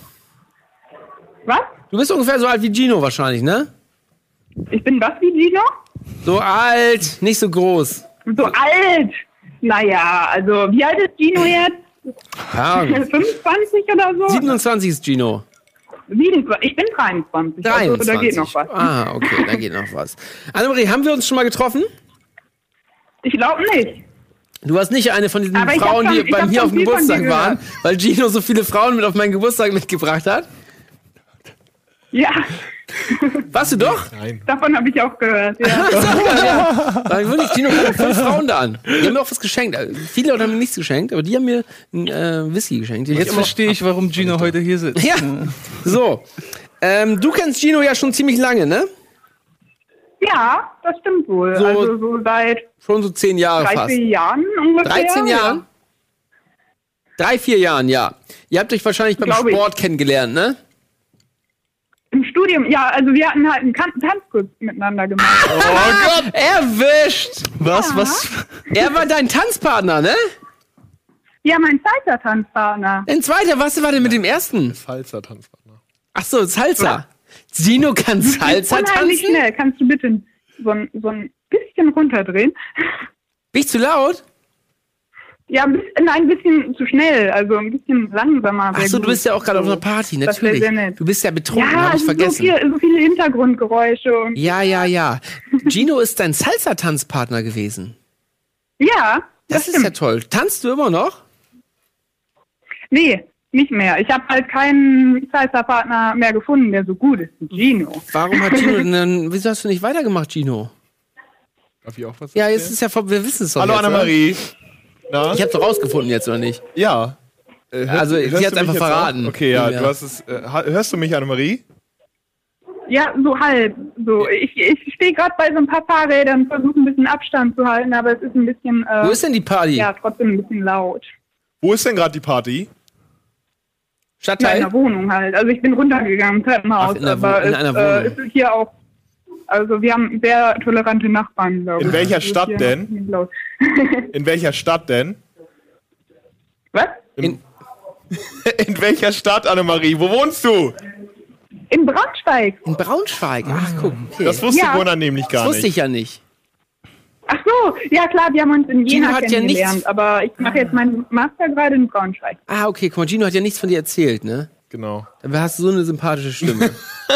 Speaker 18: Was?
Speaker 1: Du bist ungefähr so alt wie Gino wahrscheinlich, ne?
Speaker 18: Ich bin was wie Gino?
Speaker 1: So alt, nicht so groß.
Speaker 18: So alt. Naja, also wie alt ist Gino jetzt?
Speaker 1: Ja,
Speaker 18: fünfundzwanzig oder so?
Speaker 1: siebenundzwanzig ist Gino.
Speaker 18: siebenundzwanzig. Ich bin dreiundzwanzig.
Speaker 1: dreiundzwanzig.
Speaker 18: Also, da geht noch was.
Speaker 1: Ah, okay, da geht noch was. Annemarie, haben wir uns schon mal getroffen?
Speaker 18: Ich glaube nicht.
Speaker 1: Du warst nicht eine von diesen
Speaker 18: Aber ich hab
Speaker 1: Frauen,
Speaker 18: schon-
Speaker 1: die
Speaker 18: ich
Speaker 1: bei
Speaker 18: hab
Speaker 1: mir
Speaker 18: schon
Speaker 1: auf dem
Speaker 18: viel von
Speaker 1: Geburtstag
Speaker 18: dir
Speaker 1: waren,
Speaker 18: gehört.
Speaker 1: weil Gino so viele Frauen mit auf meinen Geburtstag mitgebracht hat.
Speaker 18: Ja,
Speaker 1: Warst du doch?
Speaker 2: Nein.
Speaker 18: davon habe ich auch gehört. Ja.
Speaker 1: ja. Dann wirklich, Gino kam mit fünf Frauen da an. Die haben mir auch was geschenkt. Also, viele Leute haben mir nichts geschenkt, aber die haben mir einen äh, Whisky geschenkt. den ich
Speaker 3: Jetzt
Speaker 1: immer-
Speaker 3: verstehe ich, warum Gino heute hier sitzt.
Speaker 1: Ja, so. Ähm, du kennst Gino ja schon ziemlich lange, ne?
Speaker 18: Ja, das stimmt wohl.
Speaker 1: So-
Speaker 18: also so seit
Speaker 1: Schon so zehn Jahre
Speaker 18: drei,
Speaker 1: fast.
Speaker 18: vier Jahren ungefähr.
Speaker 1: dreizehn
Speaker 18: ja.
Speaker 1: Jahren? Drei, vier Jahren, ja. Ihr habt euch wahrscheinlich beim
Speaker 18: Glaube ich.
Speaker 1: Sport kennengelernt, ne?
Speaker 18: Im Studium, ja, also wir hatten halt einen Kan- Tanzkurs miteinander gemacht.
Speaker 1: Oh Gott, erwischt!
Speaker 3: Was,
Speaker 18: Ja.
Speaker 3: was?
Speaker 1: Er war dein Tanzpartner, ne?
Speaker 18: Ja, mein zweiter Tanzpartner.
Speaker 1: Ein zweiter, was war denn mit dem ersten?
Speaker 2: Salsa-Tanzpartner.
Speaker 1: Ach so, Salsa. Gino kann
Speaker 18: Du bist
Speaker 1: Salsa
Speaker 18: unheimlich
Speaker 1: tanzen?
Speaker 18: schnell. Kannst du bitte so ein, so ein bisschen runterdrehen?
Speaker 1: Bin ich zu laut?
Speaker 18: Ja, ein bisschen, nein, ein bisschen zu schnell, also ein bisschen langsamer.
Speaker 1: Ach so, du bist ja auch gerade auf einer Party,
Speaker 18: Das wär
Speaker 1: natürlich.
Speaker 18: sehr nett.
Speaker 1: Du bist ja betrunken,
Speaker 18: Ja,
Speaker 1: hab ich
Speaker 18: es sind so,
Speaker 1: vergessen.
Speaker 18: viel, so viele Hintergrundgeräusche. Und
Speaker 1: Ja, ja, ja. Gino ist dein Salsa-Tanzpartner gewesen.
Speaker 18: ja,
Speaker 1: Das,
Speaker 18: das,
Speaker 1: ist
Speaker 18: stimmt.
Speaker 1: ja toll. Tanzt du immer noch?
Speaker 18: Nee, nicht mehr. Ich habe halt keinen Salsa-Partner mehr gefunden, der so gut ist wie Gino.
Speaker 1: Warum hat Gino denn dann, wieso hast du nicht weitergemacht, Gino?
Speaker 2: Darf ich auch was
Speaker 1: Ja,
Speaker 2: erzählen?
Speaker 1: jetzt ist ja, vor- wir wissen es doch
Speaker 2: Hallo
Speaker 1: jetzt,
Speaker 2: Annemarie.
Speaker 1: oder?
Speaker 2: Na?
Speaker 1: Ich hab's doch rausgefunden jetzt, oder nicht?
Speaker 2: Ja. Äh,
Speaker 1: Also, sie
Speaker 2: hörst
Speaker 1: hat's
Speaker 2: du mich
Speaker 1: einfach
Speaker 2: jetzt
Speaker 1: verraten.
Speaker 2: auch? Okay, ja,
Speaker 1: Ja.
Speaker 2: du hast es. Äh, ha- hörst du mich, Annemarie?
Speaker 18: Ja, so halb. So, ich ich stehe gerade bei so ein paar Fahrrädern, versuche ein bisschen Abstand zu halten, aber es ist ein bisschen. Äh,
Speaker 1: Wo ist denn die Party?
Speaker 18: Ja, trotzdem ein bisschen laut.
Speaker 2: Wo ist denn gerade die Party?
Speaker 18: In
Speaker 1: Stadtteil?
Speaker 18: meiner Wohnung halt. Also ich bin runtergegangen im Treppenhaus,
Speaker 1: Ach, in der Wo-
Speaker 18: aber
Speaker 1: in
Speaker 18: es,
Speaker 1: einer
Speaker 18: äh,
Speaker 1: Wohnung.
Speaker 18: es ist hier auch. Also wir haben sehr tolerante Nachbarn, glaube ich.
Speaker 2: In welcher
Speaker 18: Es ist
Speaker 2: Stadt
Speaker 18: hier
Speaker 2: denn?
Speaker 18: nicht laut.
Speaker 2: In welcher Stadt denn?
Speaker 18: Was?
Speaker 2: In, in welcher Stadt, Annemarie? Wo wohnst du?
Speaker 18: In Braunschweig.
Speaker 1: In Braunschweig? Ach, guck. Okay.
Speaker 2: Das wusste
Speaker 18: Ja.
Speaker 2: Gunnar nämlich gar
Speaker 1: Das wusste
Speaker 2: nicht.
Speaker 1: ich ja nicht.
Speaker 18: Ach so, ja klar, wir haben uns in
Speaker 1: Gino
Speaker 18: Jena
Speaker 1: hat ja
Speaker 18: kennengelernt,
Speaker 1: nichts-
Speaker 18: aber ich mache jetzt meinen Master gerade in Braunschweig.
Speaker 1: Ah, okay, guck mal, Gino hat ja nichts von dir erzählt, ne?
Speaker 2: Genau.
Speaker 1: Dabei hast du so eine sympathische Stimme.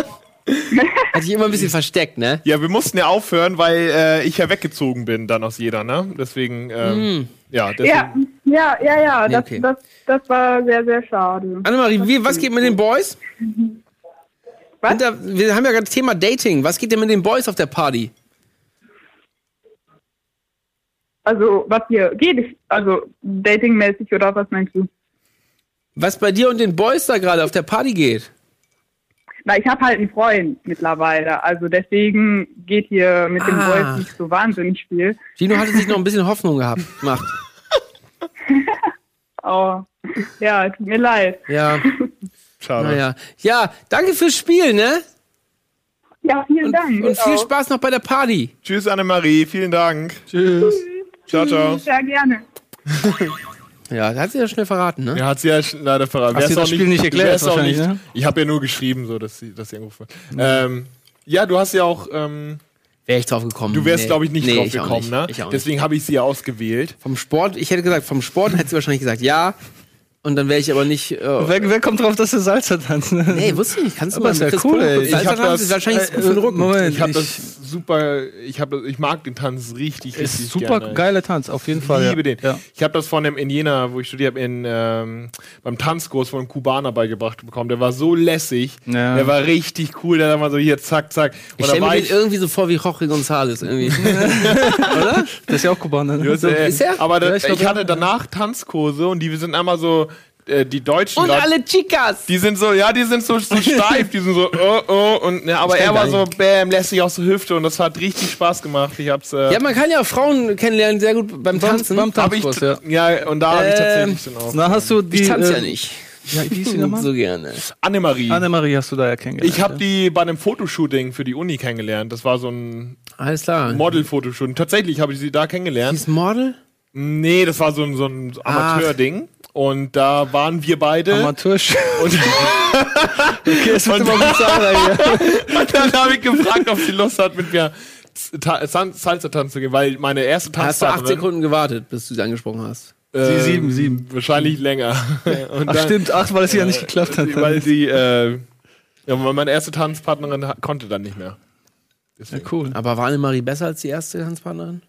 Speaker 1: Hat dich immer ein bisschen versteckt, ne?
Speaker 2: Ja, wir mussten ja aufhören, weil äh, ich ja weggezogen bin dann aus Jena, ne? Deswegen, ähm,
Speaker 1: Mm.
Speaker 2: ja, deswegen.
Speaker 18: Ja, ja, ja, ja,
Speaker 1: Nee,
Speaker 18: das,
Speaker 1: okay.
Speaker 18: das, das war sehr, sehr schade.
Speaker 1: Annemarie, wie, was geht mit den Boys?
Speaker 18: Was?
Speaker 1: Hinter, wir haben ja gerade Thema Dating. Was geht denn mit den Boys auf der Party?
Speaker 18: Also, was hier geht, also datingmäßig oder was meinst du?
Speaker 1: Was bei dir und den Boys da gerade auf der Party geht?
Speaker 18: Na, ich habe halt einen Freund mittlerweile, also deswegen geht hier mit den
Speaker 1: Ah.
Speaker 18: Boys nicht so wahnsinnig viel.
Speaker 1: Gino hatte sich noch ein bisschen Hoffnung gehabt, gemacht.
Speaker 18: Oh, ja, tut mir leid.
Speaker 1: Ja.
Speaker 2: Schade.
Speaker 1: Naja. Ja, danke fürs Spiel, ne?
Speaker 18: Ja, vielen Dank.
Speaker 1: Und viel Spaß noch bei der Party.
Speaker 2: Tschüss, Annemarie. Vielen Dank.
Speaker 1: Tschüss.
Speaker 2: Ciao, ciao.
Speaker 18: Sehr gerne.
Speaker 1: Ja, da hat sie ja schnell verraten, ne?
Speaker 2: Ja, hat sie ja sch- leider verraten.
Speaker 3: Hast
Speaker 2: Wär's
Speaker 3: du das
Speaker 2: auch
Speaker 3: Spiel nicht erklärt
Speaker 2: wär's auch
Speaker 3: wahrscheinlich,
Speaker 2: nicht-
Speaker 3: ne?
Speaker 2: Ich habe ja nur geschrieben, so, dass sie, dass sie angerufen hat. Ähm, ja, du hast ja auch. Ähm,
Speaker 1: Wäre ich drauf gekommen.
Speaker 2: Du wärst,
Speaker 1: Nee.
Speaker 2: glaube ich, nicht
Speaker 1: Nee,
Speaker 2: drauf
Speaker 1: ich auch
Speaker 2: gekommen,
Speaker 1: nicht.
Speaker 2: ne?
Speaker 1: Ich auch nicht.
Speaker 2: Deswegen habe ich sie ja ausgewählt.
Speaker 1: Vom Sport, ich hätte gesagt, vom Sport hätte sie wahrscheinlich gesagt, ja. Und dann wäre ich aber nicht. Äh,
Speaker 3: Wer, wer kommt drauf, dass du Salsa tanzt?
Speaker 1: Nee, wusste ich nicht. Kannst du
Speaker 3: Aber
Speaker 1: mal
Speaker 3: ist ja
Speaker 1: mit Chris
Speaker 3: cool,
Speaker 1: Polo-
Speaker 3: ey.
Speaker 1: Salsa
Speaker 2: Ich hab
Speaker 1: tanzen
Speaker 2: das-
Speaker 1: ist wahrscheinlich
Speaker 3: äh,
Speaker 1: gut für den Rücken.
Speaker 3: Moment,
Speaker 2: Ich habe
Speaker 3: ich-
Speaker 2: das super. Ich, hab, ich mag den Tanz richtig,
Speaker 3: Ist
Speaker 2: richtig
Speaker 3: super
Speaker 2: gerne.
Speaker 3: geiler Tanz, auf jeden
Speaker 2: Ich
Speaker 3: Fall.
Speaker 2: liebe
Speaker 3: ja.
Speaker 2: den.
Speaker 3: Ja.
Speaker 2: Ich habe das von dem in Jena, wo ich studiert habe, in, ähm, beim Tanzkurs von einem Kubaner beigebracht bekommen. Der war so lässig.
Speaker 3: Ja.
Speaker 2: Der war richtig cool. Der war mal so hier, zack, zack. Und
Speaker 1: Ich
Speaker 2: da
Speaker 1: stelle
Speaker 2: war
Speaker 1: mir den irgendwie so vor wie Jorge González irgendwie. Oder?
Speaker 3: Das ist ja auch Kubaner. Ne?
Speaker 2: Ja,
Speaker 1: So,
Speaker 2: äh,
Speaker 1: ist er?
Speaker 2: Aber da,
Speaker 3: Ja,
Speaker 2: ich,
Speaker 3: ich glaub,
Speaker 2: hatte
Speaker 3: ja.
Speaker 2: danach Tanzkurse und die sind einmal so, äh, die Deutschen.
Speaker 1: Und
Speaker 2: grad-
Speaker 1: alle Chicas!
Speaker 2: Die sind so, ja, die sind so, so steif, die sind so, oh, oh, und, ja, aber
Speaker 1: Ich
Speaker 2: er
Speaker 1: kenn
Speaker 2: war
Speaker 1: gar
Speaker 2: so, bam, lässt sich aus der Hüfte und das hat richtig Spaß gemacht. Ich hab's, äh,
Speaker 1: Ja, man kann ja auch Frauen kennenlernen, sehr gut beim Tanzen.
Speaker 3: beim
Speaker 2: hab ich,
Speaker 3: Tanzkurs, ja.
Speaker 2: ja, und da habe ich
Speaker 1: Ähm,
Speaker 2: tatsächlich so auch.
Speaker 3: Na, hast du die.
Speaker 1: Ich tanze ja
Speaker 3: äh,
Speaker 1: nicht.
Speaker 3: Ja, wie hieß die nochmal?
Speaker 1: So gerne.
Speaker 2: Annemarie.
Speaker 3: Annemarie hast du da ja kennengelernt.
Speaker 2: Ich habe
Speaker 3: ja.
Speaker 2: die bei einem Fotoshooting für die Uni kennengelernt. Das war so ein
Speaker 1: Alles klar.
Speaker 2: Model-Fotoshooting. Tatsächlich habe ich sie da kennengelernt.
Speaker 1: Ist Model?
Speaker 2: Nee, das war so ein, so ein
Speaker 1: Ach.
Speaker 2: Amateur-Ding. Und da waren wir beide.
Speaker 3: Amateur.
Speaker 2: Und,
Speaker 3: Okay, es wird
Speaker 2: Und-
Speaker 3: immer gut Sarah hier.
Speaker 2: und dann habe ich gefragt, ob sie Lust hat, mit mir Ta- San- Salsa tanzen zu gehen, weil meine erste
Speaker 1: Hast du acht
Speaker 2: Tanzpartnerin.
Speaker 1: Sekunden gewartet, bis du sie angesprochen hast?
Speaker 2: äh,
Speaker 3: sieben, sieben.
Speaker 2: Wahrscheinlich länger. Und
Speaker 3: Ach
Speaker 2: dann-
Speaker 3: stimmt, acht, weil es ja nicht geklappt hat.
Speaker 2: Weil sie, äh, ja, weil meine erste Tanzpartnerin ha- konnte dann nicht mehr.
Speaker 3: Ja,
Speaker 2: Deswegen.
Speaker 3: cool.
Speaker 1: Aber war Annemarie besser als die erste Tanzpartnerin?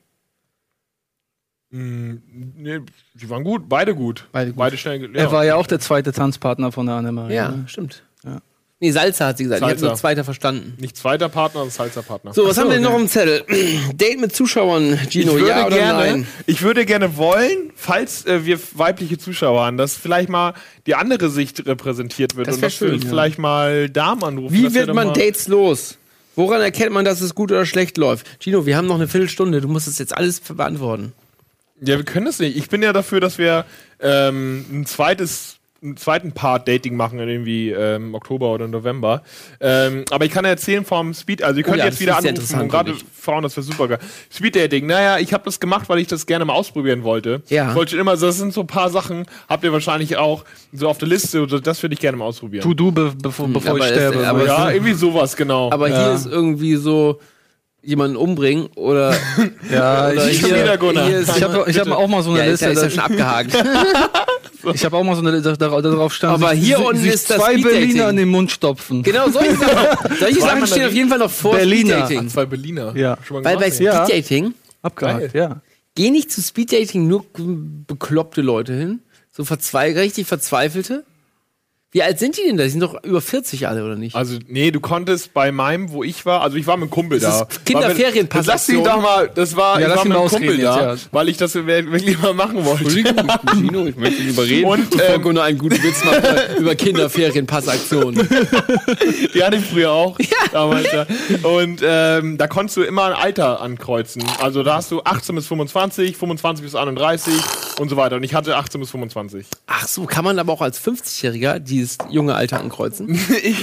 Speaker 2: Mm, nee, die waren gut, beide gut.
Speaker 1: Beide gut.
Speaker 2: Beide schnell. ge-
Speaker 3: Er war ja auch der zweite Tanzpartner von der Annemarie.
Speaker 1: Ja,
Speaker 3: ne?
Speaker 1: stimmt.
Speaker 3: Ja.
Speaker 1: Nee, Salsa hat sie gesagt. Ich
Speaker 2: Salsa.
Speaker 1: habe nur zweiter verstanden.
Speaker 2: Nicht zweiter Partner, sondern Salsa-Partner.
Speaker 1: So, was
Speaker 3: Ach so,
Speaker 1: haben wir denn noch
Speaker 3: okay.
Speaker 1: auf dem Zettel? Date mit Zuschauern, Gino,
Speaker 2: ich würde
Speaker 1: ja oder
Speaker 2: gerne,
Speaker 1: nein?
Speaker 2: Ich würde gerne wollen, falls äh, wir weibliche Zuschauer haben, dass vielleicht mal die andere Sicht repräsentiert wird
Speaker 1: Das
Speaker 2: und
Speaker 1: wär
Speaker 2: dass wir
Speaker 1: schön, ja.
Speaker 2: vielleicht mal Damen anrufen.
Speaker 1: Wie
Speaker 2: dass wir
Speaker 1: wird
Speaker 2: dann
Speaker 1: man
Speaker 2: mal-
Speaker 1: Dates los? Woran erkennt man, dass es gut oder schlecht läuft? Gino, wir haben noch eine Viertelstunde. Du musst es jetzt alles beantworten.
Speaker 2: Ja, wir können das nicht. Ich bin ja dafür, dass wir ähm, ein zweites, einen zweiten Part Dating machen, irgendwie ähm, Oktober oder November. Ähm, aber ich kann ja erzählen vom Speed, also ihr
Speaker 1: Oh
Speaker 2: könnt
Speaker 1: ja,
Speaker 2: jetzt
Speaker 1: das
Speaker 2: wieder
Speaker 1: ist sehr
Speaker 2: anrufen
Speaker 1: interessant,
Speaker 2: und gerade
Speaker 1: finde
Speaker 2: Frauen, das wäre super geil. Speed Dating, naja, ich habe das gemacht, weil ich das gerne mal ausprobieren wollte.
Speaker 1: Ja.
Speaker 2: Ich wollte immer, das sind so ein paar Sachen, habt ihr wahrscheinlich auch so auf der Liste, oder das würde ich gerne mal ausprobieren.
Speaker 3: Tu du, be bevor,
Speaker 1: Hm,
Speaker 3: bevor
Speaker 1: aber
Speaker 3: ich
Speaker 1: es-
Speaker 3: sterbe.
Speaker 1: aber
Speaker 2: ja, irgendwie sowas, genau.
Speaker 1: Aber
Speaker 3: Ja.
Speaker 1: hier ist irgendwie so jemanden umbringen oder.
Speaker 3: Ja,
Speaker 1: oder
Speaker 2: ich- schon wieder, Gunnar.
Speaker 1: hier ist
Speaker 3: ich habe ich hab
Speaker 1: bitte.
Speaker 3: auch mal so eine
Speaker 1: Ja,
Speaker 3: Liste.
Speaker 1: Ist ja, ist ja
Speaker 3: da-
Speaker 1: schon abgehakt.
Speaker 3: Ich habe auch mal so eine Liste, da, da drauf stand.
Speaker 1: Aber
Speaker 3: sich-
Speaker 1: hier
Speaker 3: sich,
Speaker 1: unten
Speaker 3: sich
Speaker 1: ist das
Speaker 3: zwei
Speaker 1: Speeddating.
Speaker 3: Berliner in den Mund stopfen.
Speaker 1: Genau, solche Sachen, solche Sachen
Speaker 2: man
Speaker 1: stehen
Speaker 2: da
Speaker 1: auf jeden Fall noch vor
Speaker 3: Berliner.
Speaker 1: Speeddating.
Speaker 2: Zwei Berliner.
Speaker 3: Ja.
Speaker 2: Schon mal
Speaker 1: Weil bei
Speaker 2: gemacht,
Speaker 3: Ja.
Speaker 1: Speeddating
Speaker 3: Abgehakt, ja.
Speaker 1: gehen nicht zu Speeddating nur bekloppte Leute hin. So verzwe richtig verzweifelte. Wie alt sind die denn da? Die sind doch über vierzig alle, oder nicht?
Speaker 2: Also, nee, du konntest bei meinem, wo ich war, also ich war mit einem Kumpel
Speaker 1: Das
Speaker 2: da.
Speaker 1: ist Kinderferienpass-
Speaker 2: Lass ihn doch mal, das war,
Speaker 3: Ja,
Speaker 2: ich
Speaker 3: lass
Speaker 2: war
Speaker 3: ihn
Speaker 2: mit
Speaker 3: mal
Speaker 2: einem Kumpel
Speaker 3: ausreden
Speaker 2: da,
Speaker 3: jetzt, ja.
Speaker 2: weil ich das wirklich mal machen wollte.
Speaker 1: Gino, ich möchte lieber reden.
Speaker 2: Und,
Speaker 1: bevor
Speaker 2: ähm,
Speaker 1: Gunnar einen guten Witz macht äh, über Kinderferienpassaktionen.
Speaker 2: Die hatte ich früher auch. Damals, ja. Und ähm, da konntest du immer ein Alter ankreuzen. Also da hast du achtzehn bis fünfundzwanzig, fünfundzwanzig bis einunddreißig und so weiter. Und ich hatte achtzehn bis fünfundzwanzig.
Speaker 1: Ach so, kann man aber auch als fünfzigjähriger dieses junge Alter ankreuzen?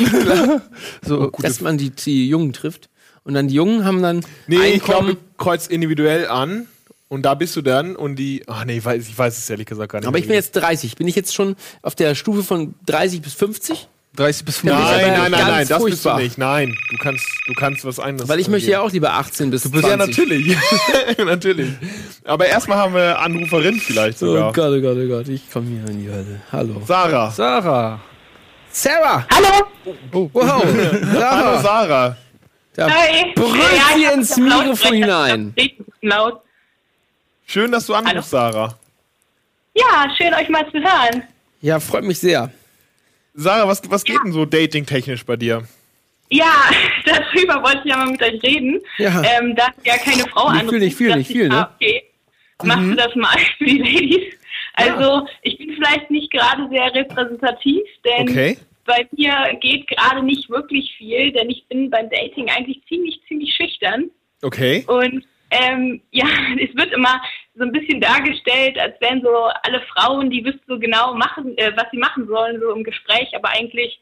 Speaker 3: So,
Speaker 1: Dass man die, die Jungen trifft. Und dann die Jungen haben dann
Speaker 2: Nee, ich glaube,
Speaker 1: Einkommen.
Speaker 2: du kreuzt individuell an. Und da bist du dann und die. Ach nee, ich weiß, ich weiß es ehrlich gesagt gar nicht.
Speaker 1: Aber ich bin jetzt dreißig. Bin ich jetzt schon auf der Stufe von dreißig bis fünfzig?
Speaker 3: dreißig bis
Speaker 2: Nein,
Speaker 3: fünfzig.
Speaker 2: nein, nein,
Speaker 1: ganz
Speaker 2: nein, das bist du
Speaker 1: furchtbar.
Speaker 2: nicht. Nein, du kannst, du kannst was anderes.
Speaker 1: Weil ich möchte ja auch lieber achtzehn bis zwanzig.
Speaker 2: Ja, natürlich. natürlich. Aber erstmal haben wir Anruferin vielleicht
Speaker 1: Oh
Speaker 2: sogar.
Speaker 1: Gott, oh Gott, oh Gott. Ich komme hier in die Hölle. Hallo.
Speaker 2: Sarah.
Speaker 3: Sarah.
Speaker 1: Sarah!
Speaker 18: Hallo!
Speaker 1: Oh, wow.
Speaker 2: Hallo
Speaker 1: Sarah.
Speaker 2: Sarah.
Speaker 1: Da
Speaker 18: Hi!
Speaker 1: brüllt
Speaker 18: Ja,
Speaker 1: sie
Speaker 18: ich hab
Speaker 1: ins
Speaker 18: das laut
Speaker 1: Mikrofon
Speaker 18: gesagt,
Speaker 1: hinein.
Speaker 18: das ist ein bisschen laut.
Speaker 2: Schön, dass du anrufst, Sarah.
Speaker 18: Ja, schön euch mal zu hören.
Speaker 1: Ja, freut mich sehr.
Speaker 2: Sarah, was, was geht denn so dating-technisch bei dir?
Speaker 18: Ja, darüber wollte ich ja mal mit euch reden.
Speaker 1: Ja.
Speaker 18: Ähm, da ja keine Frau
Speaker 1: Ich
Speaker 18: anruft.
Speaker 1: fühl dich, fühl
Speaker 18: dachte
Speaker 1: dich, fühl, ne?
Speaker 18: ah, okay.
Speaker 19: Machst
Speaker 2: Mhm.
Speaker 19: du das mal für die Ladies? Also, ich bin vielleicht nicht gerade sehr repräsentativ, denn
Speaker 2: Okay.
Speaker 19: bei mir geht gerade nicht wirklich viel, denn ich bin beim Dating eigentlich ziemlich, ziemlich schüchtern.
Speaker 2: Okay.
Speaker 19: Und ähm, ja, es wird immer so ein bisschen dargestellt, als wären so alle Frauen, die wüssten so genau, machen, äh, was sie machen sollen, so im Gespräch, aber eigentlich,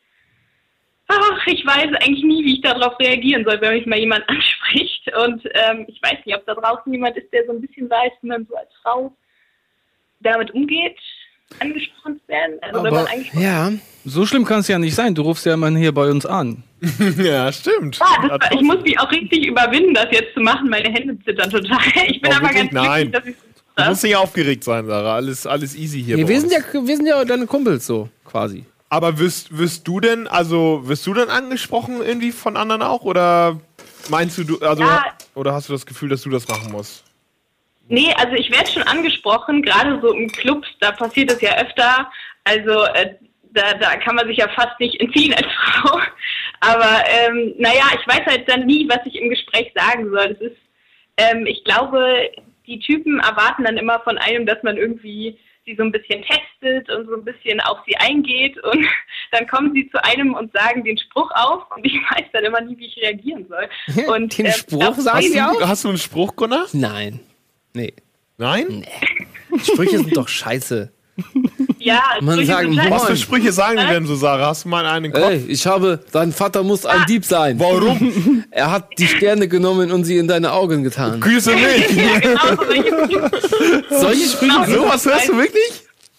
Speaker 19: ach, ich weiß eigentlich nie, wie ich darauf reagieren soll, wenn mich mal jemand anspricht. Und ähm, ich weiß nicht, ob da draußen jemand ist, der so ein bisschen weiß, wie man so als Frau damit umgeht, angesprochen zu werden. Also wenn man eigentlich
Speaker 1: ja.
Speaker 3: So schlimm kann es ja nicht sein. Du rufst ja immer hier bei uns an.
Speaker 2: Ja, stimmt.
Speaker 19: Ja, das, ich muss mich auch richtig überwinden, das jetzt zu machen. Meine Hände zittern total. Ich bin
Speaker 2: Oh,
Speaker 19: aber
Speaker 2: wirklich?
Speaker 19: ganz
Speaker 2: Nein.
Speaker 19: glücklich, dass ich
Speaker 2: Du musst nicht aufgeregt sein, Sarah. Alles, alles easy hier.
Speaker 1: Nee,
Speaker 2: bei
Speaker 1: wir,
Speaker 2: uns.
Speaker 1: sind ja, wir sind ja deine Kumpels so, quasi.
Speaker 2: Aber wirst, wirst du denn, also wirst du denn angesprochen irgendwie von anderen auch? Oder meinst du, du also
Speaker 19: Ja.
Speaker 2: oder hast du das Gefühl, dass du das machen musst?
Speaker 19: Nee, also ich werde schon angesprochen, gerade so im Clubs, da passiert das ja öfter. Also äh, da, da kann man sich ja fast nicht entziehen als Frau. Aber ähm, naja, ich weiß halt dann nie, was ich im Gespräch sagen soll. Das ist, ähm, ich glaube, die Typen erwarten dann immer von einem, dass man irgendwie sie so ein bisschen testet und so ein bisschen auf sie eingeht und dann kommen sie zu einem und sagen den Spruch auf und ich weiß dann immer nie, wie ich reagieren soll. Und,
Speaker 1: Den
Speaker 19: ähm,
Speaker 1: Spruch
Speaker 19: das-
Speaker 1: sagen sie auch?
Speaker 2: Hast du einen Spruch, Gunnar?
Speaker 1: Nein. Nee.
Speaker 2: Nein?
Speaker 1: Nee. Sprüche sind doch scheiße.
Speaker 19: Ja,
Speaker 1: Man
Speaker 19: Sprüche
Speaker 1: sagen,
Speaker 19: sind scheiße.
Speaker 2: Was für Sprüche sagen die denn so, Sarah? Hast du mal einen im Kopf?
Speaker 1: Ey, ich habe, dein Vater muss ein Dieb sein.
Speaker 2: Warum?
Speaker 1: Er hat die Sterne genommen und sie in deine Augen getan.
Speaker 2: Grüße mich!
Speaker 19: Ja, genau, so solche Sprüche.
Speaker 1: Solche Sprüche?
Speaker 2: So was hörst du wirklich?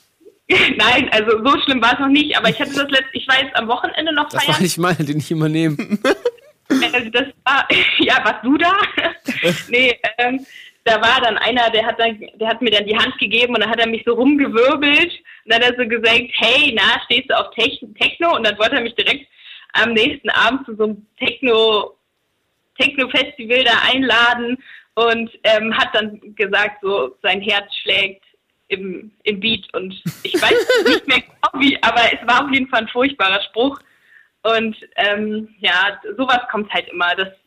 Speaker 19: Nein, also so schlimm war es noch nicht, aber ich hatte das letzte, ich war jetzt am Wochenende noch
Speaker 1: Das war
Speaker 19: feiern.
Speaker 1: nicht meine, den ich immer nehme.
Speaker 19: Also das war, ja, warst du da? Nee, ähm, da war dann einer, der hat dann, der hat mir dann die Hand gegeben und dann hat er mich so rumgewirbelt und dann hat er so gesagt, hey, na, stehst du auf Tech- Techno? Und dann wollte er mich direkt am nächsten Abend zu so einem Techno, Techno-Festival da einladen und ähm, hat dann gesagt, so, sein Herz schlägt im, im Beat und ich weiß nicht mehr genau wie, aber es war auf jeden Fall ein furchtbarer Spruch. Und ähm, ja, sowas kommt halt immer. Das,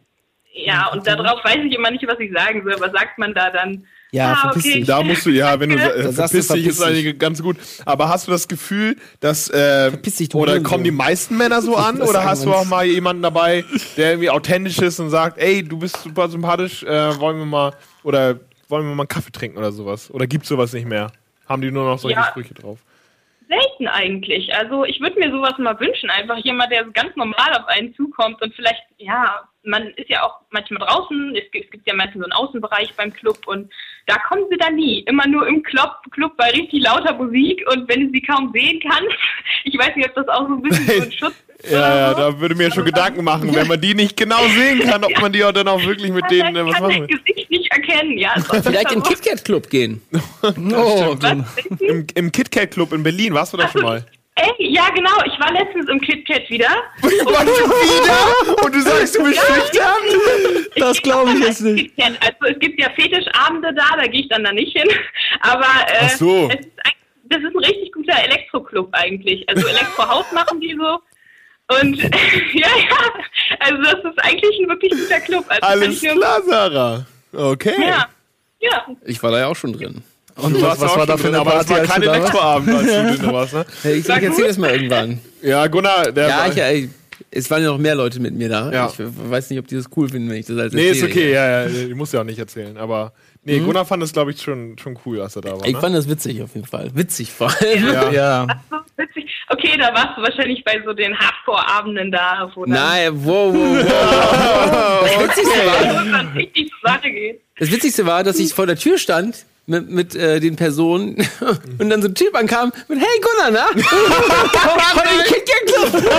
Speaker 19: ja, und darauf weiß ich immer nicht, was ich sagen soll. Was sagt man da dann?
Speaker 1: Ja,
Speaker 19: ah,
Speaker 1: verpiss
Speaker 19: okay.
Speaker 1: dich.
Speaker 2: Da musst du, ja, wenn du
Speaker 1: Da
Speaker 2: äh,
Speaker 1: sagst du,
Speaker 2: verpiss dich,
Speaker 1: verpiss
Speaker 2: ist eigentlich ganz gut. Aber hast du das Gefühl, dass, äh,
Speaker 1: dich, du
Speaker 2: oder
Speaker 1: Hurensohn.
Speaker 2: kommen die meisten Männer so an?
Speaker 1: Das
Speaker 2: Oder
Speaker 1: sagen
Speaker 2: hast du
Speaker 1: wir
Speaker 2: auch
Speaker 1: uns.
Speaker 2: mal jemanden dabei, der irgendwie authentisch ist und sagt, ey, du bist super sympathisch, äh, wollen wir mal, oder wollen wir mal einen Kaffee trinken oder sowas? Oder gibt's sowas nicht mehr? Haben die nur noch solche
Speaker 19: Ja.
Speaker 2: Sprüche drauf?
Speaker 19: Selten eigentlich. Also ich würde mir sowas mal wünschen. Einfach jemand, der ganz normal auf einen zukommt und vielleicht, ja, man ist ja auch manchmal draußen, es gibt, es gibt ja meistens so einen Außenbereich beim Club und da kommen sie dann nie. Immer nur im Club, Club bei richtig lauter Musik und wenn du sie kaum sehen kannst, ich weiß nicht, ob das auch so ein bisschen so ein Schutz ist.
Speaker 2: Ja, ja, da würde mir schon Gedanken machen, wenn man die nicht genau sehen kann, ob man die auch dann auch wirklich mit denen äh, was
Speaker 19: kann
Speaker 2: machen
Speaker 19: das
Speaker 2: will.
Speaker 19: Gesicht nicht erkennen, ja.
Speaker 1: Vielleicht in den KitKat Club gehen.
Speaker 2: Oh, Im, Im KitKat Club in Berlin, warst du da schon mal?
Speaker 19: Ey, ja genau, ich war letztens im KitKat wieder.
Speaker 2: Was wieder? Und du sagst, du bist schüchtern?
Speaker 3: Das glaube ich jetzt nicht.
Speaker 19: KitKat. Also es gibt ja Fetischabende da, da gehe ich dann da nicht hin. Aber äh,
Speaker 2: Ach so.
Speaker 19: es ist ein, das ist ein richtig guter Elektroclub eigentlich. Also Elektrohaus machen die so. Und ja, ja, also das ist eigentlich ein wirklich guter Club. Also kann
Speaker 2: Alles
Speaker 19: ich nur-
Speaker 2: klar, Sarah. Okay.
Speaker 19: Ja, ja.
Speaker 1: Ich war da ja auch schon drin.
Speaker 2: Und du warst was war da für eine Party, aber es war kein Elektroabend, als du drin warst, ne?
Speaker 1: Hey, ich sag, erzähl das mal irgendwann.
Speaker 2: Ja, Gunnar, der
Speaker 1: Ja,
Speaker 2: war,
Speaker 1: ich, ey, es waren ja noch mehr Leute mit mir da.
Speaker 2: Ja.
Speaker 1: Ich weiß nicht, ob die das cool finden, wenn ich das als
Speaker 2: Nee, ist
Speaker 1: erzähle.
Speaker 2: okay, ja, ja, ich muss ja auch nicht erzählen, aber nee,
Speaker 1: Mhm.
Speaker 2: Gunnar fand es, glaube ich, schon, schon cool, als er da war.
Speaker 1: Ich
Speaker 2: ne?
Speaker 1: fand das witzig auf jeden Fall. Witzig vor allem.
Speaker 2: Ja.
Speaker 3: Ja.
Speaker 19: Ach so, witzig. Okay, da warst du wahrscheinlich bei so den Hardcore-Abenden da, wo dann
Speaker 1: Nein, wow, wow, wow. Das Witzigste
Speaker 19: wo
Speaker 1: war,
Speaker 19: es dann richtig zur Sache geht.
Speaker 1: das Witzigste war, dass ich vor der Tür stand mit, mit äh, den Personen und dann so ein Typ ankam mit Hey Gunnar, na? Heute den KitKat Club.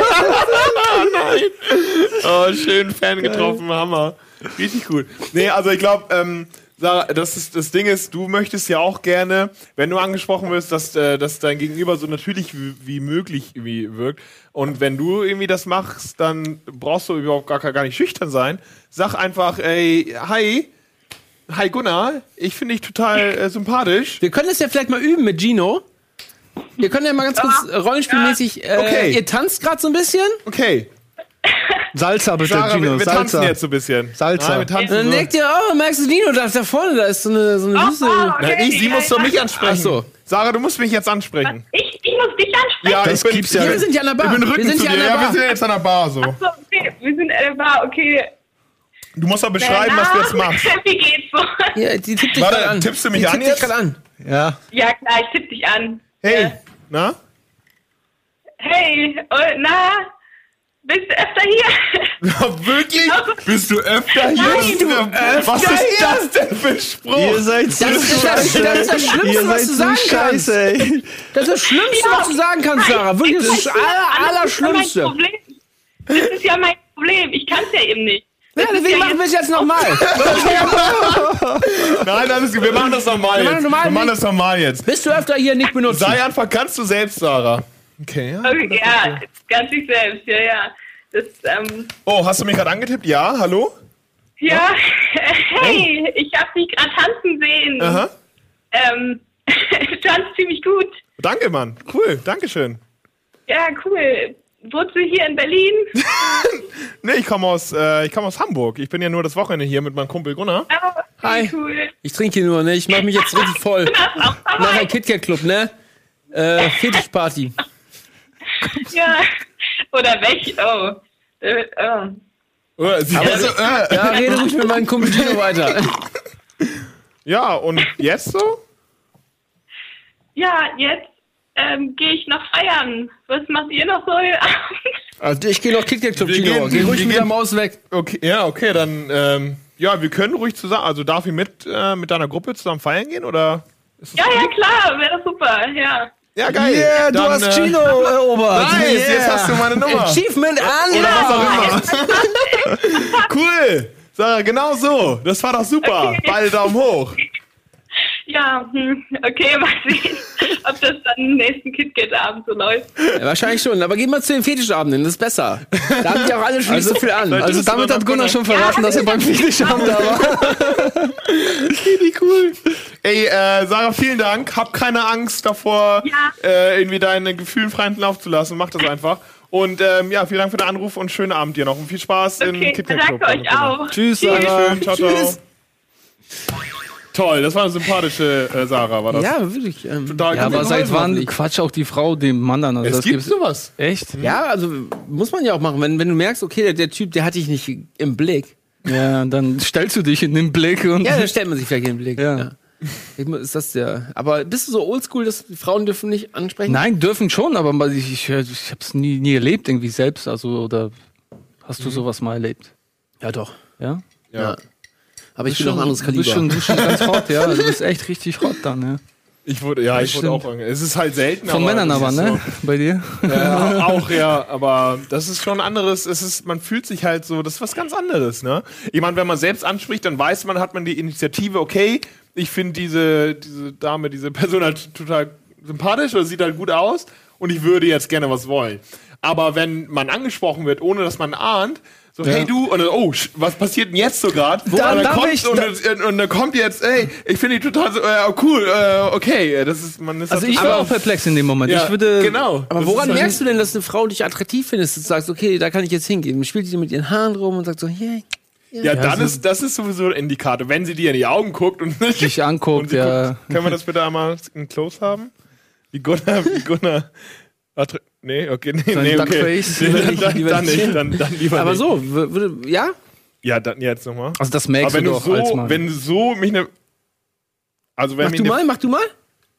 Speaker 2: Nein. Oh, schön Fan getroffen, Hammer. Richtig gut. Nee, also ich glaube, ähm, Sarah, das, ist, das Ding ist, du möchtest ja auch gerne, wenn du angesprochen wirst, dass, äh, dass dein Gegenüber so natürlich wie, wie möglich irgendwie wirkt. Und wenn du irgendwie das machst, dann brauchst du überhaupt gar, gar nicht schüchtern sein. Sag einfach, ey, hi, hi Gunnar, ich finde dich total äh, sympathisch.
Speaker 1: Wir können das ja vielleicht mal üben mit Gino. Wir können ja mal ganz kurz äh, rollenspielmäßig. Äh,
Speaker 2: Okay.
Speaker 1: Ihr tanzt gerade so ein bisschen.
Speaker 2: Okay.
Speaker 3: Salsa bitte,
Speaker 2: Sarah,
Speaker 3: Gino.
Speaker 2: wir, wir
Speaker 3: Salsa.
Speaker 2: tanzen jetzt so ein bisschen.
Speaker 3: Salsa.
Speaker 2: Nein, wir tanzen
Speaker 1: Dann
Speaker 2: so.
Speaker 1: merkt ihr, oh, merkst du Dino, da, da vorne, da ist so eine, so eine
Speaker 19: Oh,
Speaker 1: süße...
Speaker 19: oh, okay.
Speaker 2: Nein, ich, sie muss doch mich ansprechen.
Speaker 1: Ach so.
Speaker 2: Sarah, du musst mich jetzt ansprechen.
Speaker 19: Ich, ich muss dich ansprechen.
Speaker 2: Ja,
Speaker 3: Das
Speaker 2: ich bin,
Speaker 3: gibt's ja.
Speaker 1: Ja, wir sind ja an der Bar.
Speaker 2: Ich bin
Speaker 1: Wir
Speaker 2: Rücken
Speaker 1: sind
Speaker 2: zu
Speaker 1: ja
Speaker 2: dir.
Speaker 1: an der
Speaker 2: Ja, wir
Speaker 1: Bar.
Speaker 2: sind jetzt an der Bar so.
Speaker 19: So, okay, wir sind in der Bar, okay.
Speaker 2: Du musst doch beschreiben, was du jetzt machst.
Speaker 19: Wie geht's so?
Speaker 1: Ja, die tippt dich
Speaker 2: Warte,
Speaker 1: gerade an.
Speaker 2: tippst du mich
Speaker 1: die
Speaker 2: an
Speaker 1: tippt
Speaker 2: jetzt?
Speaker 1: dich gerade an.
Speaker 3: Ja.
Speaker 19: Ja, klar, ich tipp dich an.
Speaker 2: Hey, na?
Speaker 19: Hey, oh, na? Bist du öfter hier?
Speaker 2: Ja, wirklich? Bist du öfter hier?
Speaker 19: Nein,
Speaker 2: du
Speaker 19: öfter
Speaker 2: was ist
Speaker 19: hier?
Speaker 2: das denn für ein Spruch?
Speaker 3: Ihr seid
Speaker 1: Das ist das, das, ist das Schlimmste,
Speaker 3: Ihr
Speaker 1: was
Speaker 3: seid
Speaker 1: du
Speaker 3: so
Speaker 1: sagen kannst.
Speaker 3: scheiße, ey.
Speaker 1: Das ist das Schlimmste, was du sagen kannst, Sarah. Wirklich, das ist das aller, Allerschlimmste.
Speaker 19: Das ist ja mein Problem. Das ist ja mein Problem. Ich kann's ja eben nicht.
Speaker 1: Ja, deswegen machen wir es jetzt nochmal.
Speaker 2: Nein, alles gut. Wir machen das nochmal
Speaker 1: Wir machen
Speaker 2: jetzt.
Speaker 1: normal
Speaker 2: Wir machen
Speaker 1: nicht.
Speaker 2: das nochmal jetzt.
Speaker 1: Bist du öfter hier nicht benutzt?
Speaker 2: Sei einfach, kannst du selbst, Sarah. Okay, ja.
Speaker 19: Okay, ja, ganz ich selbst, ja, ja. Das, ähm,
Speaker 2: Oh, hast du mich gerade angetippt? Ja, hallo?
Speaker 19: ja, hey, ich hab dich gerade tanzen sehen.
Speaker 2: Aha.
Speaker 19: Ähm, du tanzt ziemlich gut.
Speaker 2: Danke, Mann. Cool, dankeschön.
Speaker 19: Ja, cool. Wohnst du hier in Berlin?
Speaker 2: Nee, ich komme aus, äh, ich komm aus Hamburg. Ich bin ja nur das Wochenende hier mit meinem Kumpel Gunnar.
Speaker 19: Oh,
Speaker 1: Hi.
Speaker 19: cool.
Speaker 1: Ich trinke hier nur, ne? Ich mach mich jetzt richtig voll. Nachher KitKat Club, ne? Äh, Fetischparty.
Speaker 19: Ja, oder welch, oh. Äh, oh.
Speaker 2: Äh, sie-
Speaker 1: Aber-
Speaker 2: also, äh.
Speaker 1: Ja, rede ruhig mit meinem Kumpel Gino weiter.
Speaker 2: Ja, und jetzt so?
Speaker 19: Ja, jetzt ähm, gehe ich noch feiern. Was macht ihr noch so heute Abend?
Speaker 1: Also ich gehe noch KitKat Club,
Speaker 2: Wir
Speaker 1: Gino.
Speaker 2: gehen-
Speaker 1: Geh ruhig
Speaker 2: wir
Speaker 1: mit der
Speaker 2: gehen-
Speaker 1: Maus weg.
Speaker 2: Okay, ja, okay, dann, ähm, ja, wir können ruhig zusammen, also darf ich mit, äh, mit deiner Gruppe zusammen feiern gehen, oder? Ist das
Speaker 19: Ja, ja,
Speaker 2: okay?
Speaker 19: klar, wäre super, ja.
Speaker 2: Ja, geil.
Speaker 1: Yeah, du
Speaker 2: Dann,
Speaker 1: hast
Speaker 2: äh,
Speaker 1: Gino erobert.
Speaker 2: Nice,
Speaker 1: Yeah.
Speaker 2: jetzt hast du meine Nummer.
Speaker 1: Achievement an.
Speaker 2: Oder was auch immer. Cool. Sarah, genau so. Das war doch super.
Speaker 19: Okay.
Speaker 2: Beide Daumen hoch.
Speaker 19: Ja, hm, okay, mal sehen, ob das dann im nächsten KitKat-Abend so läuft.
Speaker 1: Ja, wahrscheinlich schon, aber geh mal zu den Fetischabenden, das ist besser. Da haben die auch alle schon nicht so viel an.
Speaker 2: Vielleicht
Speaker 3: Also
Speaker 2: ist es
Speaker 3: damit
Speaker 2: aber
Speaker 3: hat Gunnar
Speaker 2: Gunnar.
Speaker 3: schon verraten, dass er beim Fetischabend da war.
Speaker 2: Wie cool. Ey, äh, Sarah, vielen Dank. Hab keine Angst davor,
Speaker 19: Ja.
Speaker 2: äh, irgendwie deine Gefühle freien Lauf zu lassen. Mach das einfach. Und ähm, ja, vielen Dank für den Anruf und schönen Abend dir noch. Und viel Spaß im
Speaker 19: Okay,
Speaker 2: KitKat Club.
Speaker 19: danke euch auch.
Speaker 3: Tschüss,
Speaker 19: Tschüss.
Speaker 3: Sarah.
Speaker 2: Schön, ciao, ciao. Toll, das war eine sympathische äh, Sarah, war das?
Speaker 1: Ja, wirklich. Ähm,
Speaker 2: Total
Speaker 3: Ja,
Speaker 2: gut.
Speaker 3: aber seit wann
Speaker 1: hoffentlich.
Speaker 3: quatscht auch die Frau dem Mann an? Also
Speaker 2: Es
Speaker 3: das
Speaker 2: gibt
Speaker 3: gibt's-
Speaker 2: sowas.
Speaker 3: Echt?
Speaker 1: Ja, also muss man ja auch machen. Wenn, wenn du merkst, okay, der, der Typ, der hat dich nicht im Blick.
Speaker 3: Ja, dann stellst du dich in den Blick und.
Speaker 1: Ja, dann stellt man sich vielleicht in den Blick.
Speaker 3: Ja.
Speaker 1: Ja. Ich mu- Ist das der. Aber bist du so oldschool, dass die Frauen dürfen nicht ansprechen?
Speaker 3: Nein, dürfen schon, aber mal- ich, ich, ich hab's nie, nie erlebt irgendwie selbst. Also, oder hast du sowas mal erlebt?
Speaker 1: Ja, doch.
Speaker 3: Ja?
Speaker 1: Ja. Aber ich
Speaker 3: Du
Speaker 1: bin
Speaker 3: bist
Speaker 1: noch ein anderes
Speaker 3: schon-
Speaker 1: Kaliber.
Speaker 3: Du bist schon, du bist schon ganz hot, ja. Du bist echt richtig hot dann, ja.
Speaker 2: Ich wurde, ja, ich wurde
Speaker 3: Stimmt.
Speaker 2: auch. Es ist halt selten.
Speaker 3: Von Männern
Speaker 2: das
Speaker 3: aber,
Speaker 2: ist
Speaker 3: ne? Bei dir?
Speaker 2: Ja, auch, ja, aber das ist schon anderes. Es ist, man fühlt sich halt so, das ist was ganz anderes, ne? Ich meine, wenn man selbst anspricht, dann weiß man, hat man die Initiative, okay, ich finde diese, diese Dame, diese Person halt total sympathisch oder sieht halt gut aus und ich würde jetzt gerne was wollen. Aber wenn man angesprochen wird, ohne dass man ahnt, so,
Speaker 3: Ja.
Speaker 2: hey du, und dann, oh, sch- was passiert denn jetzt so gerade? Und,
Speaker 3: Dann
Speaker 2: dann
Speaker 3: darf
Speaker 2: kommt,
Speaker 3: ich-
Speaker 2: und, und, und dann kommt jetzt, ey, ich finde die total so, äh, cool, äh, okay, das ist, man ist
Speaker 3: Also
Speaker 2: halt
Speaker 3: ich
Speaker 2: total-
Speaker 3: war auch perplex in dem Moment.
Speaker 2: Ja,
Speaker 3: Ich würde.
Speaker 2: genau.
Speaker 1: Aber
Speaker 2: Das
Speaker 1: woran
Speaker 2: ist halt-
Speaker 1: merkst du denn, dass eine Frau dich attraktiv findest? Dass du sagst, okay, da kann ich jetzt hingehen. Spielt die mit ihren Haaren rum und sagt so, hey.
Speaker 2: Ja, dann
Speaker 3: so-
Speaker 2: ist das ist sowieso ein Indikator, wenn sie dir in die Augen guckt und nicht
Speaker 3: Dich anguckt,
Speaker 2: und sie
Speaker 3: ja.
Speaker 2: guckt. Können wir das bitte einmal in Close haben? Wie Gunnar, wie Gunnar. Attra- Nee, okay, nee,
Speaker 3: Sein
Speaker 2: nee, okay.
Speaker 3: Duckface.
Speaker 2: Nee, dann, dann,
Speaker 1: Lieber
Speaker 2: dann
Speaker 1: nicht.
Speaker 2: nicht, dann, dann lieber
Speaker 1: Aber
Speaker 2: nicht.
Speaker 1: so, w- würde, ja?
Speaker 2: Ja, dann jetzt nochmal.
Speaker 3: Also das merkst
Speaker 2: Aber wenn
Speaker 3: du
Speaker 2: du
Speaker 3: doch als
Speaker 2: so,
Speaker 3: Mann.
Speaker 2: wenn du so mich ne, also wenn
Speaker 1: Mach
Speaker 2: mich
Speaker 1: du
Speaker 2: ne,
Speaker 1: mal, mach du mal.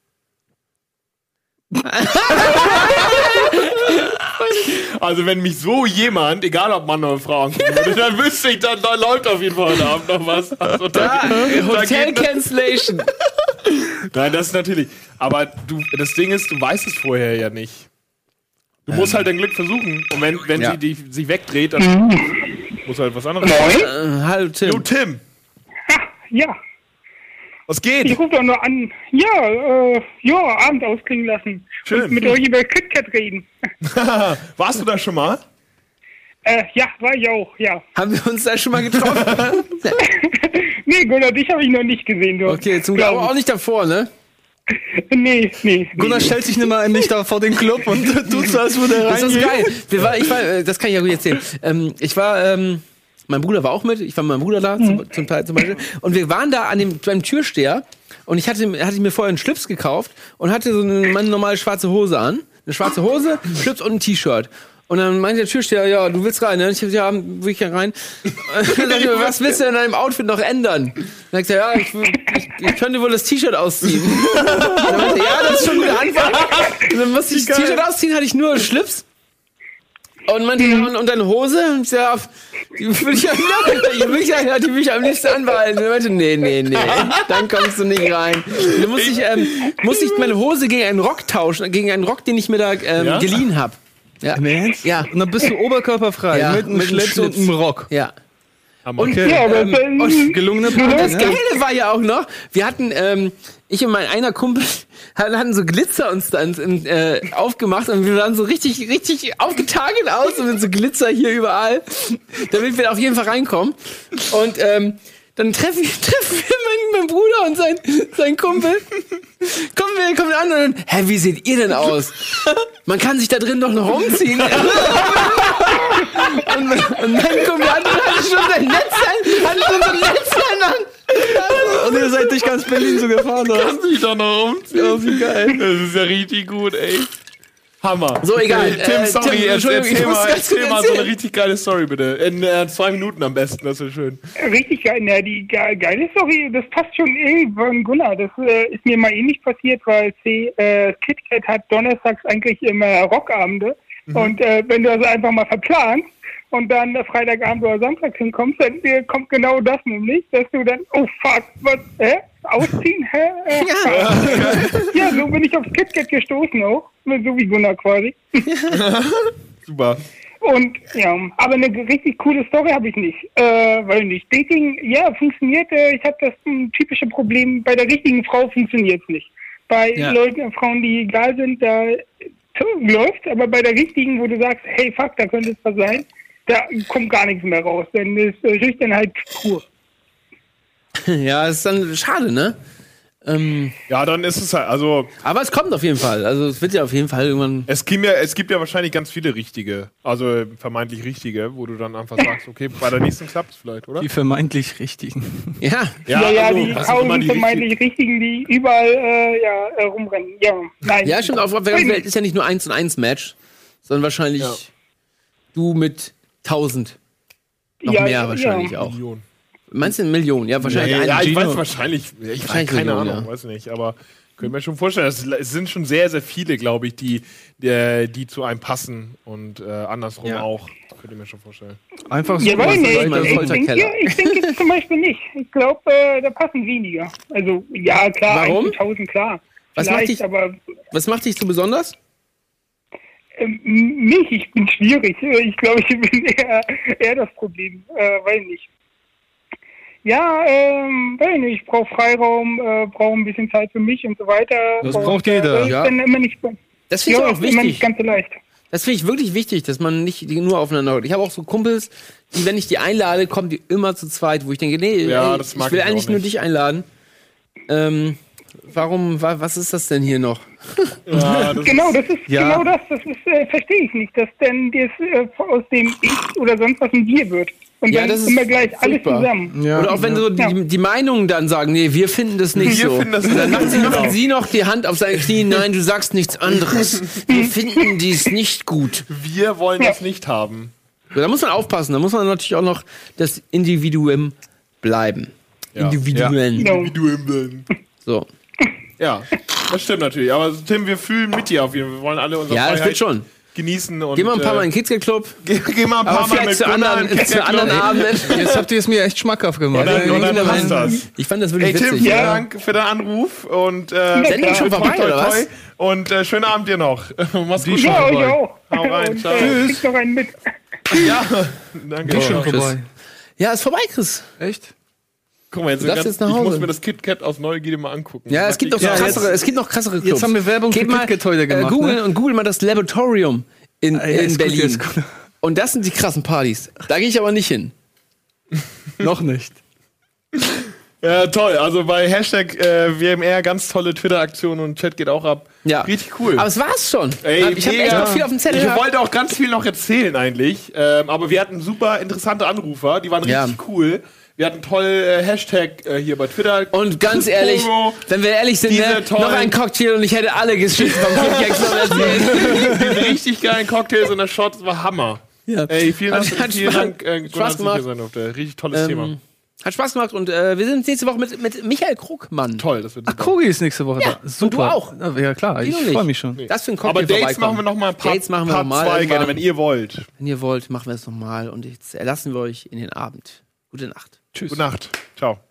Speaker 2: also wenn mich so jemand, egal ob Mann oder Frau, angucken würde, dann wüsste ich, dann, da läuft auf jeden Fall heute Abend noch was. Also,
Speaker 1: Da,
Speaker 2: da
Speaker 1: Hotel
Speaker 2: geht das-
Speaker 1: Cancellation.
Speaker 2: Nein, das ist natürlich. Aber du, das Ding ist, du weißt es vorher ja nicht. Du musst halt dein Glück versuchen. Und wenn, wenn
Speaker 1: Ja.
Speaker 2: sie die, sich wegdreht, dann muss halt was anderes machen.
Speaker 1: Äh, hallo Tim.
Speaker 2: Jo, Tim,
Speaker 18: Ja,
Speaker 2: was
Speaker 18: ich
Speaker 2: geht?
Speaker 18: rufe doch nur an. Ja, äh, ja, Abend ausklingen lassen.
Speaker 2: Schön.
Speaker 18: Und mit euch über KitKat reden.
Speaker 2: Warst du da schon mal?
Speaker 18: Äh, ja, war ich auch, ja.
Speaker 1: Haben wir uns da schon mal getroffen?
Speaker 18: Nee, Gunnar, dich habe ich noch nicht gesehen. Du.
Speaker 1: Okay, zum Glauben auch nicht davor, ne?
Speaker 20: Nee, nee.
Speaker 3: Gunnar
Speaker 20: nee.
Speaker 3: stellt sich nicht mal nicht da vor den Club und tut so, als würde er
Speaker 1: Das ist
Speaker 3: reingehen.
Speaker 1: geil. Wir war, ich war, äh, das kann ich ja gut erzählen. Ähm, ich war, ähm, mein Bruder war auch mit. Ich war mit meinem Bruder da, zum, zum Teil zum Beispiel. Und wir waren da an dem, beim Türsteher. Und ich hatte, hatte mir vorher einen Schlips gekauft und hatte so eine, meine normale schwarze Hose an. Eine schwarze Hose, Schlips und ein T-Shirt. Und dann meinte der Türsteher, ja, du willst rein, ne? Ich hab, ja, will ich ja rein. Und dann dachte ich mir, was willst du in deinem Outfit noch ändern? Dann sagt er, ja, ich, ich, ich könnte wohl das T-Shirt ausziehen. Und dann meinte er, ja, das ist schon ein guter Anfang. Und dann musste ich das T-Shirt ausziehen, hatte ich nur Schlips. Und meinte, ja, und, und deine Hose? Und ich ja, die will ich ja, die will ich ja, die will ich am liebsten anbehalten. Und er meinte, nee, nee, nee, dann kommst du nicht rein. Und dann musste ich, ähm, musste ich meine Hose gegen einen Rock tauschen, gegen einen Rock, den ich mir da ähm,
Speaker 3: Ja?
Speaker 1: geliehen habe. Ja.
Speaker 3: Ja. Und dann bist du oberkörperfrei
Speaker 1: Ja,
Speaker 3: mit einem
Speaker 1: mit einem
Speaker 3: Schlips und einem Rock.
Speaker 1: Ja.
Speaker 3: Und,
Speaker 1: Okay.
Speaker 3: ja, aber
Speaker 1: Ähm,
Speaker 3: ähm, und gelungene Party,
Speaker 1: das
Speaker 3: ne?
Speaker 1: Geile war ja auch noch, wir hatten, ähm, ich und mein einer Kumpel hatten so Glitzer uns dann äh, aufgemacht und wir waren so richtig, richtig aufgetakelt aus und mit so Glitzer hier überall, damit wir auf jeden Fall reinkommen. Und ähm, dann treffen, treffen wir meinen, meinen Bruder und sein, sein Kumpel. Kommen wir, kommen wir an und dann, hä, wie seht ihr denn aus? Man kann sich da drin doch noch umziehen. und, mein- und mein Kumpel hatte, hatte schon sein Netzteil, hatte schon sein Netzteil an.
Speaker 3: Und ihr seid durch ganz Berlin so gefahren, oder?
Speaker 2: Kannst dich doch noch umziehen.
Speaker 3: Ja, wie geil.
Speaker 2: Das ist ja richtig gut, ey. Hammer.
Speaker 1: So, egal.
Speaker 2: Okay, Tim,
Speaker 1: Äh,
Speaker 2: sorry,
Speaker 1: Tim,
Speaker 2: jetzt
Speaker 1: Entschuldigung, ich
Speaker 2: erzähl,
Speaker 1: muss
Speaker 2: mal,
Speaker 1: ganz
Speaker 2: erzähl
Speaker 1: kurz
Speaker 2: mal so eine
Speaker 1: erzählen.
Speaker 2: richtig geile Story, bitte. In äh, zwei Minuten am besten, das wäre schön.
Speaker 20: Richtig geil. Na, die ge geile Story, das passt schon eh von Gunnar. Das äh, ist mir mal ähnlich passiert, weil C, äh, KitKat hat donnerstags eigentlich immer Rockabende.
Speaker 2: Mhm.
Speaker 20: Und äh, wenn du also einfach mal verplanst und dann äh, Freitagabend oder Samstag hinkommst, dann äh, kommt genau das nämlich, dass du dann, oh fuck, was, hä? Ausziehen, hä? Äh, ja. ja, so bin ich aufs KitKat gestoßen auch. So wie Gunnar quasi.
Speaker 2: Super.
Speaker 20: Und ja, aber eine richtig coole Story habe ich nicht. Äh, weil nicht. Dating, ja, funktioniert. Äh, ich habe das ein typische Problem. Bei der richtigen Frau funktioniert es nicht. Bei
Speaker 3: Ja.
Speaker 20: Leuten, Frauen, die egal sind, da äh, läuft. Aber bei der richtigen, wo du sagst, hey, fuck, da könnte es was sein, da kommt gar nichts mehr raus. Denn es äh, riecht dann halt pur.
Speaker 1: Ja, ist dann schade, ne? Ähm,
Speaker 2: ja, dann ist es halt, also.
Speaker 1: Aber es kommt auf jeden Fall. Also es wird ja auf jeden Fall irgendwann.
Speaker 2: Es gibt ja, es gibt ja wahrscheinlich ganz viele richtige, also äh, vermeintlich richtige, wo du dann einfach sagst, okay, bei der nächsten klappt es vielleicht, oder?
Speaker 3: Die vermeintlich richtigen.
Speaker 1: Ja.
Speaker 20: Ja, ja,
Speaker 2: also,
Speaker 20: die
Speaker 2: was auch immer
Speaker 20: tausend
Speaker 2: die
Speaker 20: vermeintlich Richtigen, die überall äh, ja, äh, rumrennen. Ja, nein.
Speaker 1: Ja, stimmt. Auf der ganzen Welt ist ja nicht nur eins und eins Match, sondern wahrscheinlich
Speaker 2: Ja.
Speaker 1: du mit tausend. Noch
Speaker 20: Ja,
Speaker 1: mehr
Speaker 20: ja.
Speaker 1: wahrscheinlich auch.
Speaker 2: Millionen.
Speaker 1: Meinst du eine Million? Ja, wahrscheinlich.
Speaker 2: Ja,
Speaker 1: eine
Speaker 2: ja, ich
Speaker 1: Gino.
Speaker 2: weiß wahrscheinlich, ich
Speaker 1: Wahrscheinlich
Speaker 2: weiß keine
Speaker 1: Millionen,
Speaker 2: Ahnung,
Speaker 1: ja.
Speaker 2: weiß nicht, aber können wir schon vorstellen, es, es sind schon sehr, sehr viele, glaube ich, die, die, die zu einem passen und äh, andersrum
Speaker 1: Ja.
Speaker 2: auch. Könnt ihr mir schon vorstellen.
Speaker 3: Einfach so.
Speaker 20: Ja, weiß nicht.
Speaker 1: mal
Speaker 20: Ich, ich,
Speaker 1: Folterkeller.
Speaker 20: denke, ich denke jetzt zum Beispiel nicht. Ich glaube, äh, da passen weniger. Also, ja, klar,
Speaker 1: Warum?
Speaker 20: eins zu tausend, klar.
Speaker 1: Was macht
Speaker 20: Vielleicht,
Speaker 1: dich-
Speaker 20: aber
Speaker 1: Was macht dich so besonders?
Speaker 20: ähm, mich, ich bin schwierig. Ich glaube, ich bin eher, eher das Problem. Äh, weiß nicht. Ja, ähm, weiß nicht. Ich brauche Freiraum, äh, brauche ein bisschen Zeit für mich und so weiter.
Speaker 3: Das
Speaker 20: Und,
Speaker 3: braucht
Speaker 20: äh,
Speaker 3: jeder.
Speaker 20: ist
Speaker 1: Ja.
Speaker 20: dann immer nicht,
Speaker 1: Das finde ich
Speaker 20: ja,
Speaker 1: auch
Speaker 20: ist immer
Speaker 1: wichtig.
Speaker 20: nicht ganz so leicht.
Speaker 1: Das finde ich wirklich wichtig, dass man nicht die nur aufeinander hört. Ich habe auch so Kumpels, die, wenn ich die einlade, kommen die immer zu zweit, wo ich denke, nee,
Speaker 2: Ja,
Speaker 1: ey,
Speaker 2: das mag
Speaker 1: ich will
Speaker 2: ich auch
Speaker 1: eigentlich nur
Speaker 2: nicht.
Speaker 1: dich einladen. Ähm, warum, wa, was ist das denn hier noch?
Speaker 2: Ja, das
Speaker 20: Genau, das ist
Speaker 3: Ja.
Speaker 20: genau das. Das ist, äh, verstehe ich nicht, dass denn das äh, aus dem Ich oder sonst was ein Wir wird. Und
Speaker 1: Ja,
Speaker 20: dann
Speaker 1: das ist
Speaker 20: immer gleich alles
Speaker 1: furchtbar.
Speaker 20: zusammen.
Speaker 3: Ja.
Speaker 1: Oder auch wenn so die,
Speaker 20: Ja.
Speaker 1: die Meinungen dann sagen, nee, wir finden das nicht
Speaker 2: Wir
Speaker 1: so.
Speaker 2: finden das
Speaker 1: Und dann
Speaker 2: nicht
Speaker 1: macht sie,
Speaker 2: so.
Speaker 1: macht
Speaker 2: Genau.
Speaker 1: sie noch die Hand auf seine Knie, nein, du sagst nichts anderes. Wir finden dies nicht gut.
Speaker 2: Wir wollen das nicht haben.
Speaker 1: So, da muss man aufpassen, da muss man natürlich auch noch das Individuum bleiben.
Speaker 2: Ja.
Speaker 1: Individuellen.
Speaker 20: Ja.
Speaker 2: Individuell.
Speaker 1: So.
Speaker 2: Ja, das stimmt natürlich. Aber Tim, wir fühlen mit dir auf jeden Fall. Wir wollen alle unsere
Speaker 1: Ja, das
Speaker 2: Freiheit
Speaker 1: wird schon.
Speaker 2: genießen. Und,
Speaker 1: Geh mal ein paar Mal in
Speaker 2: äh,
Speaker 1: den KidsCat-Club.
Speaker 2: Geh, geh mal ein
Speaker 1: Aber
Speaker 2: paar Mal
Speaker 1: vielleicht
Speaker 2: mit
Speaker 1: zu
Speaker 2: Gunnar
Speaker 1: anderen,
Speaker 2: in den
Speaker 1: zu anderen
Speaker 2: KidsCat-Club.
Speaker 1: Abenden.
Speaker 3: Jetzt habt ihr es mir echt schmackhaft gemacht.
Speaker 2: Und dann, und dann passt das.
Speaker 1: Ich fand das wirklich
Speaker 2: Ey, Tim,
Speaker 1: witzig.
Speaker 2: vielen
Speaker 1: Ja.
Speaker 2: Dank für deinen Anruf und äh,
Speaker 1: Sendung schon
Speaker 2: toi,
Speaker 1: vorbei,
Speaker 2: toi,
Speaker 1: oder
Speaker 2: toi.
Speaker 1: was?
Speaker 2: Und äh, schönen Abend dir noch. Mach's gut.
Speaker 20: Ja, euch auch.
Speaker 2: Hau rein,
Speaker 20: Und,
Speaker 2: ciao.
Speaker 20: äh, kriegt noch einen mit.
Speaker 2: Ja, danke.
Speaker 3: Die schon
Speaker 1: Tschüss.
Speaker 3: vorbei.
Speaker 1: Ja, ist vorbei, Chris.
Speaker 3: Echt?
Speaker 2: Guck mal, jetzt
Speaker 1: Du
Speaker 2: sind
Speaker 1: darfst
Speaker 2: ganz,
Speaker 1: jetzt nach
Speaker 2: ich muss
Speaker 1: Hause.
Speaker 2: mir das KitKat aus Neugierde mal angucken.
Speaker 1: Ja, es gibt noch so
Speaker 3: Ja,
Speaker 1: krassere,
Speaker 3: jetzt-
Speaker 1: es gibt noch krassere Clubs.
Speaker 3: Jetzt haben wir Werbung für
Speaker 1: Geht mal,
Speaker 3: KitKat heute gemacht,
Speaker 1: Äh, Google
Speaker 3: ne?
Speaker 1: und Google mal das Laboratorium in,
Speaker 3: Ah, ja,
Speaker 1: in
Speaker 3: ist gut,
Speaker 1: Berlin.
Speaker 3: ist gut.
Speaker 1: Und das sind die krassen Partys. Da gehe ich aber nicht hin.
Speaker 3: Noch nicht.
Speaker 2: Ja, toll. Also bei Hashtag äh, W M R ganz tolle Twitter-Aktion und Chat geht auch ab.
Speaker 1: Ja.
Speaker 2: Richtig cool.
Speaker 1: Aber es war's schon.
Speaker 2: Ey,
Speaker 1: ich habe
Speaker 2: mega.
Speaker 1: echt noch viel auf dem Zettel
Speaker 2: Ich
Speaker 1: gehabt.
Speaker 2: wollte auch ganz viel noch erzählen eigentlich. Ähm, aber wir hatten super interessante Anrufer. Die waren
Speaker 1: Ja.
Speaker 2: richtig cool. Wir hatten toll äh, Hashtag äh, hier bei Twitter.
Speaker 1: Und ganz ehrlich, wenn wir ehrlich sind, ne, noch ein Cocktail und ich hätte alle Geschichten vom Kickjacks noch erzählt.
Speaker 2: Diese richtig geilen Cocktails und der Shot, das war Hammer.
Speaker 1: Ja.
Speaker 2: Ey, vielen Dank,
Speaker 1: Hat- hat
Speaker 2: vielen
Speaker 1: Spaß-
Speaker 2: Dank äh,
Speaker 1: Spaß
Speaker 2: dass ich hier
Speaker 1: gemacht.
Speaker 2: sein durfte. Richtig tolles
Speaker 1: Ähm,
Speaker 2: Thema.
Speaker 1: Hat Spaß gemacht und äh, wir sind nächste Woche mit, mit Michael Krugmann.
Speaker 2: Toll, das wird
Speaker 3: Ach, Kogi ist nächste Woche
Speaker 1: Ja,
Speaker 3: da.
Speaker 1: und
Speaker 3: Super.
Speaker 1: du auch.
Speaker 3: Ja, klar,
Speaker 1: Wie
Speaker 3: ich
Speaker 1: du nicht.
Speaker 3: freue mich schon.
Speaker 1: Das für ein Cocktail
Speaker 2: Aber Dates
Speaker 1: vorbeikommen.
Speaker 2: machen wir noch mal Part-
Speaker 1: Dates machen wir
Speaker 2: Part
Speaker 1: noch mal
Speaker 2: zwei
Speaker 1: irgendwann.
Speaker 2: gerne, wenn ihr wollt.
Speaker 1: Wenn ihr wollt, machen wir es nochmal und jetzt erlassen wir euch in den Abend. Gute Nacht.
Speaker 2: Tschüss. Gute Nacht. Ciao.